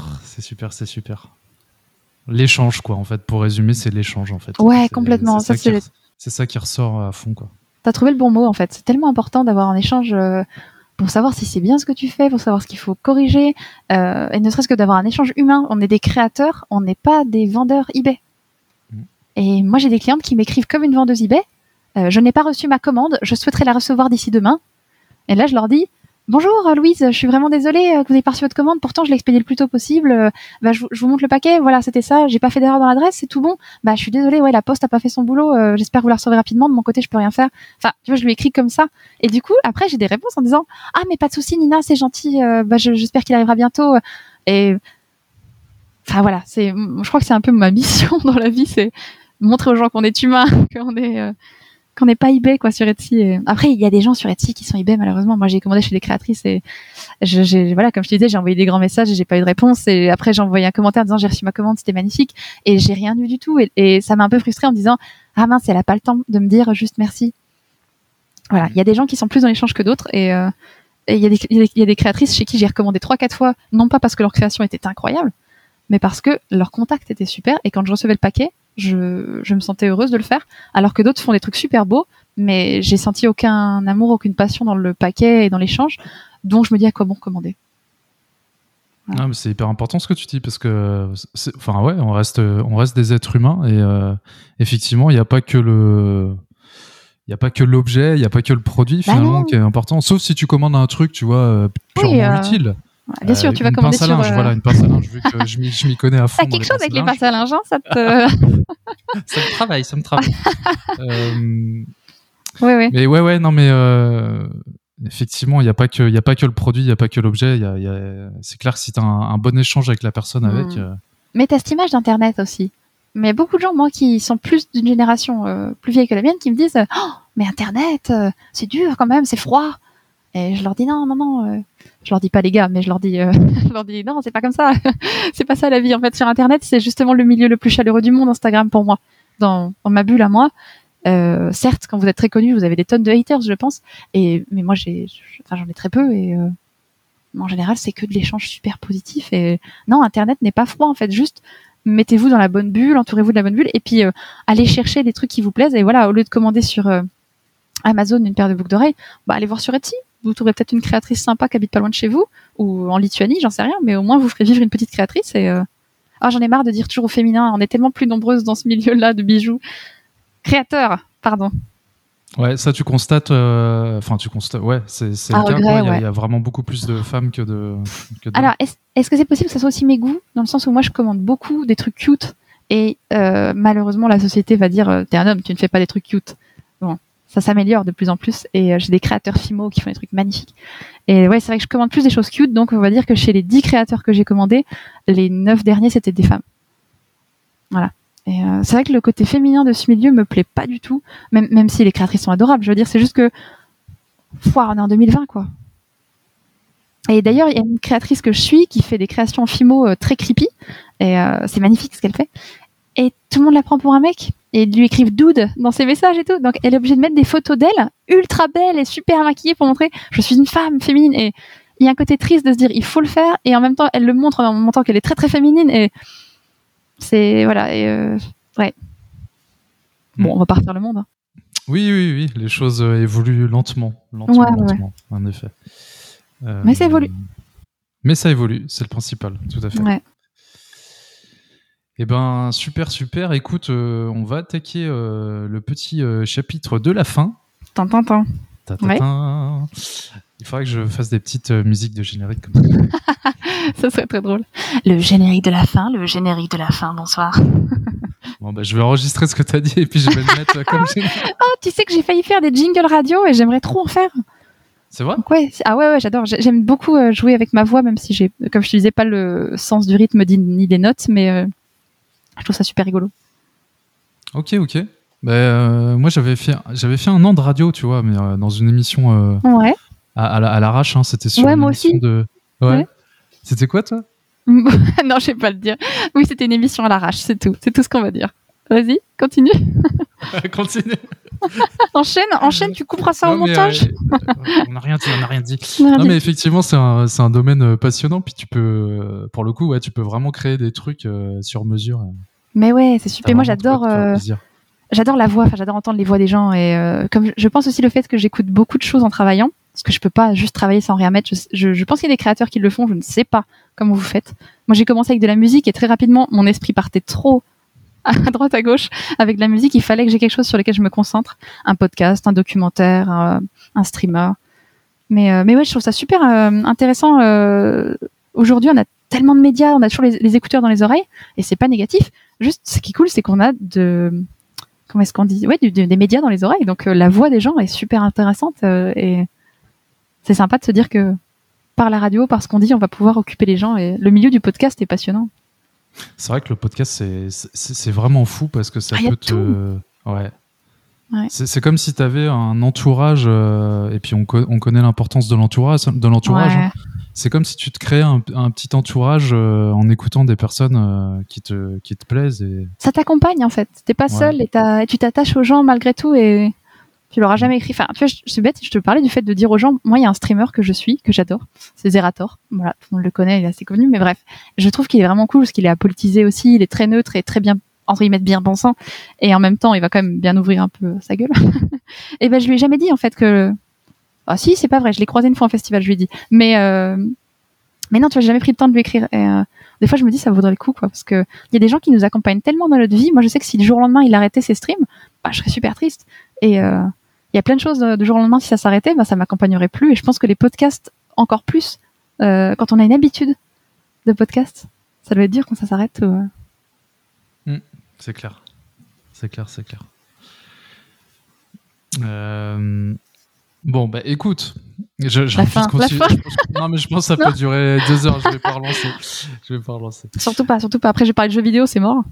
L'échange, quoi, en fait. Pour résumer, c'est l'échange, en fait. Ouais, complètement. C'est ça qui ressort à fond, quoi. T'as trouvé le bon mot, en fait. C'est tellement important d'avoir un échange pour savoir si c'est bien ce que tu fais, pour savoir ce qu'il faut corriger, et ne serait-ce que d'avoir un échange humain. On est des créateurs, on n'est pas des vendeurs eBay. Et moi, j'ai des clientes qui m'écrivent comme une vendeuse eBay. Je n'ai pas reçu ma commande, je souhaiterais la recevoir d'ici demain. Et là, je leur dis, bonjour Louise, je suis vraiment désolée que vous n'ayez pas reçu votre commande, pourtant je l'ai expédiée le plus tôt possible. Je vous montre le paquet, voilà, c'était ça, j'ai pas fait d'erreur dans l'adresse, c'est tout bon. Je suis désolée, la poste a pas fait son boulot, j'espère que vous la recevrez rapidement, de mon côté je peux rien faire. Enfin, tu vois, je lui écris comme ça. Et du coup, après j'ai des réponses en disant, mais pas de souci Nina, c'est gentil, j'espère qu'il arrivera bientôt. Et enfin voilà, je crois que c'est un peu ma mission dans la vie, c'est montrer aux gens qu'on est humain, qu'on n'est pas eBay quoi sur Etsy. Et après il y a des gens sur Etsy qui sont eBay malheureusement. Moi j'ai commandé chez des créatrices et voilà, comme je te disais, j'ai envoyé des grands messages et j'ai pas eu de réponse, et après j'ai envoyé un commentaire en disant j'ai reçu ma commande, c'était magnifique, et j'ai rien eu du tout, et ça m'a un peu frustrée en me disant mince, elle a pas le temps de me dire juste merci. Voilà, il y a des gens qui sont plus dans l'échange que d'autres, et il y a des créatrices chez qui j'ai recommandé 3-4 fois, non pas parce que leur création était incroyable, mais parce que leur contact était super, et quand je recevais le paquet, je me sentais heureuse de le faire, alors que d'autres font des trucs super beaux, mais j'ai senti aucun amour, aucune passion dans le paquet et dans l'échange, donc je me dis à quoi bon commander. Voilà. Non, mais c'est hyper important ce que tu dis, parce que on reste des êtres humains, et effectivement il n'y a pas que l'objet, il n'y a pas que le produit finalement qui est important, sauf si tu commandes un truc, tu vois, purement utile. Bien sûr, tu vas commander sur... Voilà, une pince à linge, vu que je m'y connais à fond. T'as quelque chose avec les pinces à linge, ça te... ça me travaille. Oui. Mais ouais, non, mais effectivement, il n'y a pas que le produit, il n'y a pas que l'objet. C'est clair que si tu as un bon échange avec la personne avec... Mais tu as cette image d'Internet aussi. Mais il y a beaucoup de gens, moi, qui sont plus d'une génération plus vieille que la mienne, qui me disent « Oh, mais Internet, c'est dur quand même, c'est froid !» Et je leur dis non, je leur dis pas les gars, mais je leur dis non, c'est pas comme ça. C'est pas ça la vie. En fait, sur Internet, c'est justement le milieu le plus chaleureux du monde, Instagram, pour moi. Dans ma bulle à moi. Certes, quand vous êtes très connu, vous avez des tonnes de haters, je pense. Mais moi, j'en ai très peu, et en général, c'est que de l'échange super positif. Et non, Internet n'est pas froid, en fait. Juste, mettez-vous dans la bonne bulle, entourez-vous de la bonne bulle, et puis allez chercher des trucs qui vous plaisent. Et voilà, au lieu de commander sur Amazon une paire de boucles d'oreilles, allez voir sur Etsy. Vous trouverez peut-être une créatrice sympa qui habite pas loin de chez vous, ou en Lituanie, j'en sais rien, mais au moins vous ferez vivre une petite créatrice. Et j'en ai marre de dire toujours au féminin, on est tellement plus nombreuses dans ce milieu-là de bijoux. Créateurs, pardon. Ouais, ça tu constates. Enfin, tu constates. Ouais, c'est le cas. Regret, Il ouais. y a vraiment beaucoup plus de femmes que d'hommes. Alors, est-ce que c'est possible que ça soit aussi mes goûts, dans le sens où moi je commande beaucoup des trucs cute et malheureusement la société va dire t'es un homme, tu ne fais pas des trucs cute. Bon, ça s'améliore de plus en plus et j'ai des créateurs fimos qui font des trucs magnifiques. Et ouais, c'est vrai que je commande plus des choses cute, donc on va dire que chez les 10 créateurs que j'ai commandés, les 9 derniers c'était des femmes. Voilà. Et c'est vrai que le côté féminin de ce milieu me plaît pas du tout, même si les créatrices sont adorables. Je veux dire, c'est juste que on est en 2020 quoi. Et d'ailleurs, il y a une créatrice que je suis qui fait des créations fimo très creepy. Et c'est magnifique ce qu'elle fait. Et tout le monde la prend pour un mec. Et ils lui écrivent dude dans ses messages et tout. Donc elle est obligée de mettre des photos d'elle, ultra belle et super maquillée pour montrer je suis une femme féminine. Et il y a un côté triste de se dire il faut le faire. Et en même temps, elle le montre en montrant qu'elle est très très féminine. Et c'est. Voilà. Et ouais. Bon, on va pas refaire le monde. Hein. Oui. Les choses évoluent lentement. Ouais. En effet. Mais ça évolue. Mais ça évolue, c'est le principal, tout à fait. Ouais. Eh ben, super. Écoute, on va attaquer le petit chapitre de la fin. Tintin. Ouais. Il faudrait que je fasse des petites musiques de générique comme ça. Ça serait très drôle. Le générique de la fin, bonsoir. Bon, bah, je vais enregistrer ce que tu as dit et puis je vais le mettre comme générique. Oh, tu sais que j'ai failli faire des jingles radio et j'aimerais trop en faire. C'est vrai ? Ouais, j'adore. J'aime beaucoup jouer avec ma voix, même si j'ai, comme je te disais, pas le sens du rythme ni des notes, mais je trouve ça super rigolo. Ok. Moi, j'avais fait un an de radio, tu vois, mais dans une émission à l'arrache. Hein, c'était sur une moi émission aussi. de. Ouais. C'était quoi, toi ? Non, je vais pas le dire. Oui, c'était une émission à l'arrache, c'est tout. C'est tout ce qu'on va dire. Vas-y, continue. Continue. Enchaîne, tu couperas ça au montage. On n'a rien dit. Non, mais effectivement, c'est un domaine passionnant. Puis tu peux, pour le coup, ouais, tu peux vraiment créer des trucs sur mesure. Mais ouais, c'est super. Moi, j'adore la voix. Enfin, j'adore entendre les voix des gens. Et comme je pense aussi le fait que j'écoute beaucoup de choses en travaillant, parce que je peux pas juste travailler sans rien mettre. Je pense qu'il y a des créateurs qui le font. Je ne sais pas comment vous faites. Moi, j'ai commencé avec de la musique et très rapidement, mon esprit partait trop à droite à gauche avec de la musique. Il fallait que j'ai quelque chose sur lequel je me concentre, un podcast, un documentaire, un streamer. Mais ouais, je trouve ça super intéressant. Aujourd'hui, on a tellement de médias, on a toujours les écouteurs dans les oreilles et c'est pas négatif. Juste, ce qui est cool, c'est qu'on a comment est-ce qu'on dit, des médias dans les oreilles. Donc la voix des gens est super intéressante et c'est sympa de se dire que par la radio, par ce qu'on dit, on va pouvoir occuper les gens. Et le milieu du podcast est passionnant. C'est vrai que le podcast, c'est vraiment fou parce que ça peut te... Ouais. C'est comme si tu avais un entourage, et puis on connaît l'importance de l'entourage. Ouais. Hein. C'est comme si tu te créais un petit entourage en écoutant des personnes qui te plaisent. Et... Ça t'accompagne en fait. T'es pas seul et tu t'attaches aux gens malgré tout et tu leur as jamais écrit. Enfin, tu vois, c'est bête, je te parlais du fait de dire aux gens, moi il y a un streamer que j'adore, c'est Zerator. Voilà, tout le monde le connaît, il est assez connu, mais bref, je trouve qu'il est vraiment cool parce qu'il est apolitisé aussi, il est très neutre et très bien, entre guillemets, bien pensant, et en même temps il va quand même bien ouvrir un peu sa gueule. Et ben je lui ai jamais dit en fait que, ah si, c'est pas vrai, je l'ai croisé une fois en festival, je lui ai dit, mais non, tu vois, j'ai jamais pris le temps de lui écrire. Et des fois je me dis ça vaudrait le coup quoi, parce que il y a des gens qui nous accompagnent tellement dans notre vie. Moi je sais que si du jour au lendemain il arrêtait ses streams, bah je serais super triste. Et il y a plein de choses du jour au lendemain, si ça s'arrêtait, ça m'accompagnerait plus. Et je pense que les podcasts, encore plus, quand on a une habitude de podcast, ça doit être dur quand ça s'arrête. C'est clair. Bon, bah écoute, la fin. Non, mais je pense que ça peut durer 2 heures, je vais pas relancer. Surtout pas. Après, j'ai parlé de jeux vidéo, c'est mort.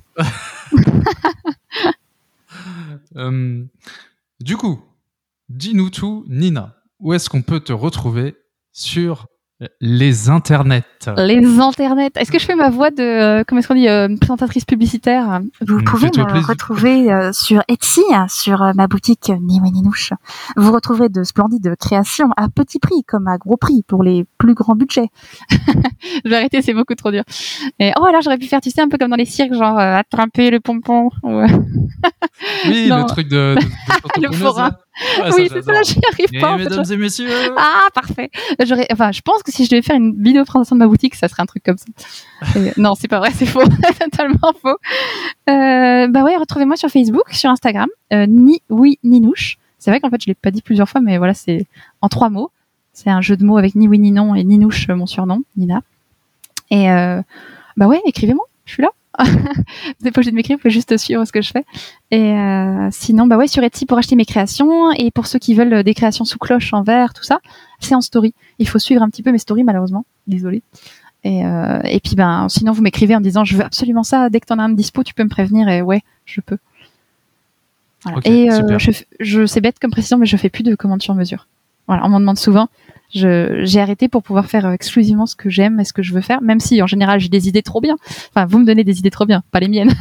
Du coup, dis-nous tout, Nina. Où est-ce qu'on peut te retrouver sur les internets? Est-ce que je fais ma voix de comment est-ce qu'on dit présentatrice publicitaire? Vous pouvez me retrouver sur Etsy, sur ma boutique Niouinouche. Vous retrouverez de splendides créations à petit prix comme à gros prix pour les plus grands budgets. Je vais arrêter, c'est beaucoup trop dur. Et alors j'aurais pu faire, tu sais, un peu comme dans les cirques, genre attraper le pompon. Ouais. Oui, le truc de le forain. Oui, c'est ça, j'y arrive pas. Mesdames et messieurs. Ah, parfait. Je pense que si je devais faire une vidéo présentation de ma boutique, ça serait un truc comme ça. Non, c'est pas vrai, c'est faux. Totalement faux. Ouais, retrouvez-moi sur Facebook, sur Instagram, Niouinouche. C'est vrai qu'en fait, je l'ai pas dit plusieurs fois, mais voilà, c'est en 3 mots. C'est un jeu de mots avec ni oui ni non et Ninouche, mon surnom, Nina. Et bah ouais, écrivez-moi, je suis là. Vous n'êtes pas obligé de m'écrire, vous pouvez juste suivre ce que je fais. Et sinon, bah ouais, sur Etsy pour acheter mes créations, et pour ceux qui veulent des créations sous cloche en verre, tout ça, c'est en story. Il faut suivre un petit peu mes stories, malheureusement. Désolée. Et puis ben, sinon vous m'écrivez en me disant je veux absolument ça, dès que t'en as un de dispo, tu peux me prévenir, et ouais, je peux. Voilà. Okay, et c'est bête comme précision, mais je fais plus de commandes sur mesure. Voilà, on m'en demande souvent. J'ai arrêté pour pouvoir faire exclusivement ce que j'aime et ce que je veux faire, même si en général j'ai des idées trop bien. Enfin, vous me donnez des idées trop bien, pas les miennes.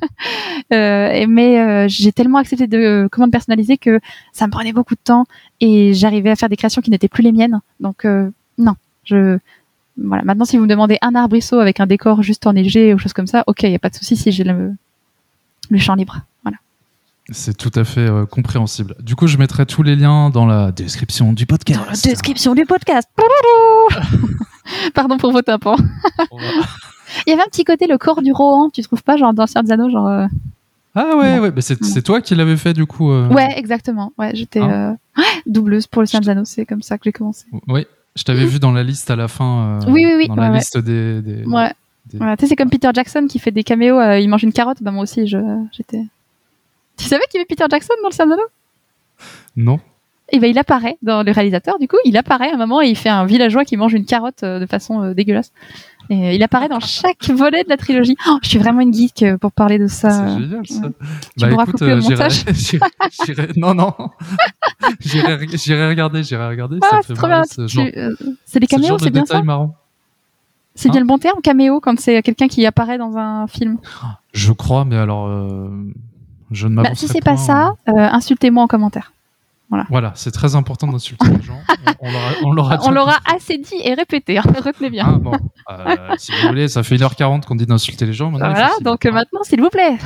Mais j'ai tellement accepté de commandes personnalisées que ça me prenait beaucoup de temps et j'arrivais à faire des créations qui n'étaient plus les miennes. Donc non, voilà. Maintenant, si vous me demandez un arbrisseau avec un décor juste enneigé ou chose comme ça, ok, y a pas de souci si j'ai le champ libre. Voilà. C'est tout à fait compréhensible. Du coup, je mettrai tous les liens dans la description du podcast. Dans la description du podcast. Pardon pour vos tympans. Il y avait un petit côté le corps du Rohan, tu trouves pas, genre dans Seigneur des Anneaux, genre. Ah ouais, ouais, bah c'est toi qui l'avais fait du coup. Ouais, exactement. Ouais, j'étais doubleuse pour le Seigneur des Anneaux, c'est comme ça que j'ai commencé. Oui, je t'avais vu dans la liste à la fin. Oui. Dans la liste des. Ouais. Voilà, tu sais, c'est comme Peter Jackson qui fait des caméos, il mange une carotte, bah moi aussi, j'étais. Tu savais qu'il y avait Peter Jackson dans le Seigneur des Anneaux ? Non. Et ben il apparaît dans le réalisateur, du coup, il apparaît à un moment et il fait un villageois qui mange une carotte de façon dégueulasse. Et il apparaît dans chaque volet de la trilogie. Oh, je suis vraiment une geek pour parler de ça. C'est génial ça. Ouais. Tu pourras couper au montage. Non. J'irai regarder. Ah, c'est trop bien. C'est des caméos, c'est bien ça. Marrant. C'est bien le bon terme, caméo, quand c'est quelqu'un qui apparaît dans un film. Je crois, mais alors je ne m'avancerai si c'est pas ça, insultez-moi en commentaire. Voilà, c'est très important d'insulter les gens. On l'aura assez dit et répété, hein. Retenez bien. Ah, bon. Si vous voulez, ça fait 1h40 qu'on dit d'insulter les gens. Voilà, donc maintenant, s'il vous plaît.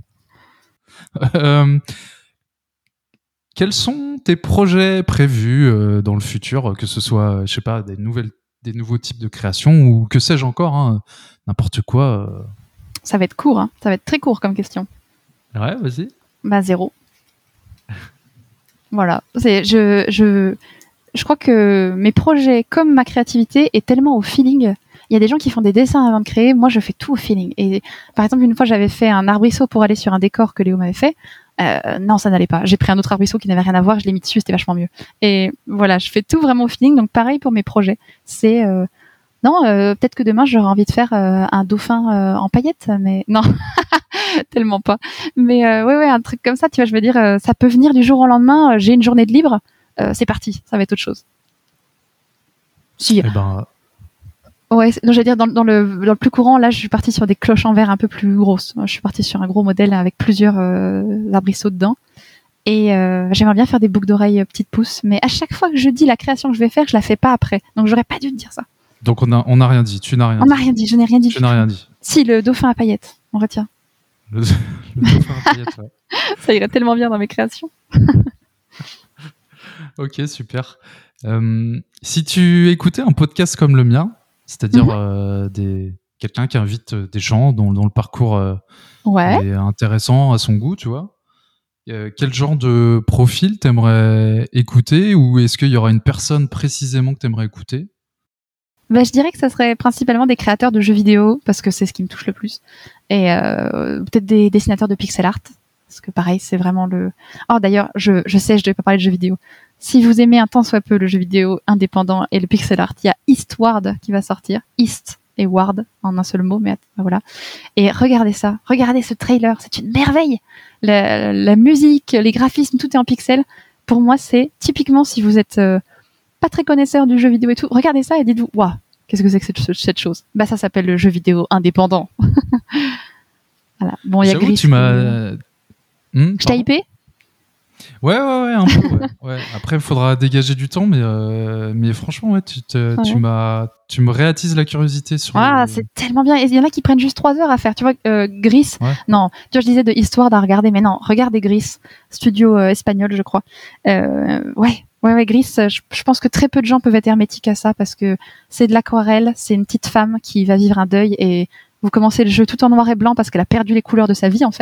Quels sont tes projets prévus dans le futur, que ce soit, je sais pas, des nouveaux types de créations ou que sais-je encore, hein, n'importe quoi. Ça va être court, hein. Ça va être très court comme question. Ouais, vas-y. Bah 0. Voilà, je crois que mes projets comme ma créativité est tellement au feeling. Il y a des gens qui font des dessins avant de créer, moi je fais tout au feeling. Et par exemple, une fois j'avais fait un arbrisseau pour aller sur un décor que Léo m'avait fait. Non, ça n'allait pas. J'ai pris un autre arbrisseau qui n'avait rien à voir, je l'ai mis dessus, c'était vachement mieux. Et voilà, je fais tout vraiment au feeling. Donc pareil pour mes projets. C'est peut-être que demain j'aurai envie de faire un dauphin en paillettes, mais non. Tellement pas. Mais ouais, un truc comme ça, tu vois, je veux dire, ça peut venir du jour au lendemain, j'ai une journée de libre, c'est parti, ça va être autre chose. Si. Ouais, non, j'allais dire, dans le plus courant, là, je suis partie sur des cloches en verre un peu plus grosses. Je suis partie sur un gros modèle avec plusieurs arbrisseaux dedans. Et j'aimerais bien faire des boucles d'oreilles petites pousses, mais à chaque fois que je dis la création que je vais faire, je la fais pas après. Donc j'aurais pas dû te dire ça. Donc on a rien dit, tu n'as rien dit. On n'a rien dit, je n'ai rien dit. Tu n'as rien dit. Si, le dauphin à paillettes, on retient. Le dauphin à paillettes, ouais. Ça irait tellement bien dans mes créations. Ok, super. Si tu écoutais un podcast comme le mien, c'est-à-dire quelqu'un qui invite des gens dont le parcours est intéressant à son goût, tu vois, quel genre de profil t'aimerais écouter, ou est-ce qu'il y aura une personne précisément que t'aimerais écouter? Bah, je dirais que ça serait principalement des créateurs de jeux vidéo, parce que c'est ce qui me touche le plus. Et peut-être des dessinateurs de pixel art, parce que pareil, c'est vraiment le... Oh, d'ailleurs, je sais, je devais pas parler de jeux vidéo. Si vous aimez un tant soit peu le jeu vidéo indépendant et le pixel art, il y a Eastward qui va sortir. East et Ward en un seul mot, mais voilà. Et regardez ça, regardez ce trailer, c'est une merveille. La musique, les graphismes, tout est en pixels. Pour moi, c'est typiquement, si vous êtes pas très connaisseur du jeu vidéo et tout, regardez ça et dites-vous, waouh, qu'est-ce que c'est que cette chose? Bah, ça s'appelle le jeu vidéo indépendant. Voilà. Bon, il y a Gris. Je t'ai hypé? Ouais, un peu. Ouais. Après, il faudra dégager du temps, mais franchement, ouais, tu me réattises la curiosité sur. C'est tellement bien. Il y en a qui prennent juste 3 heures à faire. Tu vois, Gris. Ouais. Non, tu vois, je disais de Histoire à regarder, mais non, regardez Gris, studio espagnol, je crois. Ouais, Gris. Je pense que très peu de gens peuvent être hermétiques à ça parce que c'est de l'aquarelle. C'est une petite femme qui va vivre un deuil et vous commencez le jeu tout en noir et blanc parce qu'elle a perdu les couleurs de sa vie en fait.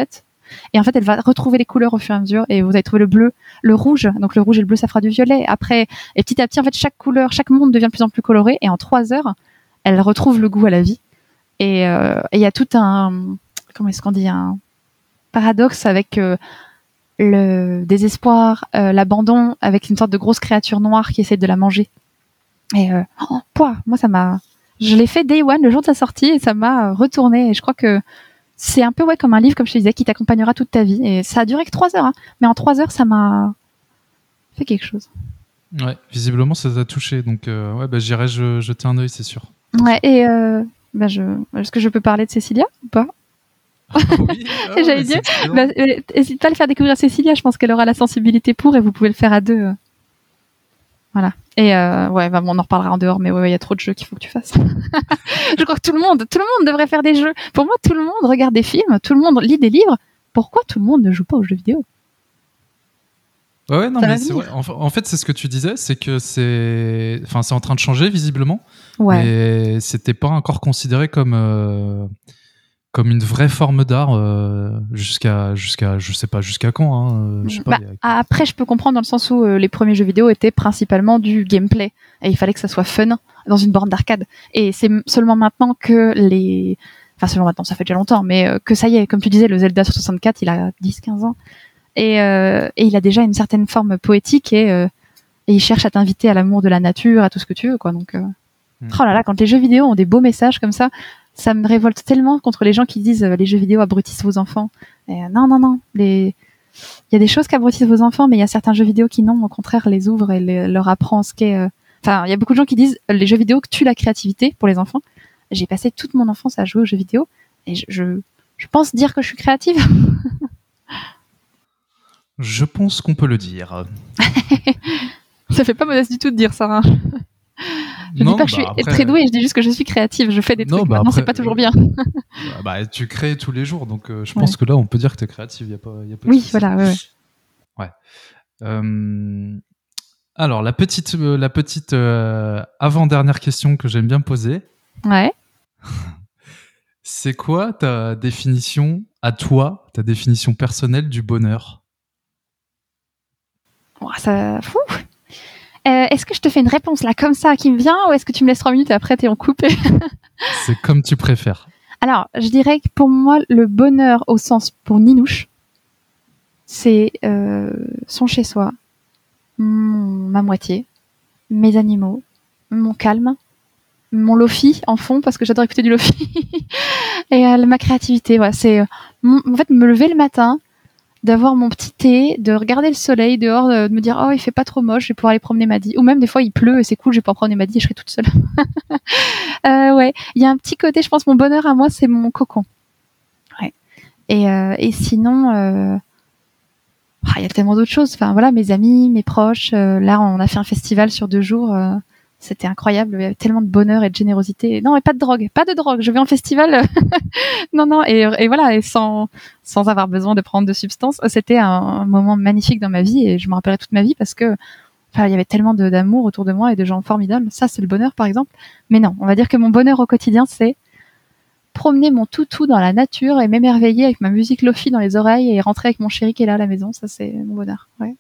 Et en fait, elle va retrouver les couleurs au fur et à mesure. Et vous allez trouver le bleu, le rouge. Donc le rouge et le bleu, ça fera du violet. Après, et petit à petit, en fait, chaque couleur, chaque monde devient de plus en plus coloré. Et en 3 heures, elle retrouve le goût à la vie. Et il y a tout un, comment est-ce qu'on dit, un paradoxe avec le désespoir, l'abandon, avec une sorte de grosse créature noire qui essaie de la manger. Et moi, je l'ai fait day one, le jour de sa sortie, et ça m'a retourné. Et je crois que c'est un peu comme un livre, comme je te disais, qui t'accompagnera toute ta vie. Et ça a duré que 3 heures, hein. Mais en 3 heures, ça m'a fait quelque chose. Ouais, visiblement, ça t'a touché. Donc, j'irai jeter un œil, c'est sûr. Ouais, et est-ce que je peux parler de Cécilia ou pas? Oui, j'allais dire, n'hésite pas à le faire découvrir à Cécilia, je pense qu'elle aura la sensibilité pour, et vous pouvez le faire à 2. Voilà. Et on en reparlera en dehors, mais il y a trop de jeux qu'il faut que tu fasses. Je crois que tout le monde devrait faire des jeux. Pour moi, tout le monde regarde des films, tout le monde lit des livres. Pourquoi tout le monde ne joue pas aux jeux vidéo? Ouais, non, mais c'est vrai. En fait, c'est ce que tu disais, c'est que c'est en train de changer visiblement. Ouais. Mais c'était pas encore considéré comme une vraie forme d'art jusqu'à je sais pas jusqu'à quand. Hein, je sais pas, Après, je peux comprendre dans le sens où les premiers jeux vidéo étaient principalement du gameplay et il fallait que ça soit fun dans une borne d'arcade. Et c'est seulement maintenant que seulement maintenant, ça fait déjà longtemps, mais que ça y est, comme tu disais, le Zelda sur 64, il a 10-15 ans. Et il a déjà une certaine forme poétique et il cherche à t'inviter à l'amour de la nature, à tout ce que tu veux, quoi. Donc, oh là là, quand les jeux vidéo ont des beaux messages comme ça me révolte tellement contre les gens qui disent les jeux vidéo abrutissent vos enfants. Et, non. Il y a des choses qui abrutissent vos enfants, mais il y a certains jeux vidéo qui, non, au contraire, les ouvrent et leur apprend ce qu'est. Il y a beaucoup de gens qui disent les jeux vidéo tuent la créativité pour les enfants. J'ai passé toute mon enfance à jouer aux jeux vidéo et je pense dire que je suis créative. Je pense qu'on peut le dire. Ça fait pas modeste du tout de dire ça. Hein. Je dis pas que je suis très douée, je dis juste que je suis créative, je fais des trucs. Maintenant, c'est pas toujours bien. Tu crées tous les jours, donc je pense que là, on peut dire que tu es créative. Y a pas oui, voilà. Ouais. Alors, la petite avant-dernière question que j'aime bien poser. Ouais. C'est quoi ta définition à toi, ta définition personnelle du bonheur? Est-ce que je te fais une réponse là comme ça qui me vient ou est-ce que tu me laisses 3 minutes et après t'es en coupé? C'est comme tu préfères. Alors, je dirais que pour moi, le bonheur au sens pour Ninouche, c'est son chez-soi, ma moitié, mes animaux, mon calme, mon lofi en fond parce que j'adore écouter du lofi et ma créativité. Voilà, c'est en fait me lever le matin, d'avoir mon petit thé, de regarder le soleil dehors, de me dire il fait pas trop moche, je vais pouvoir aller promener Maddy. Ou même des fois il pleut et c'est cool, je vais pouvoir promener Maddy et je serai toute seule. Ouais, il y a un petit côté, je pense, mon bonheur à moi, c'est mon cocon. Ouais. Et sinon, il y a tellement d'autres choses. Enfin voilà, mes amis, mes proches. Là, on a fait un festival sur 2 jours. C'était incroyable. Il y avait tellement de bonheur et de générosité. Non, mais pas de drogue. Je vais en festival. non. Et voilà. Et sans avoir besoin de prendre de substances. C'était un moment magnifique dans ma vie et je me rappellerai toute ma vie parce que, il y avait tellement d'amour autour de moi et de gens formidables. Ça, c'est le bonheur, par exemple. Mais non, on va dire que mon bonheur au quotidien, c'est promener mon toutou dans la nature et m'émerveiller avec ma musique lofi dans les oreilles et rentrer avec mon chéri qui est là à la maison. Ça, c'est mon bonheur. Ouais.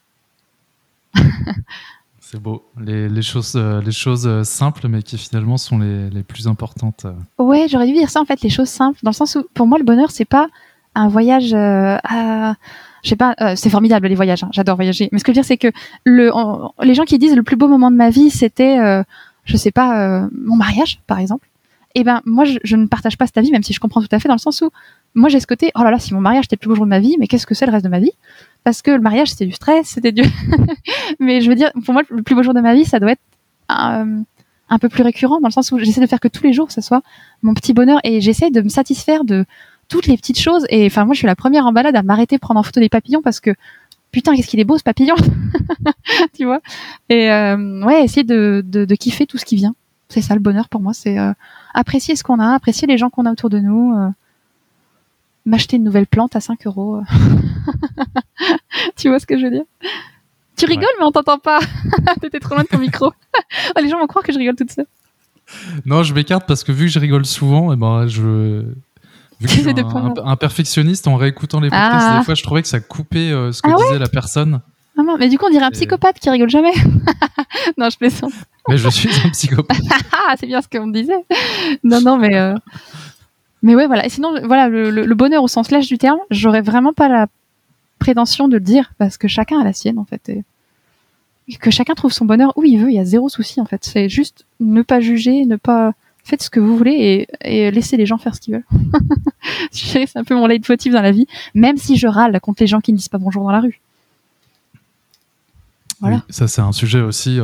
C'est beau. Les choses simples, mais qui finalement sont les plus importantes. Ouais, j'aurais dû dire ça en fait, les choses simples, dans le sens où pour moi le bonheur c'est pas un voyage je sais pas, c'est formidable les voyages, hein, j'adore voyager. Mais ce que je veux dire c'est que les gens qui disent le plus beau moment de ma vie c'était, je sais pas, mon mariage par exemple. Et ben moi je ne partage pas cet avis, même si je comprends tout à fait dans le sens où moi j'ai ce côté, oh là là, si mon mariage c'était le plus beau jour de ma vie, mais qu'est-ce que c'est le reste de ma vie? Parce que le mariage c'était du stress, c'était du mais je veux dire pour moi le plus beau jour de ma vie ça doit être un peu plus récurrent dans le sens où j'essaie de faire que tous les jours ce soit mon petit bonheur et j'essaie de me satisfaire de toutes les petites choses et enfin moi je suis la première en balade à m'arrêter prendre en photo des papillons parce que putain qu'est-ce qu'il est beau ce papillon. Tu vois, et essayer de kiffer tout ce qui vient, c'est ça le bonheur pour moi, c'est apprécier ce qu'on a, apprécier les gens qu'on a autour de nous, m'acheter une nouvelle plante à 5 €. Tu vois ce que je veux dire? Tu rigoles, mais on t'entend pas. T'étais trop loin de ton micro. Les gens vont croire que je rigole toute seule. Non, je m'écarte parce que vu que je rigole souvent, vu Vu que je suis un perfectionniste, en réécoutant les podcasts, des fois, je trouvais que ça coupait ce que disait la personne. Ah non, mais du coup, on dirait un psychopathe qui rigole jamais. Non, je plaisante. Mais je suis un psychopathe. C'est bien ce qu'on me disait. Non, mais ouais, voilà. Et sinon, voilà, le bonheur au sens large du terme, j'aurais vraiment pas la prétention de le dire parce que chacun a la sienne, en fait. Et que chacun trouve son bonheur où il veut, il y a zéro souci, en fait. C'est juste ne pas juger, faites ce que vous voulez et laissez les gens faire ce qu'ils veulent. C'est un peu mon leitmotiv dans la vie, même si je râle contre les gens qui ne disent pas bonjour dans la rue. Voilà. Oui, ça, c'est un sujet aussi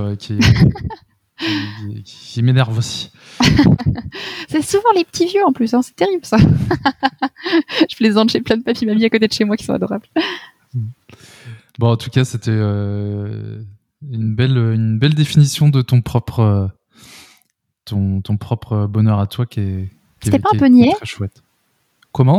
qui m'énerve aussi. C'est souvent les petits vieux en plus, hein, c'est terrible ça. Je plaisante, j'ai plein de papy mamies à côté de chez moi qui sont adorables. Bon, en tout cas, c'était une belle définition de ton propre bonheur à toi C'était pas un peu niais ? Très chouette. Comment ?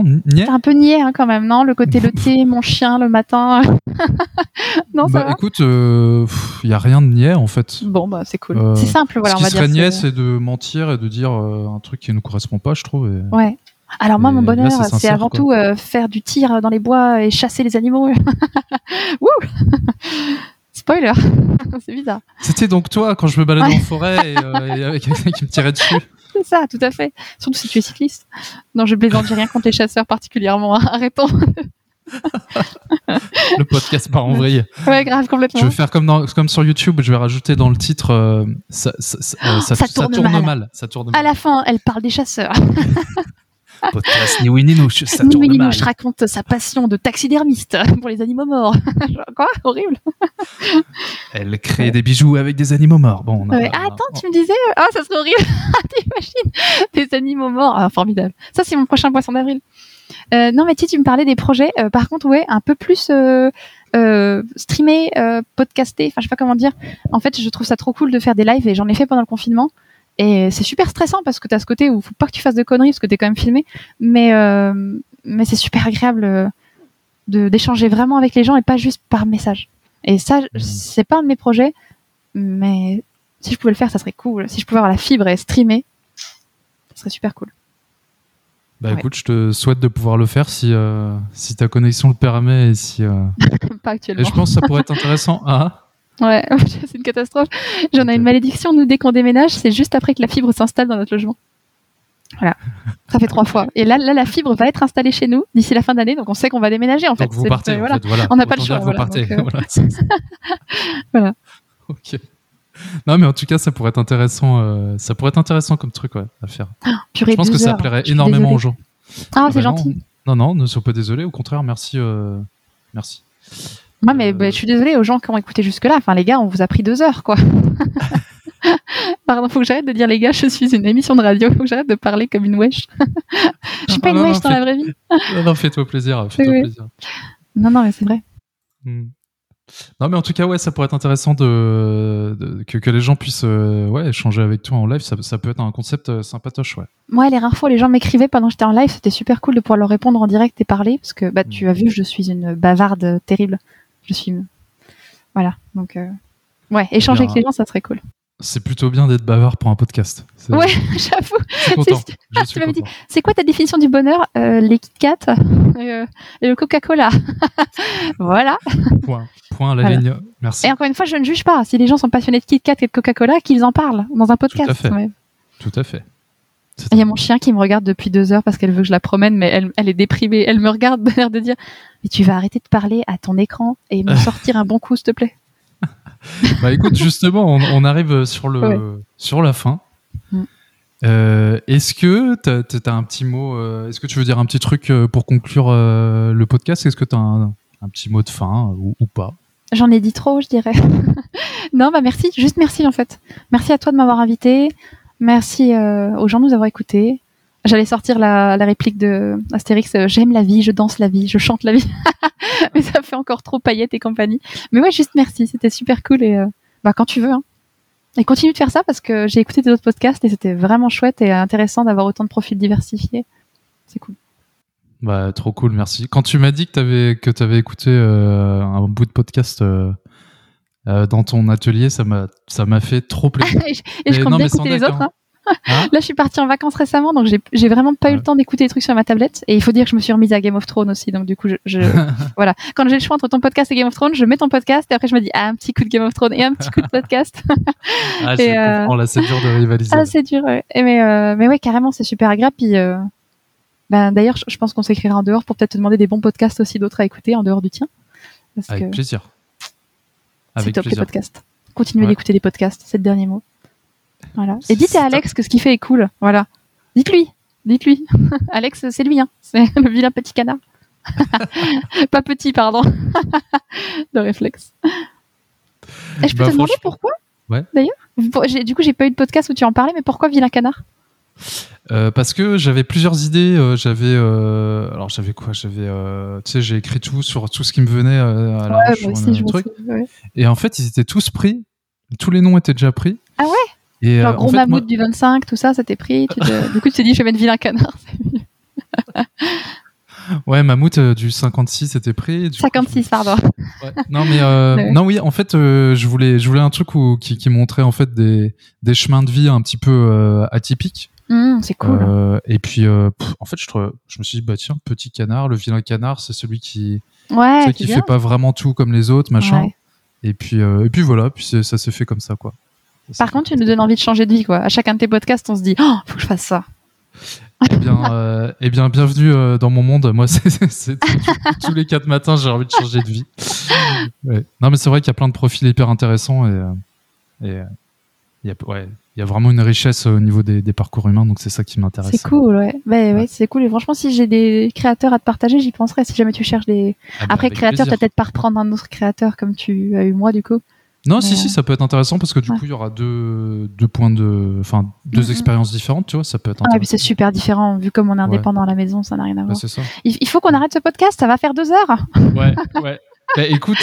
Niais ? C'est un peu niais quand même, non ? Le côté le thé, mon chien le matin. Non, ça va ? Écoute, il y a rien de niais en fait. Bon, c'est cool. C'est simple, voilà, on va dire. Ce qui serait niais, c'est de mentir et de dire un truc qui ne correspond pas, je trouve. Ouais. Alors moi, mon bonheur, c'est avant tout faire du tir dans les bois et chasser les animaux. Wouh ! Spoiler. C'est bizarre. C'était donc toi quand je me baladais en forêt et avec quelqu'un qui me tirait dessus. C'est ça, tout à fait. Surtout si tu es cycliste. Non, je plaisante, j'ai rien contre les chasseurs particulièrement. Hein. Arrêtons. Le podcast part en vrille. Ouais, grave, complètement. Je vais faire comme sur YouTube, je vais rajouter dans le titre ça tourne mal. Ça tourne mal. À la fin, elle parle des chasseurs. Podcast ni oui ni nous, ça tourne mal. Ninouche raconte sa passion de taxidermiste pour les animaux morts. Quoi ? Horrible. Elle crée des bijoux avec des animaux morts. Bon, attends, tu me disais ça serait horrible. T'imagines des animaux morts. Formidable. Ça, c'est mon prochain poisson d'avril. Non, mais tu me parlais des projets. Par contre, ouais, un peu plus streamer, podcaster. Enfin, je sais pas comment dire. En fait, je trouve ça trop cool de faire des lives et j'en ai fait pendant le confinement. Et c'est super stressant parce que t'as ce côté où faut pas que tu fasses de conneries parce que t'es quand même filmé. Mais c'est super agréable d'échanger vraiment avec les gens et pas juste par message. Et ça, c'est pas un de mes projets, mais si je pouvais le faire, ça serait cool. Si je pouvais avoir la fibre et streamer, ça serait super cool. Écoute, je te souhaite de pouvoir le faire si ta connexion le permet et si. Pas actuellement. Et je pense que ça pourrait être intéressant. Ouais, c'est une catastrophe. J'en ai une malédiction. Nous, dès qu'on déménage, c'est juste après que la fibre s'installe dans notre logement. Voilà. Ça fait 3 fois. Et là, la fibre va être installée chez nous d'ici la fin d'année. Donc, on sait qu'on va déménager, en fait. Donc, vous partez, voilà. en fait, voilà. On n'a pas le choix. Vous partez. Voilà. Voilà. Ok. Non, mais en tout cas, ça pourrait être intéressant. Ça pourrait être intéressant comme truc à faire. Purée, je pense que ça plairait énormément aux gens. C'est gentil. Non, ne sois pas désolé. Au contraire, merci. Merci. Moi, mais je suis désolée aux gens qui ont écouté jusque-là. Enfin, les gars, on vous a pris 2 heures, quoi. Pardon, faut que j'arrête de dire les gars, je suis une émission de radio. Faut que j'arrête de parler comme une wesh. Je suis pas une wesh dans la vraie vie. Non, fais-toi plaisir. Plaisir. Non, mais c'est vrai. Non, mais en tout cas, ouais, ça pourrait être intéressant que les gens puissent échanger avec toi en live. Ça peut être un concept sympatoche, ouais. Moi, les rares fois où les gens m'écrivaient pendant que j'étais en live, c'était super cool de pouvoir leur répondre en direct et parler, parce que tu as vu, je suis une bavarde terrible. Voilà, donc échanger avec les gens, ça serait cool. C'est plutôt bien d'être bavard pour un podcast. Ouais, j'avoue. Je suis content. Tu m'avais dit, c'est quoi ta définition du bonheur ? Les Kit Kat et le Coca-Cola. Voilà. Point à la ligne. Merci. Et encore une fois, je ne juge pas. Si les gens sont passionnés de Kit Kat et de Coca-Cola, qu'ils en parlent dans un podcast. Tout à fait. Il y a mon chien qui me regarde depuis 2 heures parce qu'elle veut que je la promène, mais elle est déprimée. Elle me regarde de l'air de dire « Mais tu vas arrêter de parler à ton écran et me sortir un bon coup, s'il te plaît. » Écoute, justement, on arrive sur la fin. Est-ce que t'as un petit mot est-ce que tu veux dire un petit truc pour conclure le podcast ? Est-ce que t'as un petit mot de fin ou pas ? J'en ai dit trop, je dirais. Non, merci. Juste merci, en fait. Merci à toi de m'avoir invité. Merci aux gens de nous avoir écoutés. J'allais sortir la réplique de Astérix, j'aime la vie, je danse la vie, je chante la vie. Mais ça fait encore trop paillettes et compagnie. Mais ouais, juste merci, c'était super cool et quand tu veux. Hein. Et continue de faire ça parce que j'ai écouté tes autres podcasts et c'était vraiment chouette et intéressant d'avoir autant de profils diversifiés. C'est cool. Trop cool, merci. Quand tu m'as dit que t'avais écouté un bout de podcast dans ton atelier, ça m'a fait trop plaisir. Et je compte bien écouter les autres. Hein. Hein Là, je suis partie en vacances récemment, donc j'ai vraiment pas eu le temps d'écouter des trucs sur ma tablette. Et il faut dire que je me suis remise à Game of Thrones aussi, donc du coup, voilà. Quand j'ai le choix entre ton podcast et Game of Thrones, je mets ton podcast et après je me dis un petit coup de Game of Thrones et un petit coup de podcast. Je comprends, là, c'est dur de rivaliser. Ah, c'est dur, ouais. Mais ouais, carrément, c'est super agréable. Puis, d'ailleurs, je pense qu'on s'écrira en dehors pour peut-être te demander des bons podcasts aussi d'autres à écouter en dehors du tien. Avec plaisir. C'est top, les podcasts. Continuez d'écouter les podcasts, c'est le dernier mot. Voilà. Et dites à Alex que ce qu'il fait est cool. Voilà. Dites-lui. Alex, c'est lui, hein. C'est le vilain petit canard. Pas petit, pardon. De réflexe. Et je peux te demander pourquoi d'ailleurs du coup, j'ai pas eu de podcast où tu en parlais, mais pourquoi vilain canard? Parce que j'avais plusieurs idées. Alors j'avais quoi? Tu sais, j'ai écrit tout sur tout ce qui me venait à la truc. Ouais. Et en fait, ils étaient tous pris. Tous les noms étaient déjà pris. Ah ouais? Et genre gros mammouth du 25, tout ça, c'était pris. Du coup, tu t'es dit, je vais mettre vilain canard. Ouais, mammouth du 56 c'était pris. 56, pardon. Ouais. Non mais non oui, en fait, je voulais un truc qui montrait en fait des chemins de vie un petit peu atypiques. C'est cool. Et puis en fait, je me suis dit bah tiens, petit canard, le vilain canard, c'est celui qui fait pas vraiment tout comme les autres, machin. Ouais. Et puis voilà, puis ça s'est fait comme ça quoi. Par contre, tu nous donnes envie de changer de vie quoi. À chacun de tes podcasts, on se dit faut que je fasse ça. Eh bien, bienvenue dans mon monde. Moi, c'est tous les 4 matins, j'ai envie de changer de vie. Ouais. Non, mais c'est vrai qu'il y a plein de profils hyper intéressants et il y a vraiment une richesse au niveau des parcours humains, donc c'est ça qui m'intéresse. C'est cool, ouais. Ouais, c'est cool. Et franchement, si j'ai des créateurs à te partager, j'y penserai. Si jamais tu cherches des. Après, créateur, t'as peut-être pas reprendre un autre créateur comme tu as eu moi, du coup. Non, si, ça peut être intéressant parce que du coup, il y aura deux expériences différentes, tu vois, ça peut être intéressant. Ah, puis c'est super différent, vu comme on est indépendant à la maison, ça n'a rien à voir. C'est ça. Il faut qu'on arrête ce podcast, ça va faire 2 heures. Ouais. Bah, écoute,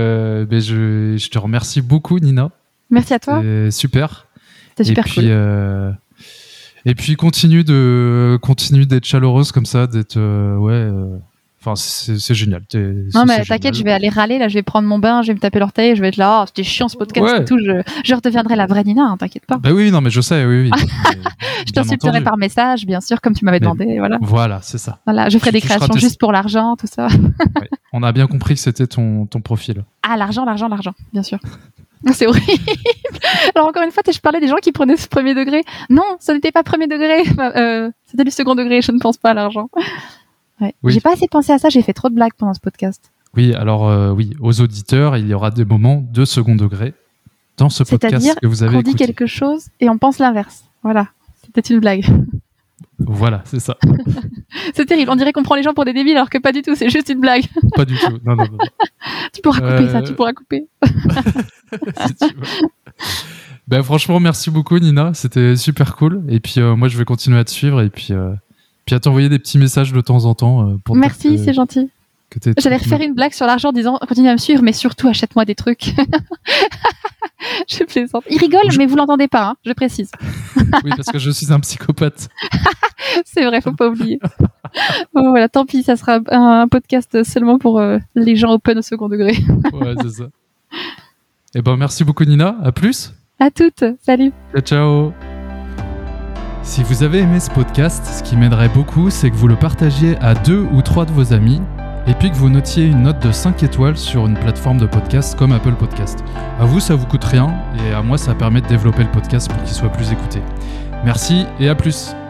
je te remercie beaucoup, Nina. Merci à toi. C'est super. C'était super cool. Et puis, continue d'être chaleureuse comme ça, d'être, Enfin, c'est génial. Non, mais t'inquiète, je vais aller râler. Là, je vais prendre mon bain, je vais me taper l'orteil, je vais être là. C'était chiant ce podcast et tout. Je redeviendrai la vraie Nina, hein, t'inquiète pas. Bah oui, non, mais je sais, oui. Je t'insulterai par message, bien sûr, comme tu m'avais demandé. Voilà. Voilà, c'est ça. Voilà, je ferai des créations juste pour l'argent, tout ça. Ouais. On a bien compris que c'était ton profil. Ah, l'argent, bien sûr. C'est horrible. Alors, encore une fois, je parlais des gens qui prenaient ce premier degré. Non, ça n'était pas premier degré. C'était du second degré. Je ne pense pas à l'argent. Ouais. Oui. J'ai pas assez pensé à ça, j'ai fait trop de blagues pendant ce podcast. Oui, alors aux auditeurs, il y aura des moments de second degré dans ce podcast que vous avez écouté. C'est-à-dire qu'on dit quelque chose et on pense l'inverse. Voilà, c'était une blague. Voilà, c'est ça. C'est terrible, on dirait qu'on prend les gens pour des débiles alors que pas du tout, c'est juste une blague. Pas du tout, non. Tu pourras couper ça, tu pourras couper. Si tu veux. Ben, franchement, merci beaucoup Nina, c'était super cool. Et puis moi, je vais continuer à te suivre et puis à t'envoyer des petits messages de temps en temps. Merci, c'est gentil. J'allais refaire une blague sur l'argent en disant continue à me suivre, mais surtout achète-moi des trucs. Je plaisante. Il rigole, mais vous l'entendez pas, hein, je précise. Oui, parce que je suis un psychopathe. C'est vrai, faut pas oublier. Bon, voilà, tant pis, ça sera un podcast seulement pour les gens open au second degré. Ouais, c'est ça. Eh ben, merci beaucoup Nina, à plus. À toutes, salut. Ciao. Si vous avez aimé ce podcast, ce qui m'aiderait beaucoup, c'est que vous le partagiez à 2 ou 3 de vos amis et puis que vous notiez une note de 5 étoiles sur une plateforme de podcast comme Apple Podcast. À vous, ça vous coûte rien et à moi, ça permet de développer le podcast pour qu'il soit plus écouté. Merci et à plus.